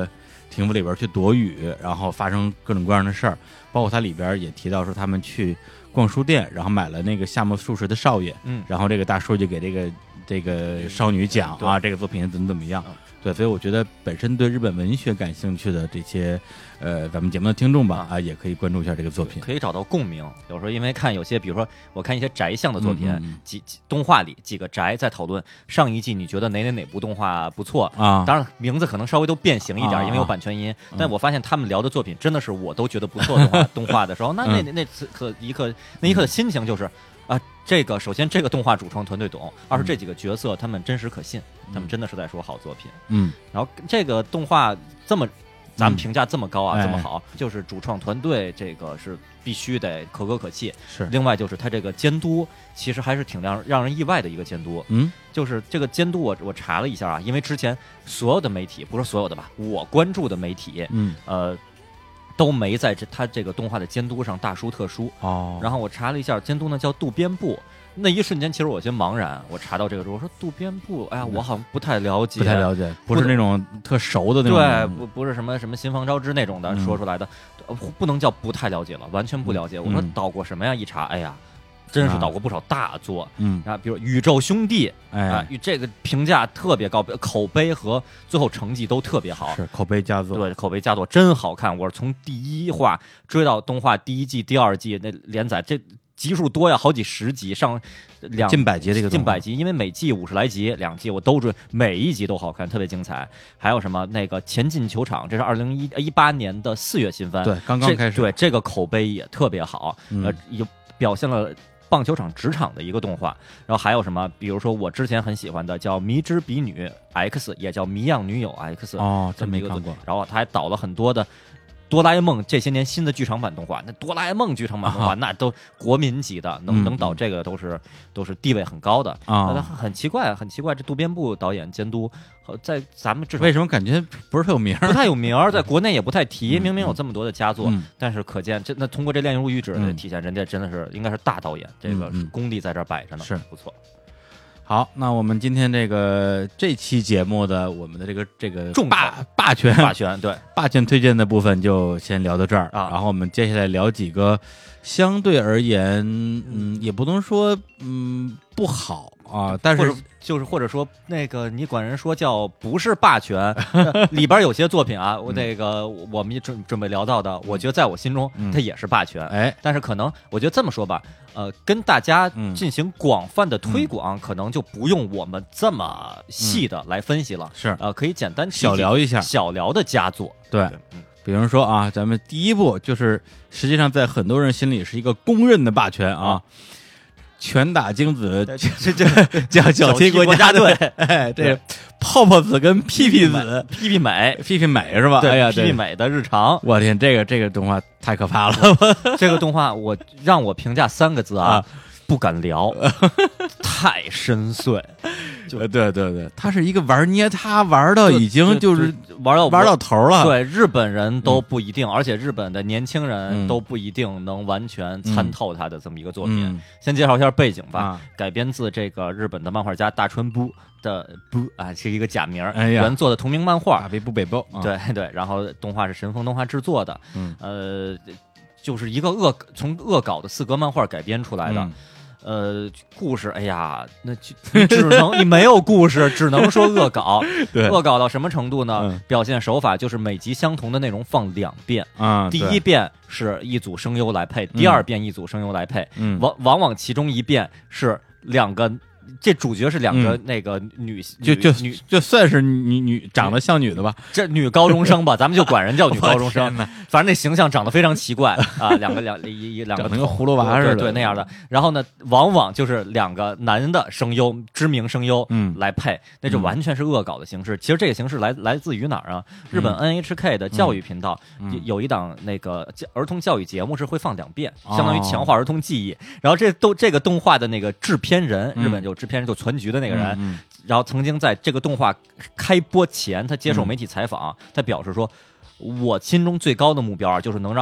亭子里边去躲雨，然后发生各种各样的事儿。包括它里边也提到说他们去逛书店，然后买了那个夏目漱石的少爷， 嗯， 然后这个大叔就给这个这个少女讲啊，这个作品怎么怎么样。对，所以我觉得本身对日本文学感兴趣的这些呃咱们节目的听众吧，啊，也可以关注一下这个作品， 可以找到共鸣。有时候因为看有些，比如说我看一些宅向的作品， 嗯嗯几几动画里几个宅在讨论上一季你觉得哪哪哪部动画不错啊， 当然名字可能稍微都变形一点， 啊、 因为有版权音、 嗯。 但我发现他们聊的作品真的是我都觉得不错的动画动画的时候，那那那那次刻一刻那一刻的心情就是啊，这个首先这个动画主创团队懂，二是这几个角色他们真实可信， 嗯、 他们真的是在说好作品。 嗯， 然后这个动画这么咱们评价这么高啊、 嗯、 这么好、哎，就是主创团队这个是必须得可歌可泣。 是， 另外就是他这个监督其实还是挺让让人意外的一个监督。 嗯， 就是这个监督我我查了一下啊，因为之前所有的媒体，不是所有的吧，我关注的媒体， 嗯呃。都没在这他这个动画的监督上大书特书哦。 然后我查了一下，监督呢叫渡边步。那一瞬间，其实我有些茫然。我查到这个之后，我说渡边步，哎呀，我好像不太了解， 不太了解，不是那种特熟的那种， 对，不不是什么什么新房昭之那种的、嗯、说出来的，不能叫不太了解了，完全不了解。嗯、我说导过什么呀？一查，哎呀。真是导过不少大作， 嗯啊，比如《宇宙兄弟》， 哎， 啊，这个评价特别高，口碑和最后成绩都特别好， 是口碑佳作， 对，口碑佳作真好看。我是从第一话追到动画第一季、第二季那连载，这集数多呀，好几十集，上两近百集，这个近百集，因为每季五十来集，两季我都追，每一集都好看，特别精彩。还有什么那个《前进球场》，这是二零一一八年的四月新番， 对，刚刚开始， 对，这个口碑也特别好， 嗯、 呃，也表现了。棒球场职场的一个动画，然后还有什么？比如说我之前很喜欢的叫《迷之比女 X》，也叫《谜样女友 X》 哦， 这么一个看过。 然后他还导了很多的哆啦 A 梦这些年新的剧场版动画，那哆啦 A 梦剧场版动画、啊、那都国民级的，能、嗯、能导这个都是都是地位很高的啊。 很奇怪，很奇怪，这渡边步导演监督在咱们至少为什么感觉不是特有名？ 不太有名，在国内也不太提。嗯、明明有这么多的佳作， 嗯、 但是可见，真的通过这《恋入狱指》体现，人家真的是应该是大导演，这个功力在这儿摆着呢， 是不错。 好，那我们今天这个这期节目的我们的这个这个重霸霸权霸权对霸权推荐的部分就先聊到这儿啊， 然后我们接下来聊几个相对而言，嗯，也不能说嗯不好啊，但是就是或者说那个你管人说叫不是霸权里边有些作品啊，我那个我们准准备聊到的，我觉得在我心中它也是霸权， 哎， 但是可能我觉得这么说吧。呃，跟大家进行广泛的推广、嗯，可能就不用我们这么细的来分析了。 嗯、是， 呃，可以简单小聊一下小聊的佳作。 对，嗯、比如说啊，咱们第一部就是实际上在很多人心里是一个公认的霸权啊，啊拳打精子， 这这叫脚踢国家队，哎，这泡泡子跟屁屁子， 屁屁美， 屁屁美是吧？ 对， 哎呀， 屁屁美的日常， 我天，这个这个动画太可怕了， 这个动画我让我评价三个字啊。啊不敢聊，太深邃。 就对对对，他是一个玩捏他玩到已经就是玩到玩到头了。 对，日本人都不一定，嗯、而且日本的年轻人都不一定能完全参透他的这么一个作品。 嗯、 先介绍一下背景吧， 啊、 改编自这个日本的漫画家大川步的步啊，是一个假名， 哎呀， 原作的同名漫画。 大北部北部， 对对，然后动画是神风动画制作的， 嗯呃，就是一个恶从恶搞的四格漫画改编出来的。 嗯呃，故事，哎呀，那就只能你没有故事，只能说恶搞。 对， 恶搞到什么程度呢？ 嗯、 表现手法就是每集相同的内容放两遍啊、嗯， 第一遍是一组声优来配，第二遍一组声优来配， 嗯， 往往往其中一遍是两个。这主角是两个那个女， 嗯、就就女就算是女女长得像女的吧， 这女高中生吧，咱们就管人叫女高中生。反正那形象长得非常奇怪啊，两个两一一两个长得跟葫芦娃似的， 对对那样的。然后呢，往往就是两个男的声优，知名声优， 嗯， 来配，那就完全是恶搞的形式。 嗯、 其实这个形式来来自于哪儿啊？日本 N H K 的教育频道、 嗯、 有一档那个儿童教育节目是会放两遍， 哦、 相当于强化儿童记忆。然后这都这个动画的那个制片人， 嗯、 日本有制片人，就全局的那个人。 嗯嗯、 然后曾经在这个动画开播前，他接受媒体采访，嗯、他表示说：“我心中最高的目标啊，就是能让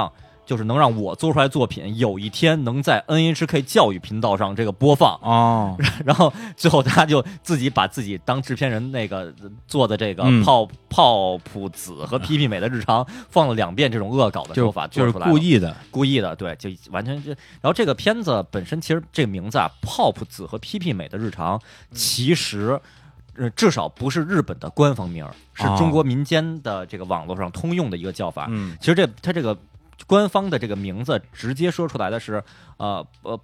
就是能让我做出来作品有一天能在 N H K 教育频道上这个播放哦， 然后最后他就自己把自己当制片人那个做的这个泡、嗯、泡普子和皮皮美的日常放了两遍这种恶搞的手法做出来， 就是故意的， 故意的，对，就完全就。然后这个片子本身其实这个名字啊，泡普子和皮皮美的日常，其实。呃，至少不是日本的官方名，是中国民间的这个网络上通用的一个叫法。 嗯， 其实这它这个官方的这个名字直接说出来的是呃呃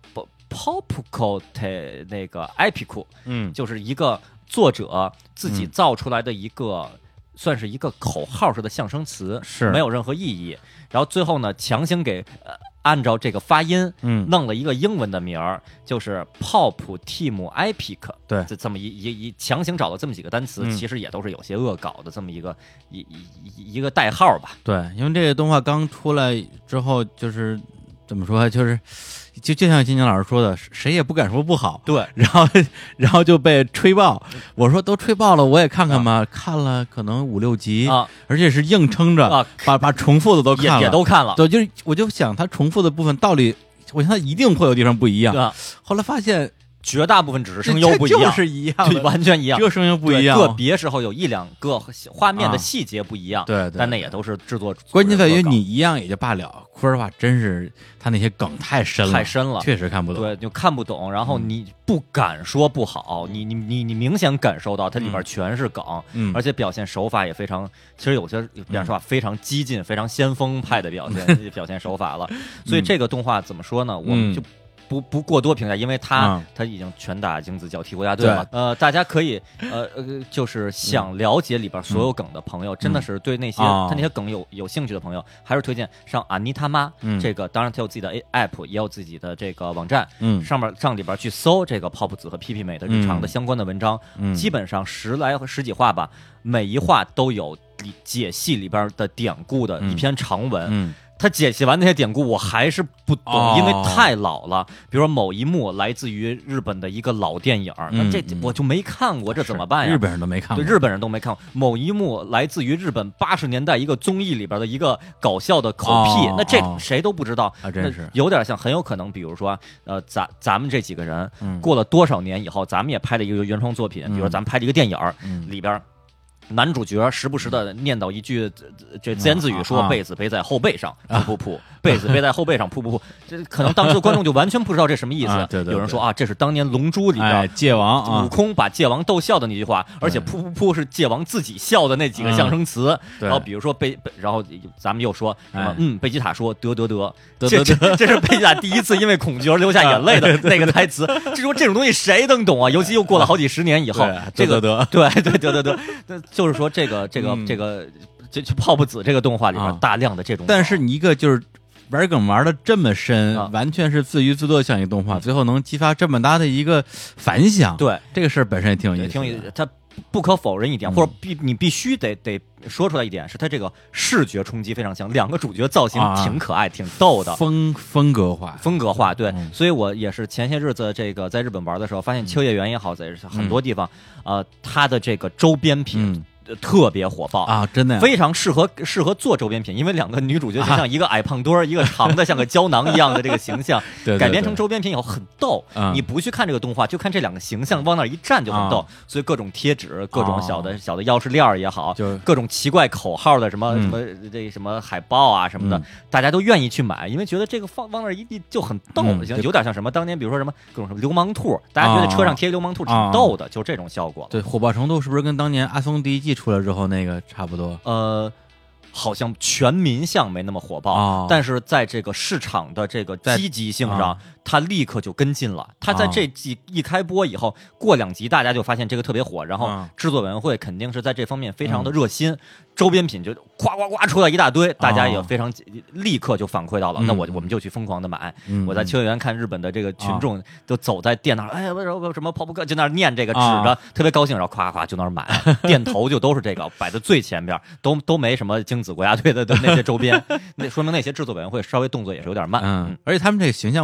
Popcote 那个 Epic， 嗯， 就是一个作者自己造出来的一个、嗯、算是一个口号式的象声词， 是没有任何意义。然后最后呢，强行给呃。按照这个发音， 嗯， 弄了一个英文的名儿，就是 Pop Team Epic， 对， 这这么一一一强行找了这么几个单词， 嗯、 其实也都是有些恶搞的这么一个一一一个代号吧。 对，因为这个动画刚出来之后，就是怎么说，就是就就像金晶老师说的，谁也不敢说不好。 对， 然后然后就被吹爆。我说都吹爆了，我也看看吧。啊、看了可能五六集啊， 而且是硬撑着啊， 把把重复的都看了， 也, 也都看了。 对，就是我就想他重复的部分到底，我想他一定会有地方不一样。 啊、 后来发现。 绝大部分只是声优不一样， 就是一样的， 完全一样， 这声优不一样， 个别时候有一两个画面的细节不一样， 啊、对, 对, 对， 但那也都是制作。 关键在于你一样也就罢了，说实话，真是他那些梗太深了， 太深了， 确实看不懂， 对，就看不懂。然后你不敢说不好，嗯、你你你你明显感受到它里边全是梗， 嗯， 而且表现手法也非常，其实有些表现手法非常激进、嗯、非常先锋派的表现、嗯、表现手法了。所以这个动画怎么说呢？我们就。不不过多评价，因为他、嗯、他已经拳打精子脚踢国家队了。呃，大家可以呃呃，就是想了解里边所有梗的朋友，嗯、真的是对那些、嗯、他那些梗有有兴趣的朋友，还是推荐上阿妮他妈、嗯、这个。当然，他有自己的 app， 也有自己的这个网站， 嗯， 上面上里边去搜这个泡泡子和皮皮美的日常的相关的文章， 嗯、 基本上十来十几话吧，每一话都有解析里边的典故的一篇长文。 嗯。嗯他解析完那些典故，我还是不懂， 哦、 因为太老了。比如说某一幕来自于日本的一个老电影，那、 嗯、 这我就没看过，这怎么办呀？ 日本人都没看过， 对，日本人都没看过。某一幕来自于日本八十年代一个综艺里边的一个搞笑的口癖， 哦、 那这哦、 谁都不知道， 啊，真是有点像，很有可能，比如说，呃，咱咱们这几个人、 嗯、 过了多少年以后，咱们也拍了一个原创作品， 嗯、 比如说咱们拍了一个电影， 嗯、 里边。男主角时不时的念叨一句这自言自语，说被子背在后背上，噗噗噗，被子背在后背上，噗噗噗。这可能当时的观众就完全不知道这什么意思。 啊、对对对， 有人说啊，这是当年《龙珠》里边、 哎、界王、啊、 悟空把界王逗笑的那句话，而且噗噗噗是界王自己笑的那几个象声词。 嗯、 然后比如说贝，然后咱们又说什么？ 哎、 嗯，贝吉塔说得得得得得得， 这是贝吉塔第一次因为恐惧而流下眼泪的那个台词。这说这种东西谁能懂啊？尤其又过了好几十年以后，这个得对对得得得，就是说这个。这个、嗯、这个这这泡泡子这个动画里边大量的这种、 啊，但是你一个就是玩梗玩的这么深、 啊， 完全是自娱自乐像一个动画，嗯、最后能激发这么大的一个反响， 对这个事儿本身也挺有意思的。 挺有意思，它不可否认一点，嗯、或者必你必须得得说出来一点，是它这个视觉冲击非常强，两个主角造型挺可爱、啊、挺逗的， 风风格化， 风格化，对、 嗯。 所以我也是前些日子这个在日本玩的时候，发现秋叶原也好，在很多地方，嗯、呃，它的这个周边品。 嗯特别火爆啊！真的非常适合适合做周边品，因为两个女主角就像一个矮胖墩儿、啊，一个长的像个胶囊一样的这个形象， 对对对改编成周边品以后很逗、 嗯。 你不去看这个动画，就看这两个形象往那一站就很逗。 啊、 所以各种贴纸、各种小的、啊、小的钥匙链也好， 就各种奇怪口号的什么、 嗯、 什么这什么海报啊什么的、嗯，大家都愿意去买，因为觉得这个放往那一立就很逗， 嗯、 有点像什么当年比如说什么各种什么流氓兔，大家觉得车上贴流氓兔挺逗的， 啊、 就这种效果。 对，火爆程度是不是跟当年阿松第一季出来之后那个？差不多， 呃，好像全民向没那么火爆， 哦、 但是在这个市场的这个积极性上，哦、它立刻就跟进了。它在这季一开播以后，过两集大家就发现这个特别火，然后制作委员会肯定是在这方面非常的热心，嗯、周边品就夸夸夸出来一大堆，大家也非常立刻就反馈到了， 嗯、 那我我们就去疯狂的买。 嗯、 我在秋叶原看日本的这个群众都走在店那儿，哎呀，为什么什么泡泡哥就那儿念这个，指着、哦、特别高兴，然后夸夸就那儿买，店头就都是这个摆在最前边，都都没什么精子国家队的的那些周边，那说明那些制作委员会稍微动作也是有点慢。 嗯，而且他们这个形象，我觉得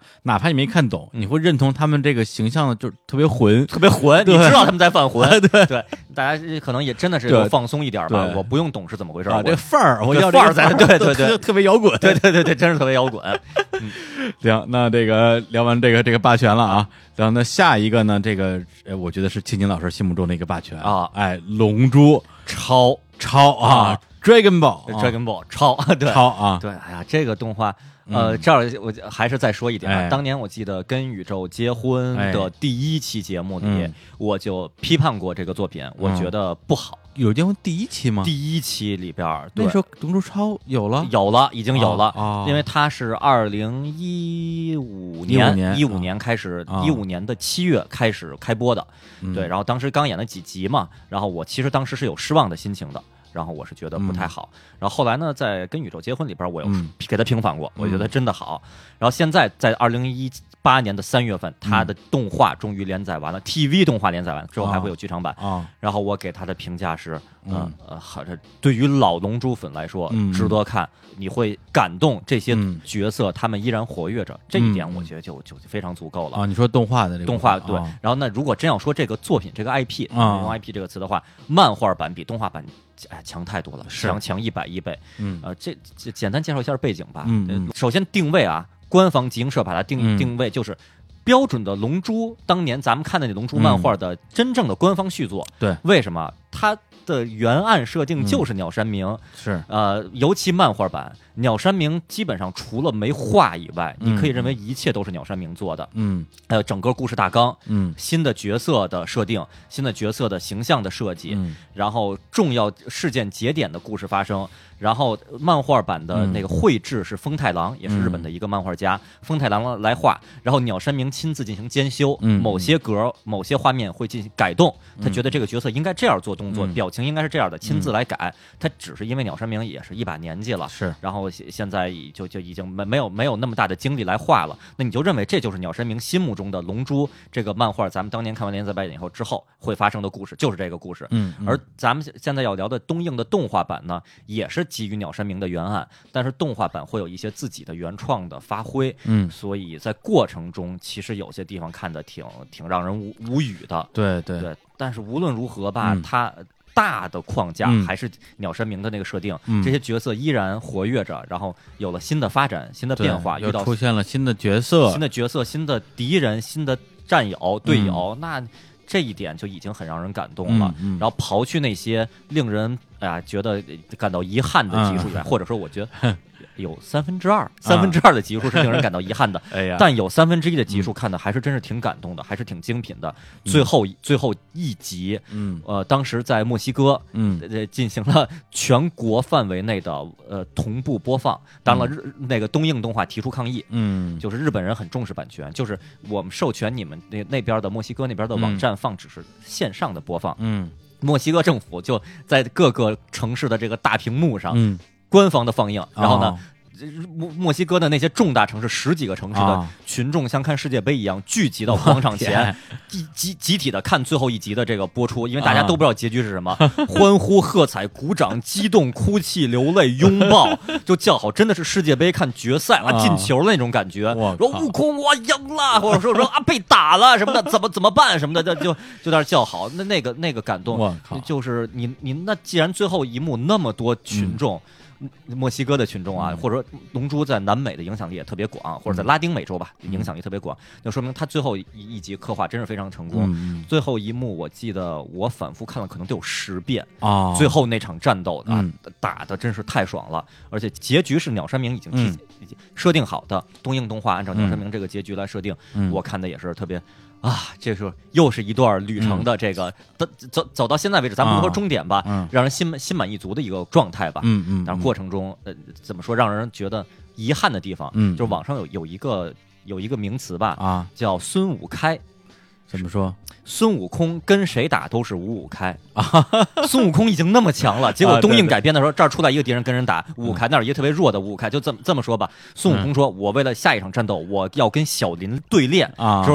哪怕你没看懂，你会认同他们这个形象就是特别混， 特别混，你知道他们在犯混。 对对，大家可能也真的是放松一点吧，我不用懂是怎么回事， 啊，这范儿，我要范儿在，对对对， 特别摇滚， 对对对对，真是特别摇滚。 嗯，行，那这个聊完这个这个霸权了啊，然后那下一个呢，这个呃，我觉得是青青老师心目中的一个霸权啊， 哎，龙珠超超啊 ，Dragon Ball，Dragon Ball 超，对超啊， 对，哎呀，这个动画。呃，这儿我还是再说一点啊， 哎、 当年我记得跟宇宙结婚的第一期节目里， 嗯、 我就批判过这个作品，嗯、我觉得不好。 宇宙结婚第一期吗？ 第一期里边， 那时候龙珠超有了， 有了，已经有了， 哦、 因为它是二零一五年一五年开始，一五、哦、年的七月开始开播的， 嗯、 对，然后当时刚演了几集嘛，然后我其实当时是有失望的心情的。然后我是觉得不太好，嗯、然后后来呢，在跟宇宙结婚里边，我有给他平反过，嗯、我觉得真的好。然后现在在二零一八年的三月份，他的动画终于连载完了、嗯、，T V 动画连载完之后还会有剧场版啊。哦、 然后我给他的评价是， 嗯呃，好，这对于老龙珠粉来说、 嗯、 值得看，你会感动这些角色，他们依然活跃着，嗯、这一点我觉得就就非常足够了啊。你说动画的这个动画对， 哦、 然后那如果真要说这个作品这个 I P，、 哦、 用 I P 这个词的话，漫画版比动画版。哎，强太多了，强强一百亿倍。 嗯， 呃，这这简单介绍一下背景吧。 嗯嗯， 首先定位啊，官方集英社把它定、 嗯、 定位就是标准的龙珠，当年咱们看的那龙珠漫画的真正的官方续作。 对、嗯， 为什么它的原案设定就是鸟山明？ 嗯、是呃，尤其漫画版，鸟山明基本上除了没画以外， 嗯、 你可以认为一切都是鸟山明做的。 嗯， 还有整个故事大纲， 嗯， 新的角色的设定，新的角色的形象的设计， 嗯， 然后重要事件节点的故事发生。然后漫画版的那个绘制是丰太郎，嗯、也是日本的一个漫画家，丰、嗯、太郎来画，然后鸟山明亲自进行监修， 嗯、 某些格、某些画面会进行改动，他觉得这个角色应该这样做动作， 嗯、 表情应该是这样的，亲自来改。他只是因为鸟山明也是一把年纪了， 是， 然后现在就就已经没没有没有那么大的精力来画了，那你就认为这就是鸟山明心目中的龙珠这个漫画，咱们当年看完连载版以后之后会发生的故事，就是这个故事。 嗯， 而咱们现在要聊的东映的动画版呢，也是基于鸟山明的原案，但是动画版会有一些自己的原创的发挥， 嗯， 所以在过程中其实有些地方看的挺挺让人无无语的， 对对对。但是无论如何吧， 嗯、 它大的框架嗯还是鸟山明的那个设定， 嗯、 这些角色依然活跃着，然后有了新的发展、新的变化，遇到出现了新的角色、 新的角色、新的敌人、新的战友、队友， 嗯、 那。这一点就已经很让人感动了， 嗯嗯、 然后刨去那些令人哎呀觉得感到遗憾的集数以外， 嗯、 或者说我觉得有三分之二，三分之二的集数是令人感到遗憾的， 哎呀， 但有三分之一的集数看的还是真是挺感动的，嗯、还是挺精品的。最后最后一集， 嗯， 呃，当时在墨西哥， 嗯， 呃，进行了全国范围内的呃同步播放。当然了，日那个东映动画提出抗议， 嗯， 就是日本人很重视版权，就是我们授权你们那那边的墨西哥那边的网站放只是线上的播放， 嗯， 墨西哥政府就在各个城市的这个大屏幕上， 嗯， 官方的放映，然后呢。 哦墨墨西哥的那些重大城市，十几个城市的群众像看世界杯一样聚集到广场前，集集集体的看最后一集的这个播出，因为大家都不知道结局是什么，欢呼、喝彩、鼓掌、激动、哭泣、流泪、拥抱，就叫好，真的是世界杯看决赛啊，进球的那种感觉。说悟空我赢了，或者说说啊被打了什么的，怎么怎么办什么的，就就在那叫好。那那个那个感动，就是你你那既然最后一幕那么多群众。嗯墨西哥的群众啊， 嗯、 或者说龙珠在南美的影响力也特别广，或者在拉丁美洲吧， 嗯、 影响力特别广，就说明他最后一一集刻画真是非常成功。 嗯、 最后一幕我记得我反复看了，可能得有十遍啊。 最后那场战斗啊， 嗯、 打的真是太爽了，而且结局是鸟山明已经嗯、 已经设定好的，东映动画按照鸟山明这个结局来设定， 嗯、 我看的也是特别。啊，这是又是一段旅程的这个，嗯、走走到现在为止，咱们不说终点吧， 嗯、 让人心心满意足的一个状态吧。 嗯嗯。 但是过程中，呃，怎么说让人觉得遗憾的地方？ 嗯， 就是网上有有一个有一个名词吧， 啊， 叫孙武开。 怎么说？ 孙悟空跟谁打都是五五开啊！孙悟空已经那么强了，结果东映改编的时候，这儿出来一个敌人跟人打五五开，那儿一个特别弱的五五开，就这么这么说吧。孙悟空说：“我为了下一场战斗，我要跟小林对练啊。” 说。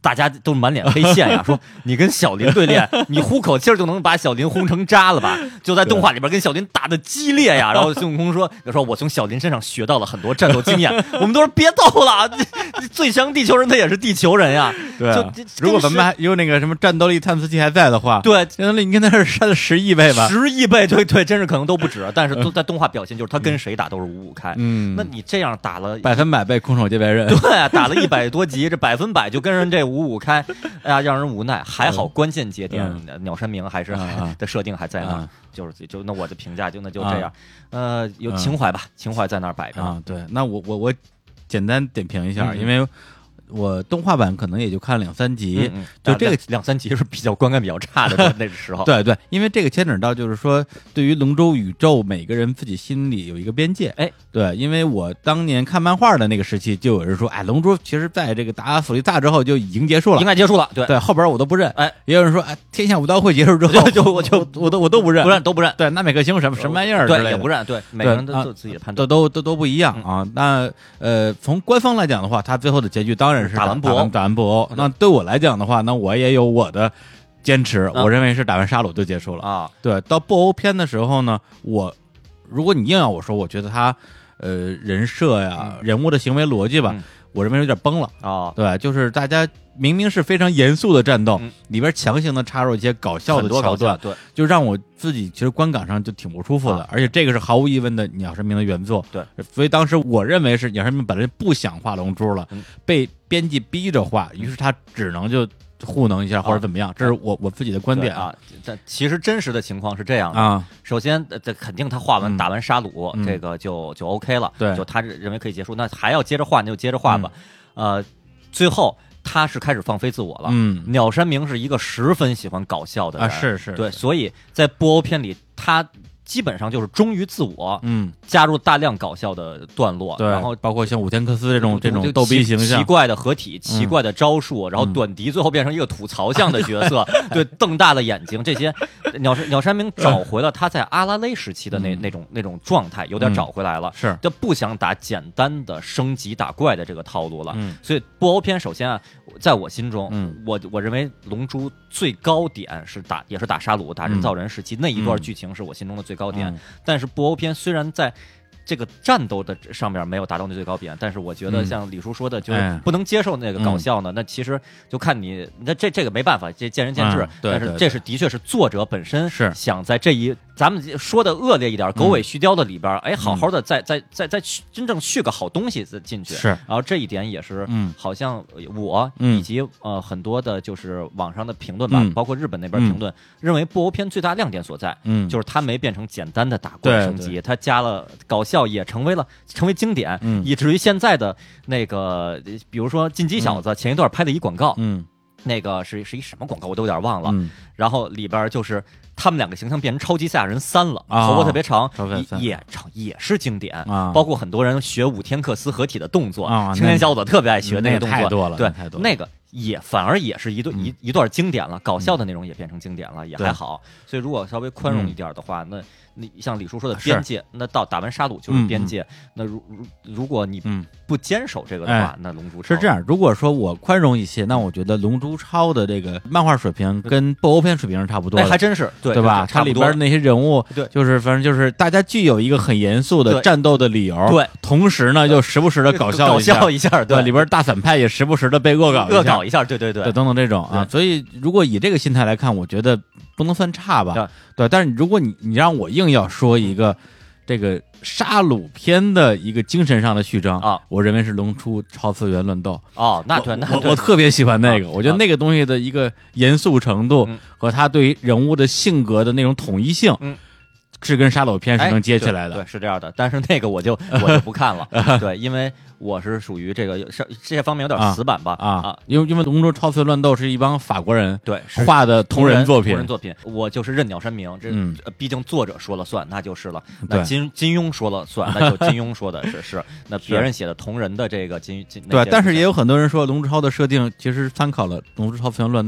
大家都满脸黑线呀，说你跟小林对练，你呼口气儿就能把小林轰成渣了吧？就在动画里边跟小林打的激烈呀。然后孙悟空说：“说我从小林身上学到了很多战斗经验。”我们都说别逗了，最强地球人他也是地球人呀。 对、啊，就如果咱们还有那个什么战斗力探测器还在的话， 对， 战斗力应该是删了十亿倍吧？ 十亿倍，对对，真是可能都不止。但是都在动画表现就是他跟谁打都是五五开。 嗯， 那你这样打了百分百被空手接白刃， 对啊，打了一百多集，这百分百就跟人这五五开，哎呀，让人无奈。还好关键节点，嗯、鸟山明还是、嗯、的设定还在那、嗯，就是就那我的评价就那就这样，嗯、呃，有情怀吧，嗯、情怀在那儿摆着啊。对，那我我我简单点评一下， 嗯、 因为。我动画版可能也就看了两三集， 嗯嗯、 就这个两三集是比较观感比较差的那时候。 对对，因为这个牵扯到就是说，对于龙舟宇宙每个人自己心里有一个边界。 哎， 对，因为我当年看漫画的那个时期，就有人说，哎，龙珠其实在这个打弗利萨之后就已经结束了， 应该结束了。对对，后边我都不认。 哎， 也有人说，哎，天下武道会结束之后， 就我就我都我都不认， 不认都不认。 对，纳美克星什么什么玩意儿， 对，也不认。对，每个人都有自己的判断， 都都都都不一样啊。那呃，从官方来讲的话，他最后的结局当然是打完布欧。 打完布欧，那对我来讲的话，那我也有我的坚持， 嗯、 我认为是打完沙鲁就结束了啊。 对，到布欧篇的时候呢，我如果你硬要我说，我觉得他呃人设呀、 嗯、 人物的行为逻辑吧， 嗯、 我认为有点崩了啊。 对，就是大家明明是非常严肃的战斗， 嗯、 里边强行的插入一些搞笑的桥段， 对， 就让我自己其实观感上就挺不舒服的。 啊、 而且这个是毫无疑问的鸟山明的原作， 对， 所以当时我认为是鸟山明本来不想画龙珠了， 嗯、 被编辑逼着画，于是他只能就糊弄一下或者怎么样， 啊、 这是我我自己的观点啊。但其实真实的情况是这样的啊， 首先这肯定他画完、嗯、打完沙鲁、 嗯、 这个就就 OK 了， 对， 就他认为可以结束，那还要接着画那就接着画吧，嗯、呃，最后。他是开始放飞自我了。 嗯， 鸟山明是一个十分喜欢搞笑的人， 啊、是是， 对，所以在布欧篇里，他基本上就是忠于自我， 嗯， 加入大量搞笑的段落， 对， 然后包括像武田克斯这种这种逗逼形象、 奇怪的合体、奇怪的招数， 嗯、 然后短笛最后变成一个吐槽向的角色，嗯、对，瞪大了眼睛，这些鸟山鸟山明找回了他在阿拉蕾时期的那、嗯、那种那种状态，有点找回来了， 嗯、是， 就不想打简单的升级打怪的这个套路了， 嗯， 所以布欧篇首先啊，在我心中， 嗯， 我我认为龙珠最高点是打也是打沙鲁打人造人时期、嗯、那一段剧情是我心中的最高点。 嗯但是布欧篇虽然在这个战斗的上面没有达到那最高点，但是我觉得像李叔说的，就是不能接受那个搞笑呢。嗯、那其实就看你，那这这个没办法，这见仁见智。 嗯、对对对， 但是这是的确是作者本身是想在这一咱们说的恶劣一点、狗尾续貂的里边，哎、嗯，好好的再再再再真正续个好东西进去。 是， 然后这一点也是， 嗯， 好像我以及、嗯、呃很多的就是网上的评论吧， 嗯、 包括日本那边评论、嗯，认为布欧篇最大亮点所在， 嗯， 就是它没变成简单的打怪升级，它加了搞笑，也成为了。成为经典， 嗯， 以至于现在的那个，比如说进击小子、嗯、前一段拍的一广告， 嗯， 那个是是一什么广告我都有点忘了， 嗯， 然后里边就是他们两个形象变成超级赛亚人三了， 啊、 头发特别长， 也也是经典啊， 包括很多人学武天克斯合体的动作， 啊， 青年小伙子特别爱学那个动作， 太多了， 对， 太多了那个。也反而也是一段、嗯、一一段经典了，搞笑的内容也变成经典了， 嗯、 也还好。所以如果稍微宽容一点的话，嗯、那你像李叔说的边界，那到打完沙鲁就是边界。 嗯、 那如如如果你不坚守这个的话， 嗯、 那龙珠超是这样。如果说我宽容一些，那我觉得龙珠超的这个漫画水平跟布欧篇水平是差不多的， 哎、还真是对对吧？它里边那些人物， 对， 就是反正就是大家具有一个很严肃的战斗的理由， 对， 同时呢又时不时的搞笑搞笑一下， 对，里边大反派也时不时的被恶搞恶搞一下，对对对。 等等这种啊，所以如果以这个心态来看，我觉得不能算差吧，对。但是如果你你让我硬要说一个这个沙鲁篇的一个精神上的序章啊， 我认为是龙珠超次元乱斗哦，那对，那我我特别喜欢那个，我觉得那个东西的一个严肃程度和他对于人物的性格的那种统一性， 嗯。 是跟沙鲁篇是能接起来的， 对，是这样的。但是那个我就我就不看了，对，因为我是属于这个这些方面有点死板吧啊啊，因为因为《龙珠超次乱斗》是一帮法国人对画的同人作品， 同人作品，我就是认鸟山明，这、 嗯、 毕竟作者说了算，那就是了。那金金庸说了算，那就金庸说的是是。那别人写的同人的这个金金对，但是也有很多人说《龙珠超》的设定其实参考了《龙珠超次元乱斗》。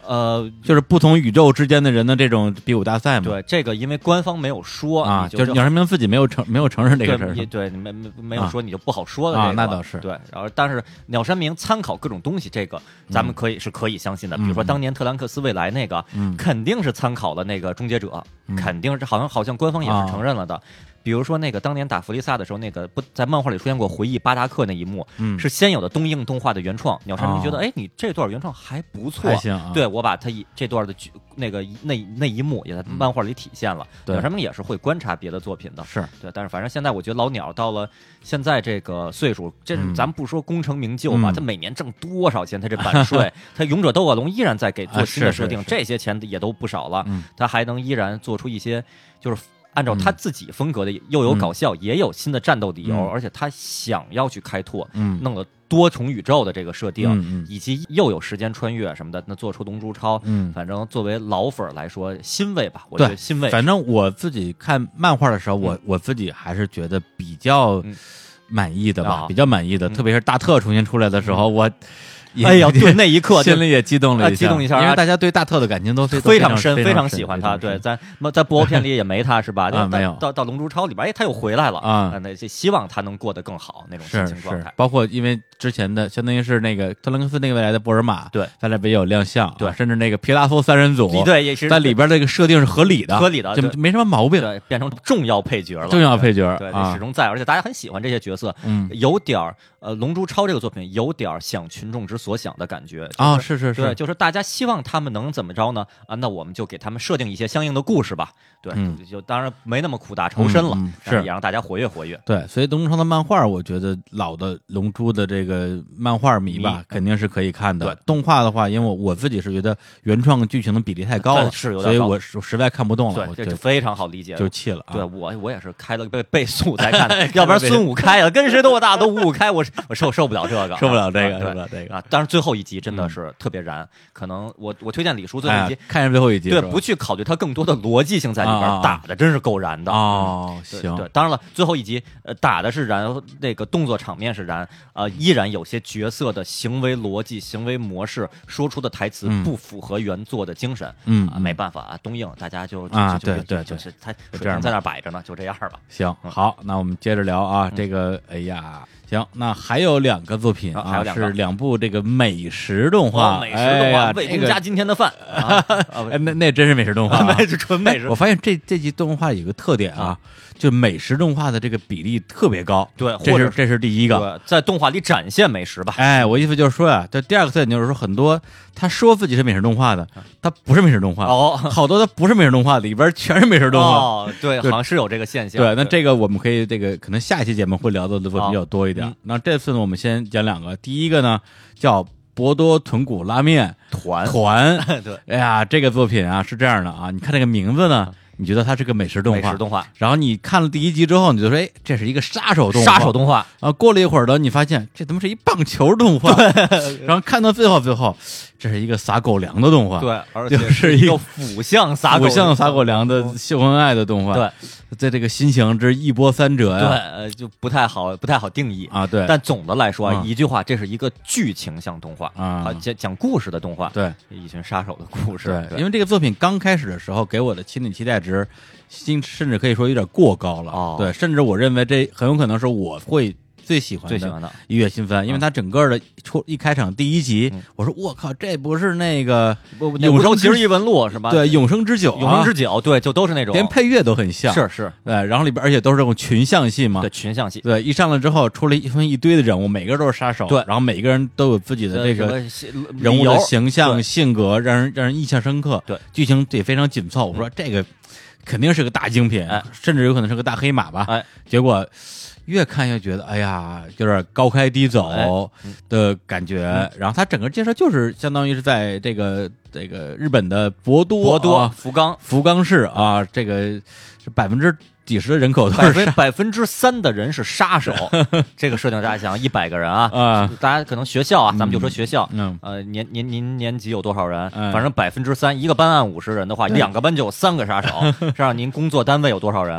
呃， 就是不同宇宙之间的人的这种比武大赛嘛。 对，这个因为官方没有说啊， 就就是鸟山明自己没有承没有承认这个事儿， 对，对，没没没有说你就不好说的这个、 啊，那倒是对。然后，但是鸟山明参考各种东西，这个咱们可以、嗯、是可以相信的。比如说当年特兰克斯未来那个，嗯、肯定是参考了那个终结者，嗯、肯定是好像好像官方也是承认了的。啊比如说那个当年打弗利萨的时候，那个不在漫画里出现过回忆巴达克那一幕，嗯，是先有的东映动画的原创。鸟山明觉得，哎、哦，你这段原创还不错， 还行、啊。 对我把他一这段的那个那那一幕也在漫画里体现了。 嗯、 鸟山明也是会观察别的作品的， 是对。但是反正现在我觉得老鸟到了现在这个岁数，这、嗯、咱不说功成名就吧，嗯、他每年挣多少钱？他这版税，他勇者斗恶龙依然在给做新的设定， 啊、 这些钱也都不少了， 嗯、 他还能依然做出一些就是。按照他自己风格的，又有搞笑， 嗯、 也有新的战斗理由， 嗯、 而且他想要去开拓， 嗯， 弄了多重宇宙的这个设定， 嗯嗯、 以及又有时间穿越什么的，那做出龙珠超， 嗯， 反正作为老粉来说，欣慰吧，我觉得欣慰。 反正我自己看漫画的时候，我、嗯、我自己还是觉得比较满意的吧， 嗯、 比较满意的， 嗯、 特别是大特重新出来的时候，嗯、我。 哎呀，对那一刻心里也激动了一下， 激动一下， 因为大家对大特的感情都非常深， 非常喜欢他。对，在在布欧片里也没他是吧？ 啊，没有。 到到龙珠超里边，哎，他又回来了啊！ 那就希望他能过得更好那种心情状态。 包括因为之前的，相当于是那个特兰克斯那个未来的波尔玛， 对， 在那边也有亮相， 对， 甚至那个皮拉夫三人组， 对，也是在里边这个设定是合理的， 合理的， 就没什么毛病， 对，变成重要配角了， 重要配角， 对，始终在，而且大家很喜欢这些角色， 嗯， 有点呃，龙珠超这个作品有点想群众之所想的感觉啊，是是是， 对，就是大家希望他们能怎么着呢？啊，那我们就给他们设定一些相应的故事吧。对， 嗯、 就当然没那么苦大仇深了， 嗯、 是也让大家活跃活跃。 对，所以龙珠超的漫画，我觉得老的龙珠的这个漫画迷吧，肯定是可以看的。 对， 动画的话，因为我我自己是觉得原创剧情的比例太高了， 是有点高，所以我实在看不动了。 对，这非常好理解， 就气了、啊。 对我我也是开了倍倍速才看的，要不然孙武开了，跟谁斗大都五五开，我我受受不了这个， 受不了这个， 受不了这个啊！当然最后一集真的是特别燃，可能我我推荐李叔最后一集， 哎、看最后一集， 对，不去考虑它更多的逻辑性在里边， 啊、 打的真是够燃的哦。 对行， 对，当然了，最后一集呃打的是燃，那个动作场面是燃，呃，依然有些角色的行为逻辑、行为模式说出的台词不符合原作的精神， 嗯， 啊、没办法啊，东映大家就啊， 就对对， 就是他水平在那摆着呢，就这样吧。 行，好，那我们接着聊啊，这个，哎呀。行，那还有两个作品啊， 还有两个是两部这个美食动画， 哦、美食动画，为公家今天的饭，啊哎，那那真是美食动画、啊， 那是纯美食。 我发现这这季动画有个特点啊，就美食动画的这个比例特别高， 对， 这是这是第一个， 在动画里展现美食吧。 哎，我意思就是说啊，这第二个特点就是说，很多他说自己是美食动画的，他不是美食动画哦， 好多他不是美食动画，里边全是美食动画。 哦，对，好像是有这个现象。 对，那这个我们可以这个可能下一期节目会聊到的作品比较多一点。 哦嗯、 那这次呢，我们先讲两个，第一个呢叫博多豚骨拉面团团， 对， 哎呀，这个作品啊是这样的啊，你看这个名字呢。你觉得它是个美食动画， 美食动画， 然后你看了第一集之后，你就说，哎，这是一个杀手动画，杀手动画啊。过了一会儿呢，你发现这他妈是一棒球动画，然后看到最后，最后这是一个撒狗粮的动画， 对，而且是一个腐向撒腐向撒狗粮的秀恩爱的动画， 对， 在这个心情之一波三折呀， 对，呃，就不太好，不太好定义啊。对， 但总的来说， 嗯、 一句话，这是一个剧情向动画啊， 讲讲故事的动画， 对， 一群杀手的故事。 对，因为这个作品刚开始的时候，给我的心理期待值。甚至可以说有点过高了， 哦、 对，甚至我认为这很有可能是我会最喜欢的最喜欢的一月新番，因为它整个的出一开场第一集， 嗯、 我说我靠，这不是那个永生其实异闻录是吧？ 对，永生之酒、啊， 永生之酒，对，就都是那种， 连配乐都很像， 是是， 对，然后里边而且都是这种群像戏嘛， 对，群像戏， 对，一上来之后出了一分一堆的人物，每个人都是杀手， 对， 然后每个人都有自己的这个人物的形象、性格，让人让人印象深刻， 对， 剧情也非常紧凑，我说这个。肯定是个大精品， 哎、 甚至有可能是个大黑马吧。 哎， 结果越看越觉得，哎呀，有点高开低走的感觉。 哎嗯、 然后他整个介绍就是相当于是在这个这个日本的博多博多、 啊、 福冈福冈市啊，这个是百分之几十的人口都是百分百分之三的人是杀手，这个设定大家想一百个人啊， 啊， 大家可能学校啊，咱们就说学校， 嗯， 呃，年年您年级有多少人？ 嗯、 反正百分之三，一个班按五十人的话，两个班就有三个杀手，这样您工作单位有多少人啊？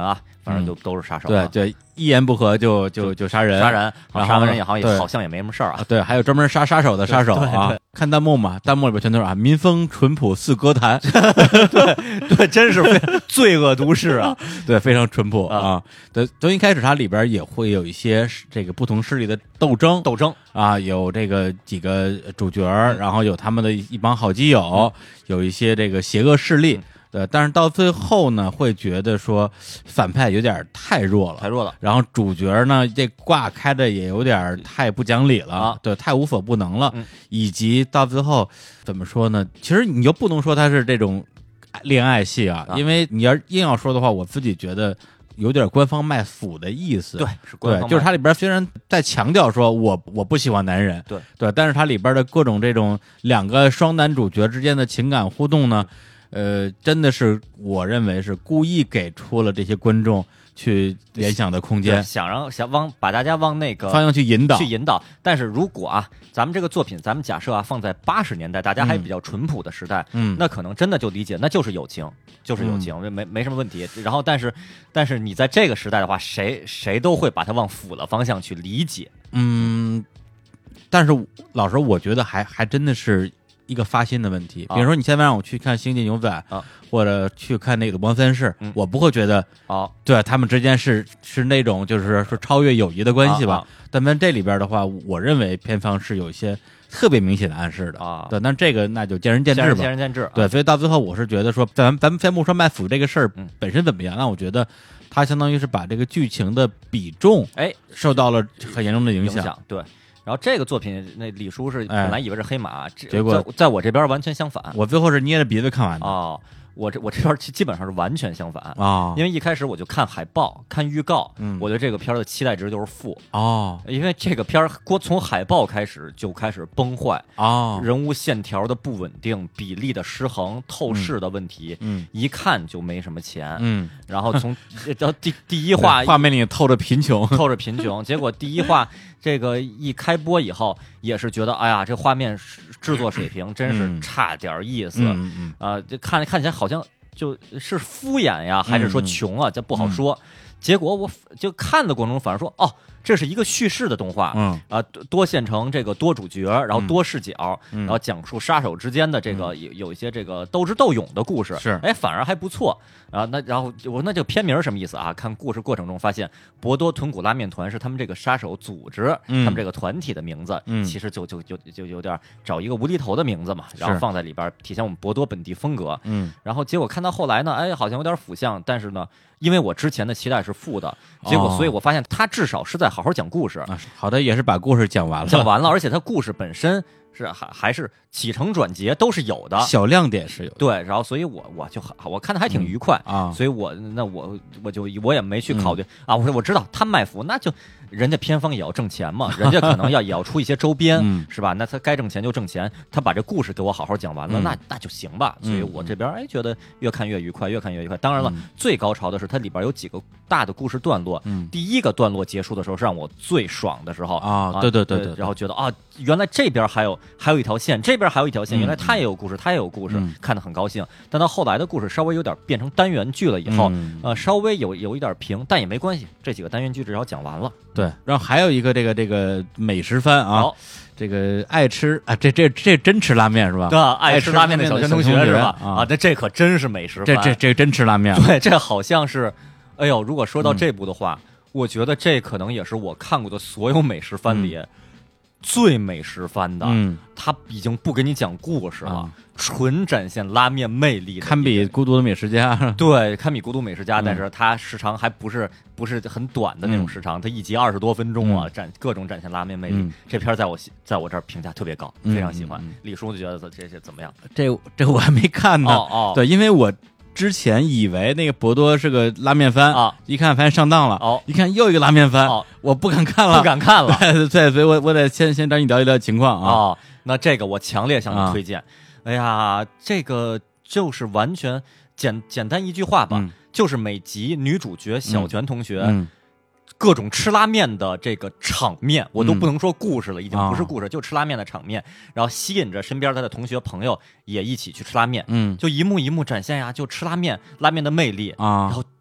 反正就都是杀手、 啊嗯。对对，一言不合就就就杀人， 杀人， 然后杀完人也好也好像也没什么事儿啊。 对，还有专门杀杀手的杀手啊。看弹幕嘛，弹幕里边全都是啊，民风淳朴似歌坛， 对对，真是罪恶都市啊， 对，非常淳朴啊。对，从一开始它里边也会有一些这个不同势力的斗争， 斗争啊，有这个几个主角，然后有他们的一帮好基友，有一些这个邪恶势力。对，但是到最后呢，会觉得说反派有点太弱了， 太弱了。 然后主角呢，这挂开的也有点太不讲理了， 啊、 对，太无所不能了、 嗯。 以及到最后怎么说呢？其实你又不能说他是这种恋爱戏啊，啊因为你要硬要说的话，我自己觉得有点官方卖腐的意思。 对，是官方卖。 对，就是它里边虽然在强调说我我不喜欢男人， 对对，但是它里边的各种这种两个双男主角之间的情感互动呢。呃，真的是我认为是故意给出了这些观众去联想的空间， 想让想往把大家往那个方向去引导， 去引导。但是如果啊，咱们这个作品，咱们假设啊，放在八十年代，大家还比较淳朴的时代， 嗯， 那可能真的就理解，那就是友情，就是友情，嗯、没没什么问题。然后，但是但是你在这个时代的话，谁谁都会把它往腐的方向去理解， 嗯。但是老实说，我觉得还还真的是。一个发心的问题，比如说你现在让我去看《星际牛仔》 啊， 或者去看那个《鲁邦三世》，嗯，我不会觉得哦， 对他们之间是是那种就是说超越友谊的关系吧。 啊啊、 但在这里边的话，我认为片方是有一些特别明显的暗示的啊。 对，那这个那就见仁见智吧， 见仁见智。 对，所以到最后我是觉得说，咱咱们先不说卖腐这个事儿本身怎么样，那、嗯、我觉得它相当于是把这个剧情的比重哎受到了很严重的影响。影响对。然后这个作品，那李叔是本来以为是黑马， 哎、结果在, 在我这边完全相反。 我最后是捏着鼻子看完的。 哦，我这我这边基本上是完全相反啊、 哦， 因为一开始我就看海报、看预告， 嗯， 我对这个片儿的期待值就是负哦， 因为这个片儿从海报开始就开始崩坏哦， 人物线条的不稳定、比例的失衡、透视的问题， 嗯， 一看就没什么钱， 嗯， 然后从到第第一话画面里透着贫穷， 透着贫穷，结果第一话这个一开播以后，也是觉得哎呀，这画面制作水平真是差点意思， 嗯嗯啊、呃，这看看起来好像。就是敷衍呀，还是说穷啊？这、 嗯、 不好说。结果我就看的过程中，反而说哦，这是一个叙事的动画， 嗯啊、呃，多线程这个多主角，然后多视角， 嗯、 然后讲述杀手之间的这个、嗯、有有一些这个斗智斗勇的故事， 是哎，反而还不错啊。那然后我说那这个片名什么意思啊？看故事过程中发现，博多豚骨拉面团是他们这个杀手组织， 嗯、 他们这个团体的名字， 嗯、 其实就就就就有点找一个无厘头的名字嘛，然后放在里边体现我们博多本地风格， 嗯， 然后结果看到后来呢，哎，好像有点腐向，但是呢。因为我之前的期待是负的，结果，所以我发现他至少是在好好讲故事。 啊，好的，也是把故事讲完了， 讲完了，而且他故事本身是还还是起承转结都是有的， 小亮点是有的。 对，然后所以我我就我看的还挺愉快、 嗯、啊， 所以我那我我就我也没去考虑、 嗯、 啊，我说我知道他卖腐，那就人家片方也要挣钱嘛，人家可能要也要出一些周边， 嗯、 是吧？那他该挣钱就挣钱，他把这故事给我好好讲完了， 嗯、 那那就行吧。所以我这边哎觉得越看越愉快，越看越愉快。当然了， 嗯、 最高潮的是它里边有几个大的故事段落， 嗯， 第一个段落结束的时候是让我最爽的时候啊， 啊对对对对, 对， 然后觉得啊，原来这边还有还有一条线，这边还有一条线， 嗯、 原来他也有故事，他也有故事， 嗯、 看得很高兴。但到后来的故事稍微有点变成单元剧了以后， 嗯、 呃，稍微有有一点平，但也没关系，这几个单元剧至少讲完了。 对，然后还有一个这个这个美食番啊。 好， 这个爱吃啊，这这这真吃拉面是吧？ 对，爱吃拉面的小学同学是吧？ 啊， 这这可真是美食番， 这这这真吃拉面。 对，这好像是，哎呦，如果说到这部的话，嗯、我觉得这可能也是我看过的所有美食番里、嗯、最美食番的。 嗯， 他已经不给你讲故事了， 嗯、 纯展现拉面魅力的， 堪比《孤独的美食家》。 对，堪比《孤独美食家》， 嗯、 但是它时长还不是不是很短的那种时长，它、嗯、一集二十多分钟啊， 嗯、 展各种展现拉面魅力。 嗯、 这片在我在我这儿评价特别高， 嗯、 非常喜欢。 嗯、 李叔就觉得这些怎么样？ 这这我还没看呢。 哦哦， 对，因为我之前以为那个博多是个拉面番啊， 一看发现上当了。 哦， 一看又一个拉面番， 哦， 我不敢看了， 不敢看了。 对，对，所以我我得先先找你聊一聊情况啊。 哦，那这个我强烈向你推荐。 啊、 哎呀，这个就是完全简简单一句话吧， 嗯、 就是每集女主角小泉同学。 嗯嗯各种吃拉面的这个场面，我都不能说故事了， 嗯、 已经不是故事， 啊、 就吃拉面的场面，然后吸引着身边他的同学朋友也一起去吃拉面， 嗯， 就一幕一幕展现呀，就吃拉面，拉面的魅力啊， 然后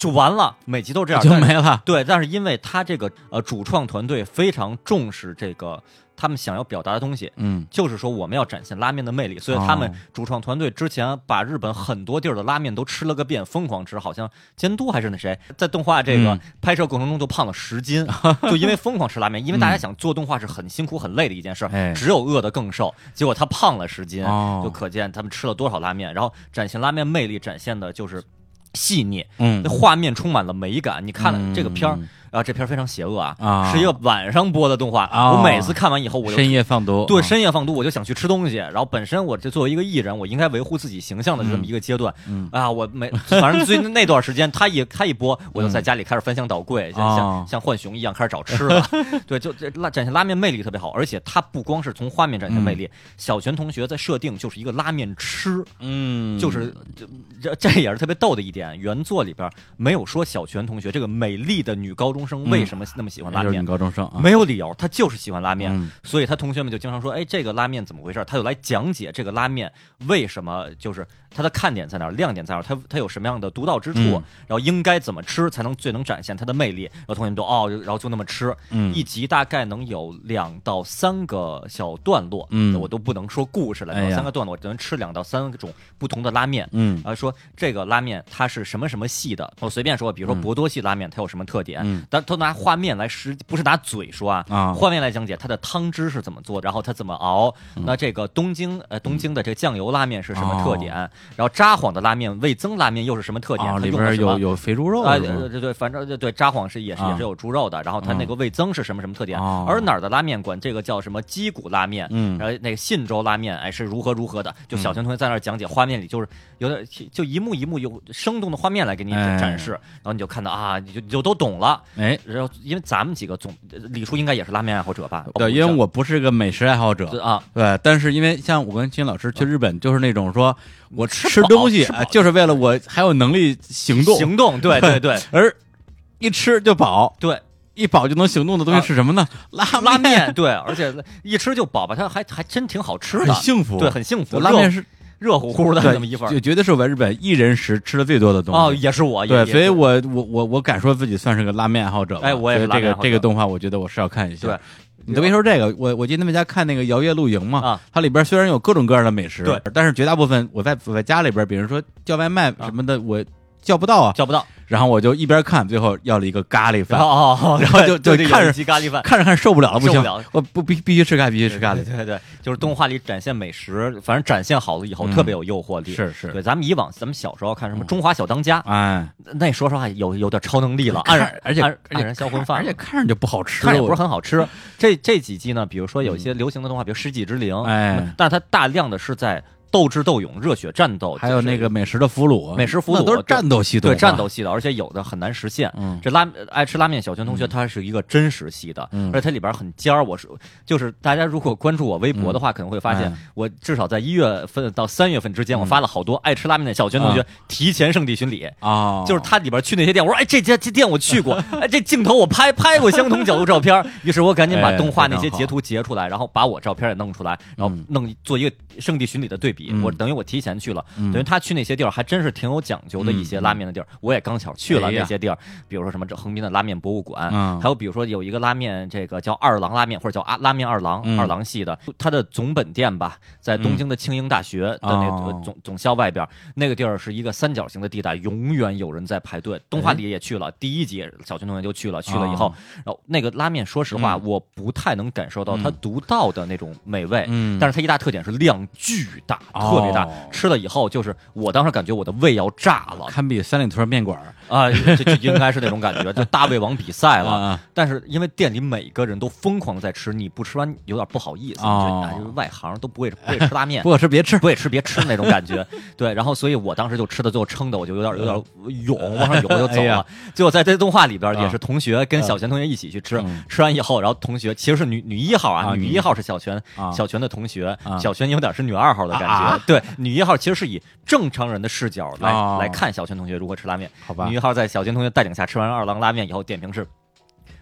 就完了，每集都这样就没了。 对，但是因为他这个呃主创团队非常重视这个他们想要表达的东西， 嗯， 就是说我们要展现拉面的魅力，所以他们主创团队之前把日本很多地儿的拉面都吃了个遍，疯狂吃，好像监督还是那谁在动画这个拍摄过程中就胖了十斤，嗯、就因为疯狂吃拉面，因为大家想做动画是很辛苦很累的一件事， 嗯、 只有饿得更瘦，结果他胖了十斤， 哦、 就可见他们吃了多少拉面，然后展现拉面魅力，展现的就是细腻， 嗯， 那画面充满了美感。你看了这个片儿、嗯、啊，这片儿非常邪恶啊， 啊是一个晚上播的动画。 啊、 我每次看完以后，我就深夜放毒， 对， 啊、 深夜放毒，我就想去吃东西。然后本身我这作为一个艺人，我应该维护自己形象的这么一个阶段。 嗯啊，我每反正最近那段时间，他一他一播，我就在家里开始翻箱倒柜， 嗯、 像像像浣熊一样开始找吃的。对，就这拉展现拉面魅力特别好，而且他不光是从画面展现魅力，嗯、小泉同学在设定就是一个拉面痴， 嗯， 就是这这也是特别逗的一点。原作里边没有说小泉同学这个美丽的女高中生为什么那么喜欢拉面， 嗯、女高中生、啊、 没有理由，她就是喜欢拉面， 嗯、 所以她同学们就经常说，哎，这个拉面怎么回事？他就来讲解这个拉面为什么，就是它的看点在哪儿，亮点在哪儿，它它有什么样的独到之处， 嗯、 然后应该怎么吃才能最能展现它的魅力。然后同学们都哦，然后就那么吃， 嗯、 一集大概能有两到三个小段落， 嗯， 我都不能说故事了， 哎、 三个段落，只能吃两到三种不同的拉面， 嗯， 啊，说这个拉面它是什么什么系的，我随便说，比如说博多系拉面它有什么特点， 嗯， 但都拿画面来实，不是拿嘴说啊， 啊， 画面来讲解它的汤汁是怎么做，然后它怎么熬， 嗯、 那这个东京呃东京的这个酱油拉面是什么特点， 哦、 然后札幌的拉面味增拉面又是什么特点？ 哦、 它里边有有肥猪肉啊，对对对，反正对对，札幌是也是、啊、也是有猪肉的，然后它那个味增是什么什么特点？ 哦、 而哪儿的拉面管这个叫什么鸡骨拉面， 嗯， 然后那个信州拉面哎是如何如何的，就小泉同学在那儿讲解，画面里就是有点就一幕一幕有生动的画面来给你展示， 哎、 然后你就看到啊，你就你就都懂了， 哎， 然后因为咱们几个总李叔应该也是拉面爱好者吧？ 对，因为我不是个美食爱好者啊， 对，但是因为像我跟金老师去日本，就是那种说我吃东西啊，就是为了我还有能力行动， 行动，对对对， 而一吃就饱， 对。 一饱就能行动的东西是什么呢？ 拉拉面，对，而且一吃就饱吧，它还还真挺好吃的， 很幸福， 对，很幸福。 拉面是热乎乎的那么一份， 就绝对是我在日本一人食吃的最多的东西。 哦，也是我， 对，所以我我我我敢说自己算是个拉面爱好者。 哎，我也是拉面爱好者。 这个这个动画，我觉得我是要看一下。 对， 你都别说这个，我我今天在家看那个《摇曳露营》嘛， 啊， 它里边虽然有各种各样的美食， 对， 但是绝大部分我在我在家里边，比如说叫外卖什么的，我叫不到啊， 叫不到。 然后我就一边看，最后要了一个咖喱饭， 哦哦， 然后就就看着咖喱饭， 看着看受不了了，不行， 了我不必必须吃咖喱，必须吃咖喱。 对对对，就是动画里展现美食，反正展现好了以后特别有诱惑力。 是是， 对，咱们以往咱们小时候看什么《中华小当家》， 哎， 那说实话有有点超能力了，按而且按人销魂饭， 而且看着就不好吃， 看着也不是很好吃。这这几季呢，比如说有一些流行的动画，比如《世纪之灵》， 哎， 但是它大量的是在斗智斗勇、热血战斗， 还有那个美食的俘虏， 美食俘虏都是战斗系的， 对战斗系的，而且有的很难实现。 嗯， 这拉爱吃拉面小泉同学，他是一个真实系的， 嗯、 而且它里边很尖儿。我是就是大家如果关注我微博的话， 嗯、 可能会发现、 哎、 我至少在一月份到三月份之间，我发了好多爱吃拉面的小泉同学提前圣地巡礼啊、嗯， 就是他里边去那些店，我说哎这家这店我去过，哎这镜头我拍拍过相同角度照片，于是我赶紧把动画那些截图截出来，然后把我照片也弄出来，然后弄做一个圣地巡礼的对比。 嗯、 我等于我提前去了， 嗯、 等于他去那些地儿还真是挺有讲究的一些拉面的地儿，嗯、我也刚巧去了那些地儿，哎、比如说什么这横滨的拉面博物馆， 嗯、 还有比如说有一个拉面，这个叫二郎拉面或者叫啊拉面二郎， 嗯、 二郎系的，它的总本店吧，在东京的庆应大学的那个、 嗯、 总总校外边，那个地儿是一个三角形的地带，永远有人在排队。动画里也去了，哎、第一集小泉同学就去了，去了以后，然后那个拉面，说实话， 嗯、 我不太能感受到它独到的那种美味， 嗯， 但是它一大特点是量巨大，特别大。 哦吃了以后，就是我当时感觉我的胃要炸了， 堪比三里屯面馆啊，这这应该是那种感觉，就大胃王比赛了。 啊、 但是因为店里每个人都疯狂在吃，你不吃完有点不好意思， 哦、 你就外行都不会不会吃拉面， 不会吃别吃， 不会吃别吃那种感觉。对，然后所以我当时就吃的最后撑的，我就有点有点涌往上涌就走了。哎、结果在这动画里边也是同学跟小泉同学一起去吃，嗯、吃完以后，然后同学其实是女女一号啊， 啊女一号是小泉、 啊、 小泉的同学， 啊、 小泉有点是女二号的感觉。 啊、 对，女一号其实是以正常人的视角来、 哦、 来看小泉同学如何吃拉面。 好吧， 女一号在小泉同学带领下吃完二郎拉面以后，点评是：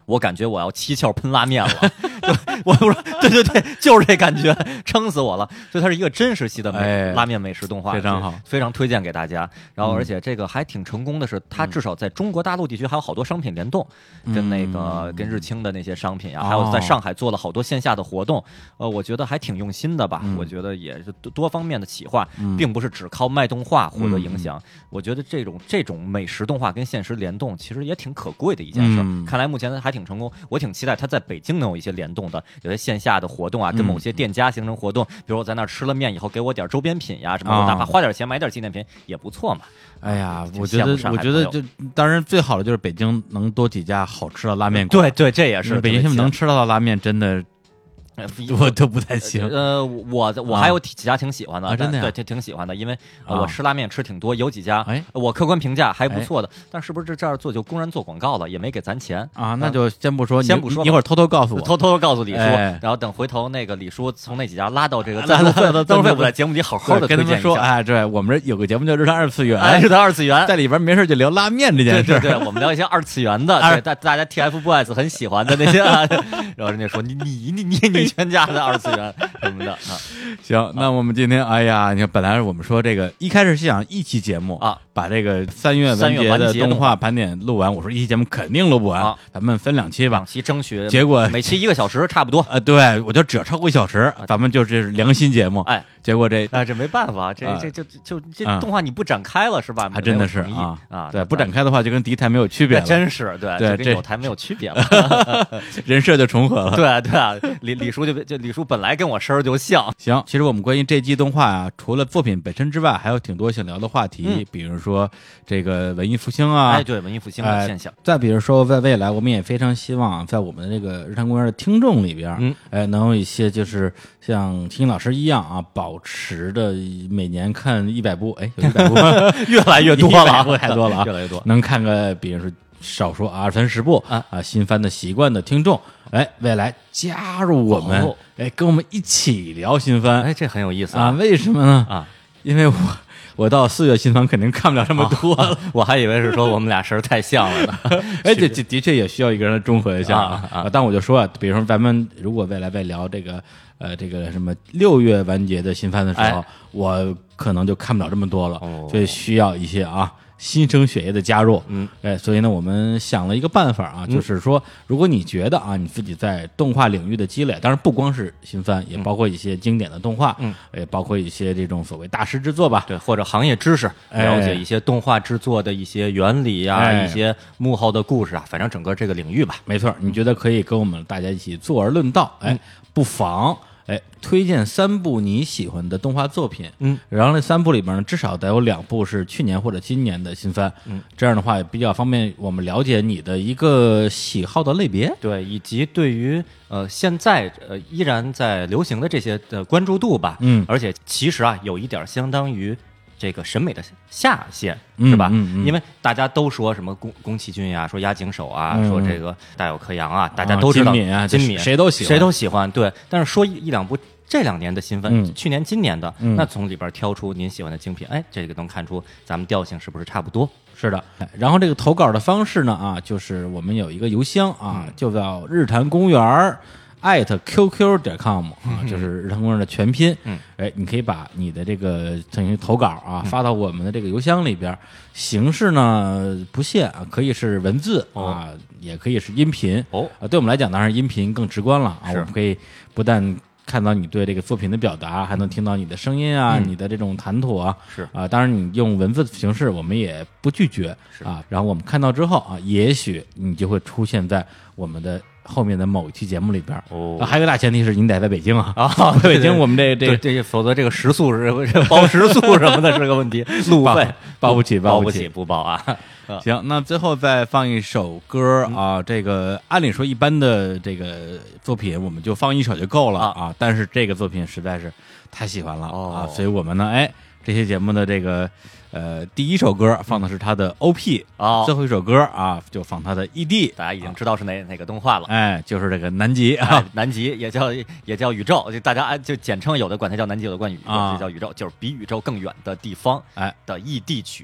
我感觉我要七窍喷拉面了，就我说对对对，就是这感觉，撑死我了。所以它是一个真实系的美、哎、拉面美食动画， 非常好， 非常推荐给大家。然后而且这个还挺成功的是，它至少在中国大陆地区还有好多商品联动，嗯、跟那个跟日清的那些商品啊，嗯、还有在上海做了好多线下的活动，呃，我觉得还挺用心的吧。嗯、我觉得也是多方面的企划，嗯、并不是只靠卖动画获得影响。嗯、我觉得这种这种美食动画跟现实联动，其实也挺可贵的一件事。嗯、看来目前还挺成功，我挺期待它在北京能有一些联动的，有些线下的活动啊，跟某些店家形成活动，嗯、比如我在那儿吃了面以后，给我点周边品呀什么，我哪怕花点钱买点纪念品也不错嘛。 哎呀，我觉得，我觉得就当然最好的就是北京能多几家好吃的拉面馆。对对，这也是北京能吃到的拉面，真的。我都不太行。 呃，我我还有几家挺喜欢的， 啊、真的对，挺挺喜欢的，因为、呃啊、我吃拉面吃挺多，有几家，哎，我客观评价还不错的。哎、但是不是这这儿做就公然做广告了，也没给咱钱啊？那就先不说， 先不说， 一会儿偷偷告诉我， 偷偷告诉李叔， 哎、 然后等回头那个李叔从那几家拉到这个赞助费，赞助费我在节目里好好的跟他们说，哎，对，我们这有个节目叫《日常二次元》， 哎，日常二次元， 在里边没事就聊拉面这件事， 对对对，我们聊一些二次元的，对大大家 T F boys 很喜欢的那些，啊、然后人家说你你你你你全家的二次元。什么的啊？ 行，那我们今天，哎呀，你看，本来我们说这个一开始是想一期节目啊， 把这个三月完结的动画盘点录完。我说一期节目肯定录不完，啊、咱们分两期吧， 两期争取。 结果每期一个小时差不多。 呃，对，我就只要超过一小时，啊、咱们就是良心节目。 哎， 结果这啊，这没办法，这、啊、这就就这动画你不展开了是吧？ 还真的是啊啊， 对，不展开的话就跟敌台没有区别了， 真是对对， 跟有台没有区别了， 人设就重合了。 对啊对啊，李李叔就就李叔本来跟我声儿就像。 行，其实我们关于这季动画啊，除了作品本身之外，还有挺多想聊的话题，嗯、比如说这个文艺复兴啊， 哎，对，文艺复兴的现象。 呃、再比如说，在未来，我们也非常希望在我们的这个日坛公园的听众里边，嗯，哎，能有一些就是像听老师一样啊，保持的每年看一百部，哎，有一百部， 越来越多了， 太多了啊， 越来越多， 能看个，比如说。少说二三十部啊啊！新番的习惯的听众，哎，未来加入我们，哦、哎，跟我们一起聊新番， 哎，这很有意思啊！啊为什么呢？ 啊， 因为我我到四月新番肯定看不了这么多了， 啊、我还以为是说我们俩声太像了呢。 哎，这这的确也需要一个人中和一下啊啊！ 但我就说啊，比如说咱们如果未来在聊这个呃这个什么六月完结的新番的时候，哎、我可能就看不了这么多了，哦、所以需要一些啊。新生血液的加入， 嗯， 哎，所以呢，我们想了一个办法啊， 嗯、 就是说，如果你觉得啊，你自己在动画领域的积累，当然不光是新番，也包括一些经典的动画， 嗯， 也包括一些这种所谓大师之作吧， 对，或者行业知识，了解一些动画制作的一些原理啊， 哎、 一些幕后的故事啊，反正整个这个领域吧， 没错，你觉得可以跟我们大家一起坐而论道，哎， 嗯、 不妨。哎，推荐三部你喜欢的动画作品， 嗯， 然后那三部里边呢，至少得有两部是去年或者今年的新番， 嗯， 这样的话也比较方便我们了解你的一个喜好的类别， 对，以及对于呃现在呃依然在流行的这些的关注度吧， 嗯， 而且其实啊有一点相当于。这个审美的下限是吧？ 嗯嗯嗯、 因为大家都说什么宫宫崎骏呀，说押井守啊， 嗯、 说这个大有克洋啊，大家都知道。 金敏啊， 金敏谁都喜欢， 谁都喜欢。对，但是说一一两部这两年的新番， 嗯、 去年、今年的， 嗯、 那从里边挑出您喜欢的精品，哎，这个能看出咱们调性是不是差不多？ 是的。然后这个投稿的方式呢，啊，就是我们有一个邮箱啊， 嗯、 就叫日坛公园艾特 qq 点 com 啊，就是日坛公园的全拼。 嗯， 哎，你可以把你的这个等于投稿啊发到我们的这个邮箱里边，形式呢不限啊，可以是文字啊，也可以是音频哦。 啊，对我们来讲，当然音频更直观了啊，我们可以不但看到你对这个作品的表达，还能听到你的声音啊， 嗯、 你的这种谈吐啊， 是啊，当然你用文字的形式，我们也不拒绝啊。然后我们看到之后啊，也许你就会出现在我们的后面的某一期节目里边。 哦， 啊、还有一个大前提是你得在北京啊， 啊， 在北京我们这这这，否则这个食宿是包食宿什么的是个问题，路费包不起， 包不起， 不包啊。 行，那最后再放一首歌啊，嗯、这个按理说一般的这个作品我们就放一首就够了 啊, 啊，但是这个作品实在是太喜欢了、 哦、 啊，所以我们呢，哎，这些节目的这个呃第一首歌放的是它的 O P 啊、哦， 最后一首歌啊就放它的 E D， 大家已经知道是哪、啊、哪个动画了， 哎，就是这个南极啊， 哎、南极也叫也叫宇宙，就大家就简称有的管它叫南极，有的管宇宙， 啊， 就叫宇宙，就是比宇宙更远的地方， 哎的 E D 曲。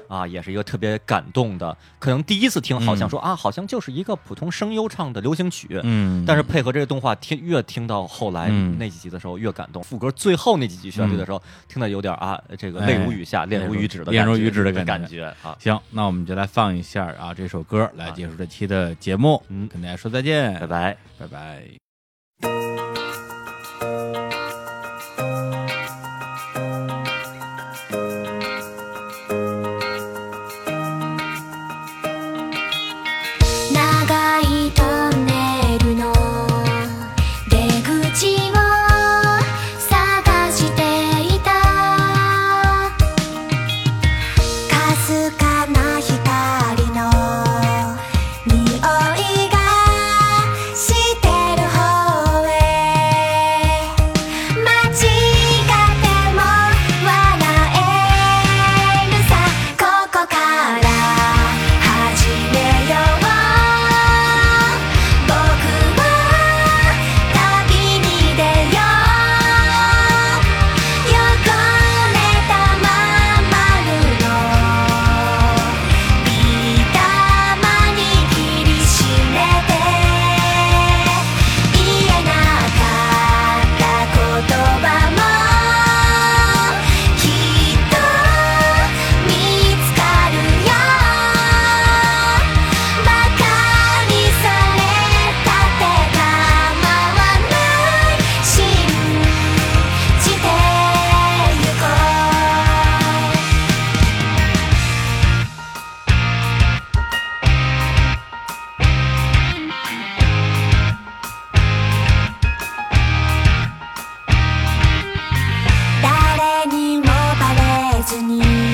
啊，也是一个特别感动的。可能第一次听，好像说、嗯、啊，好像就是一个普通声优唱的流行曲， 嗯， 但是配合这个动画听，越听到后来那几集的时候越感动。副歌最后那几句旋律的时候，嗯、听的有点啊，这个泪如雨下、恋、哎、如雨止的恋如雨止的感觉感觉啊。行，那我们就来放一下啊这首歌来结束这期的节目，嗯，跟大家说再见， 拜拜， 拜拜。 誰にもバレずに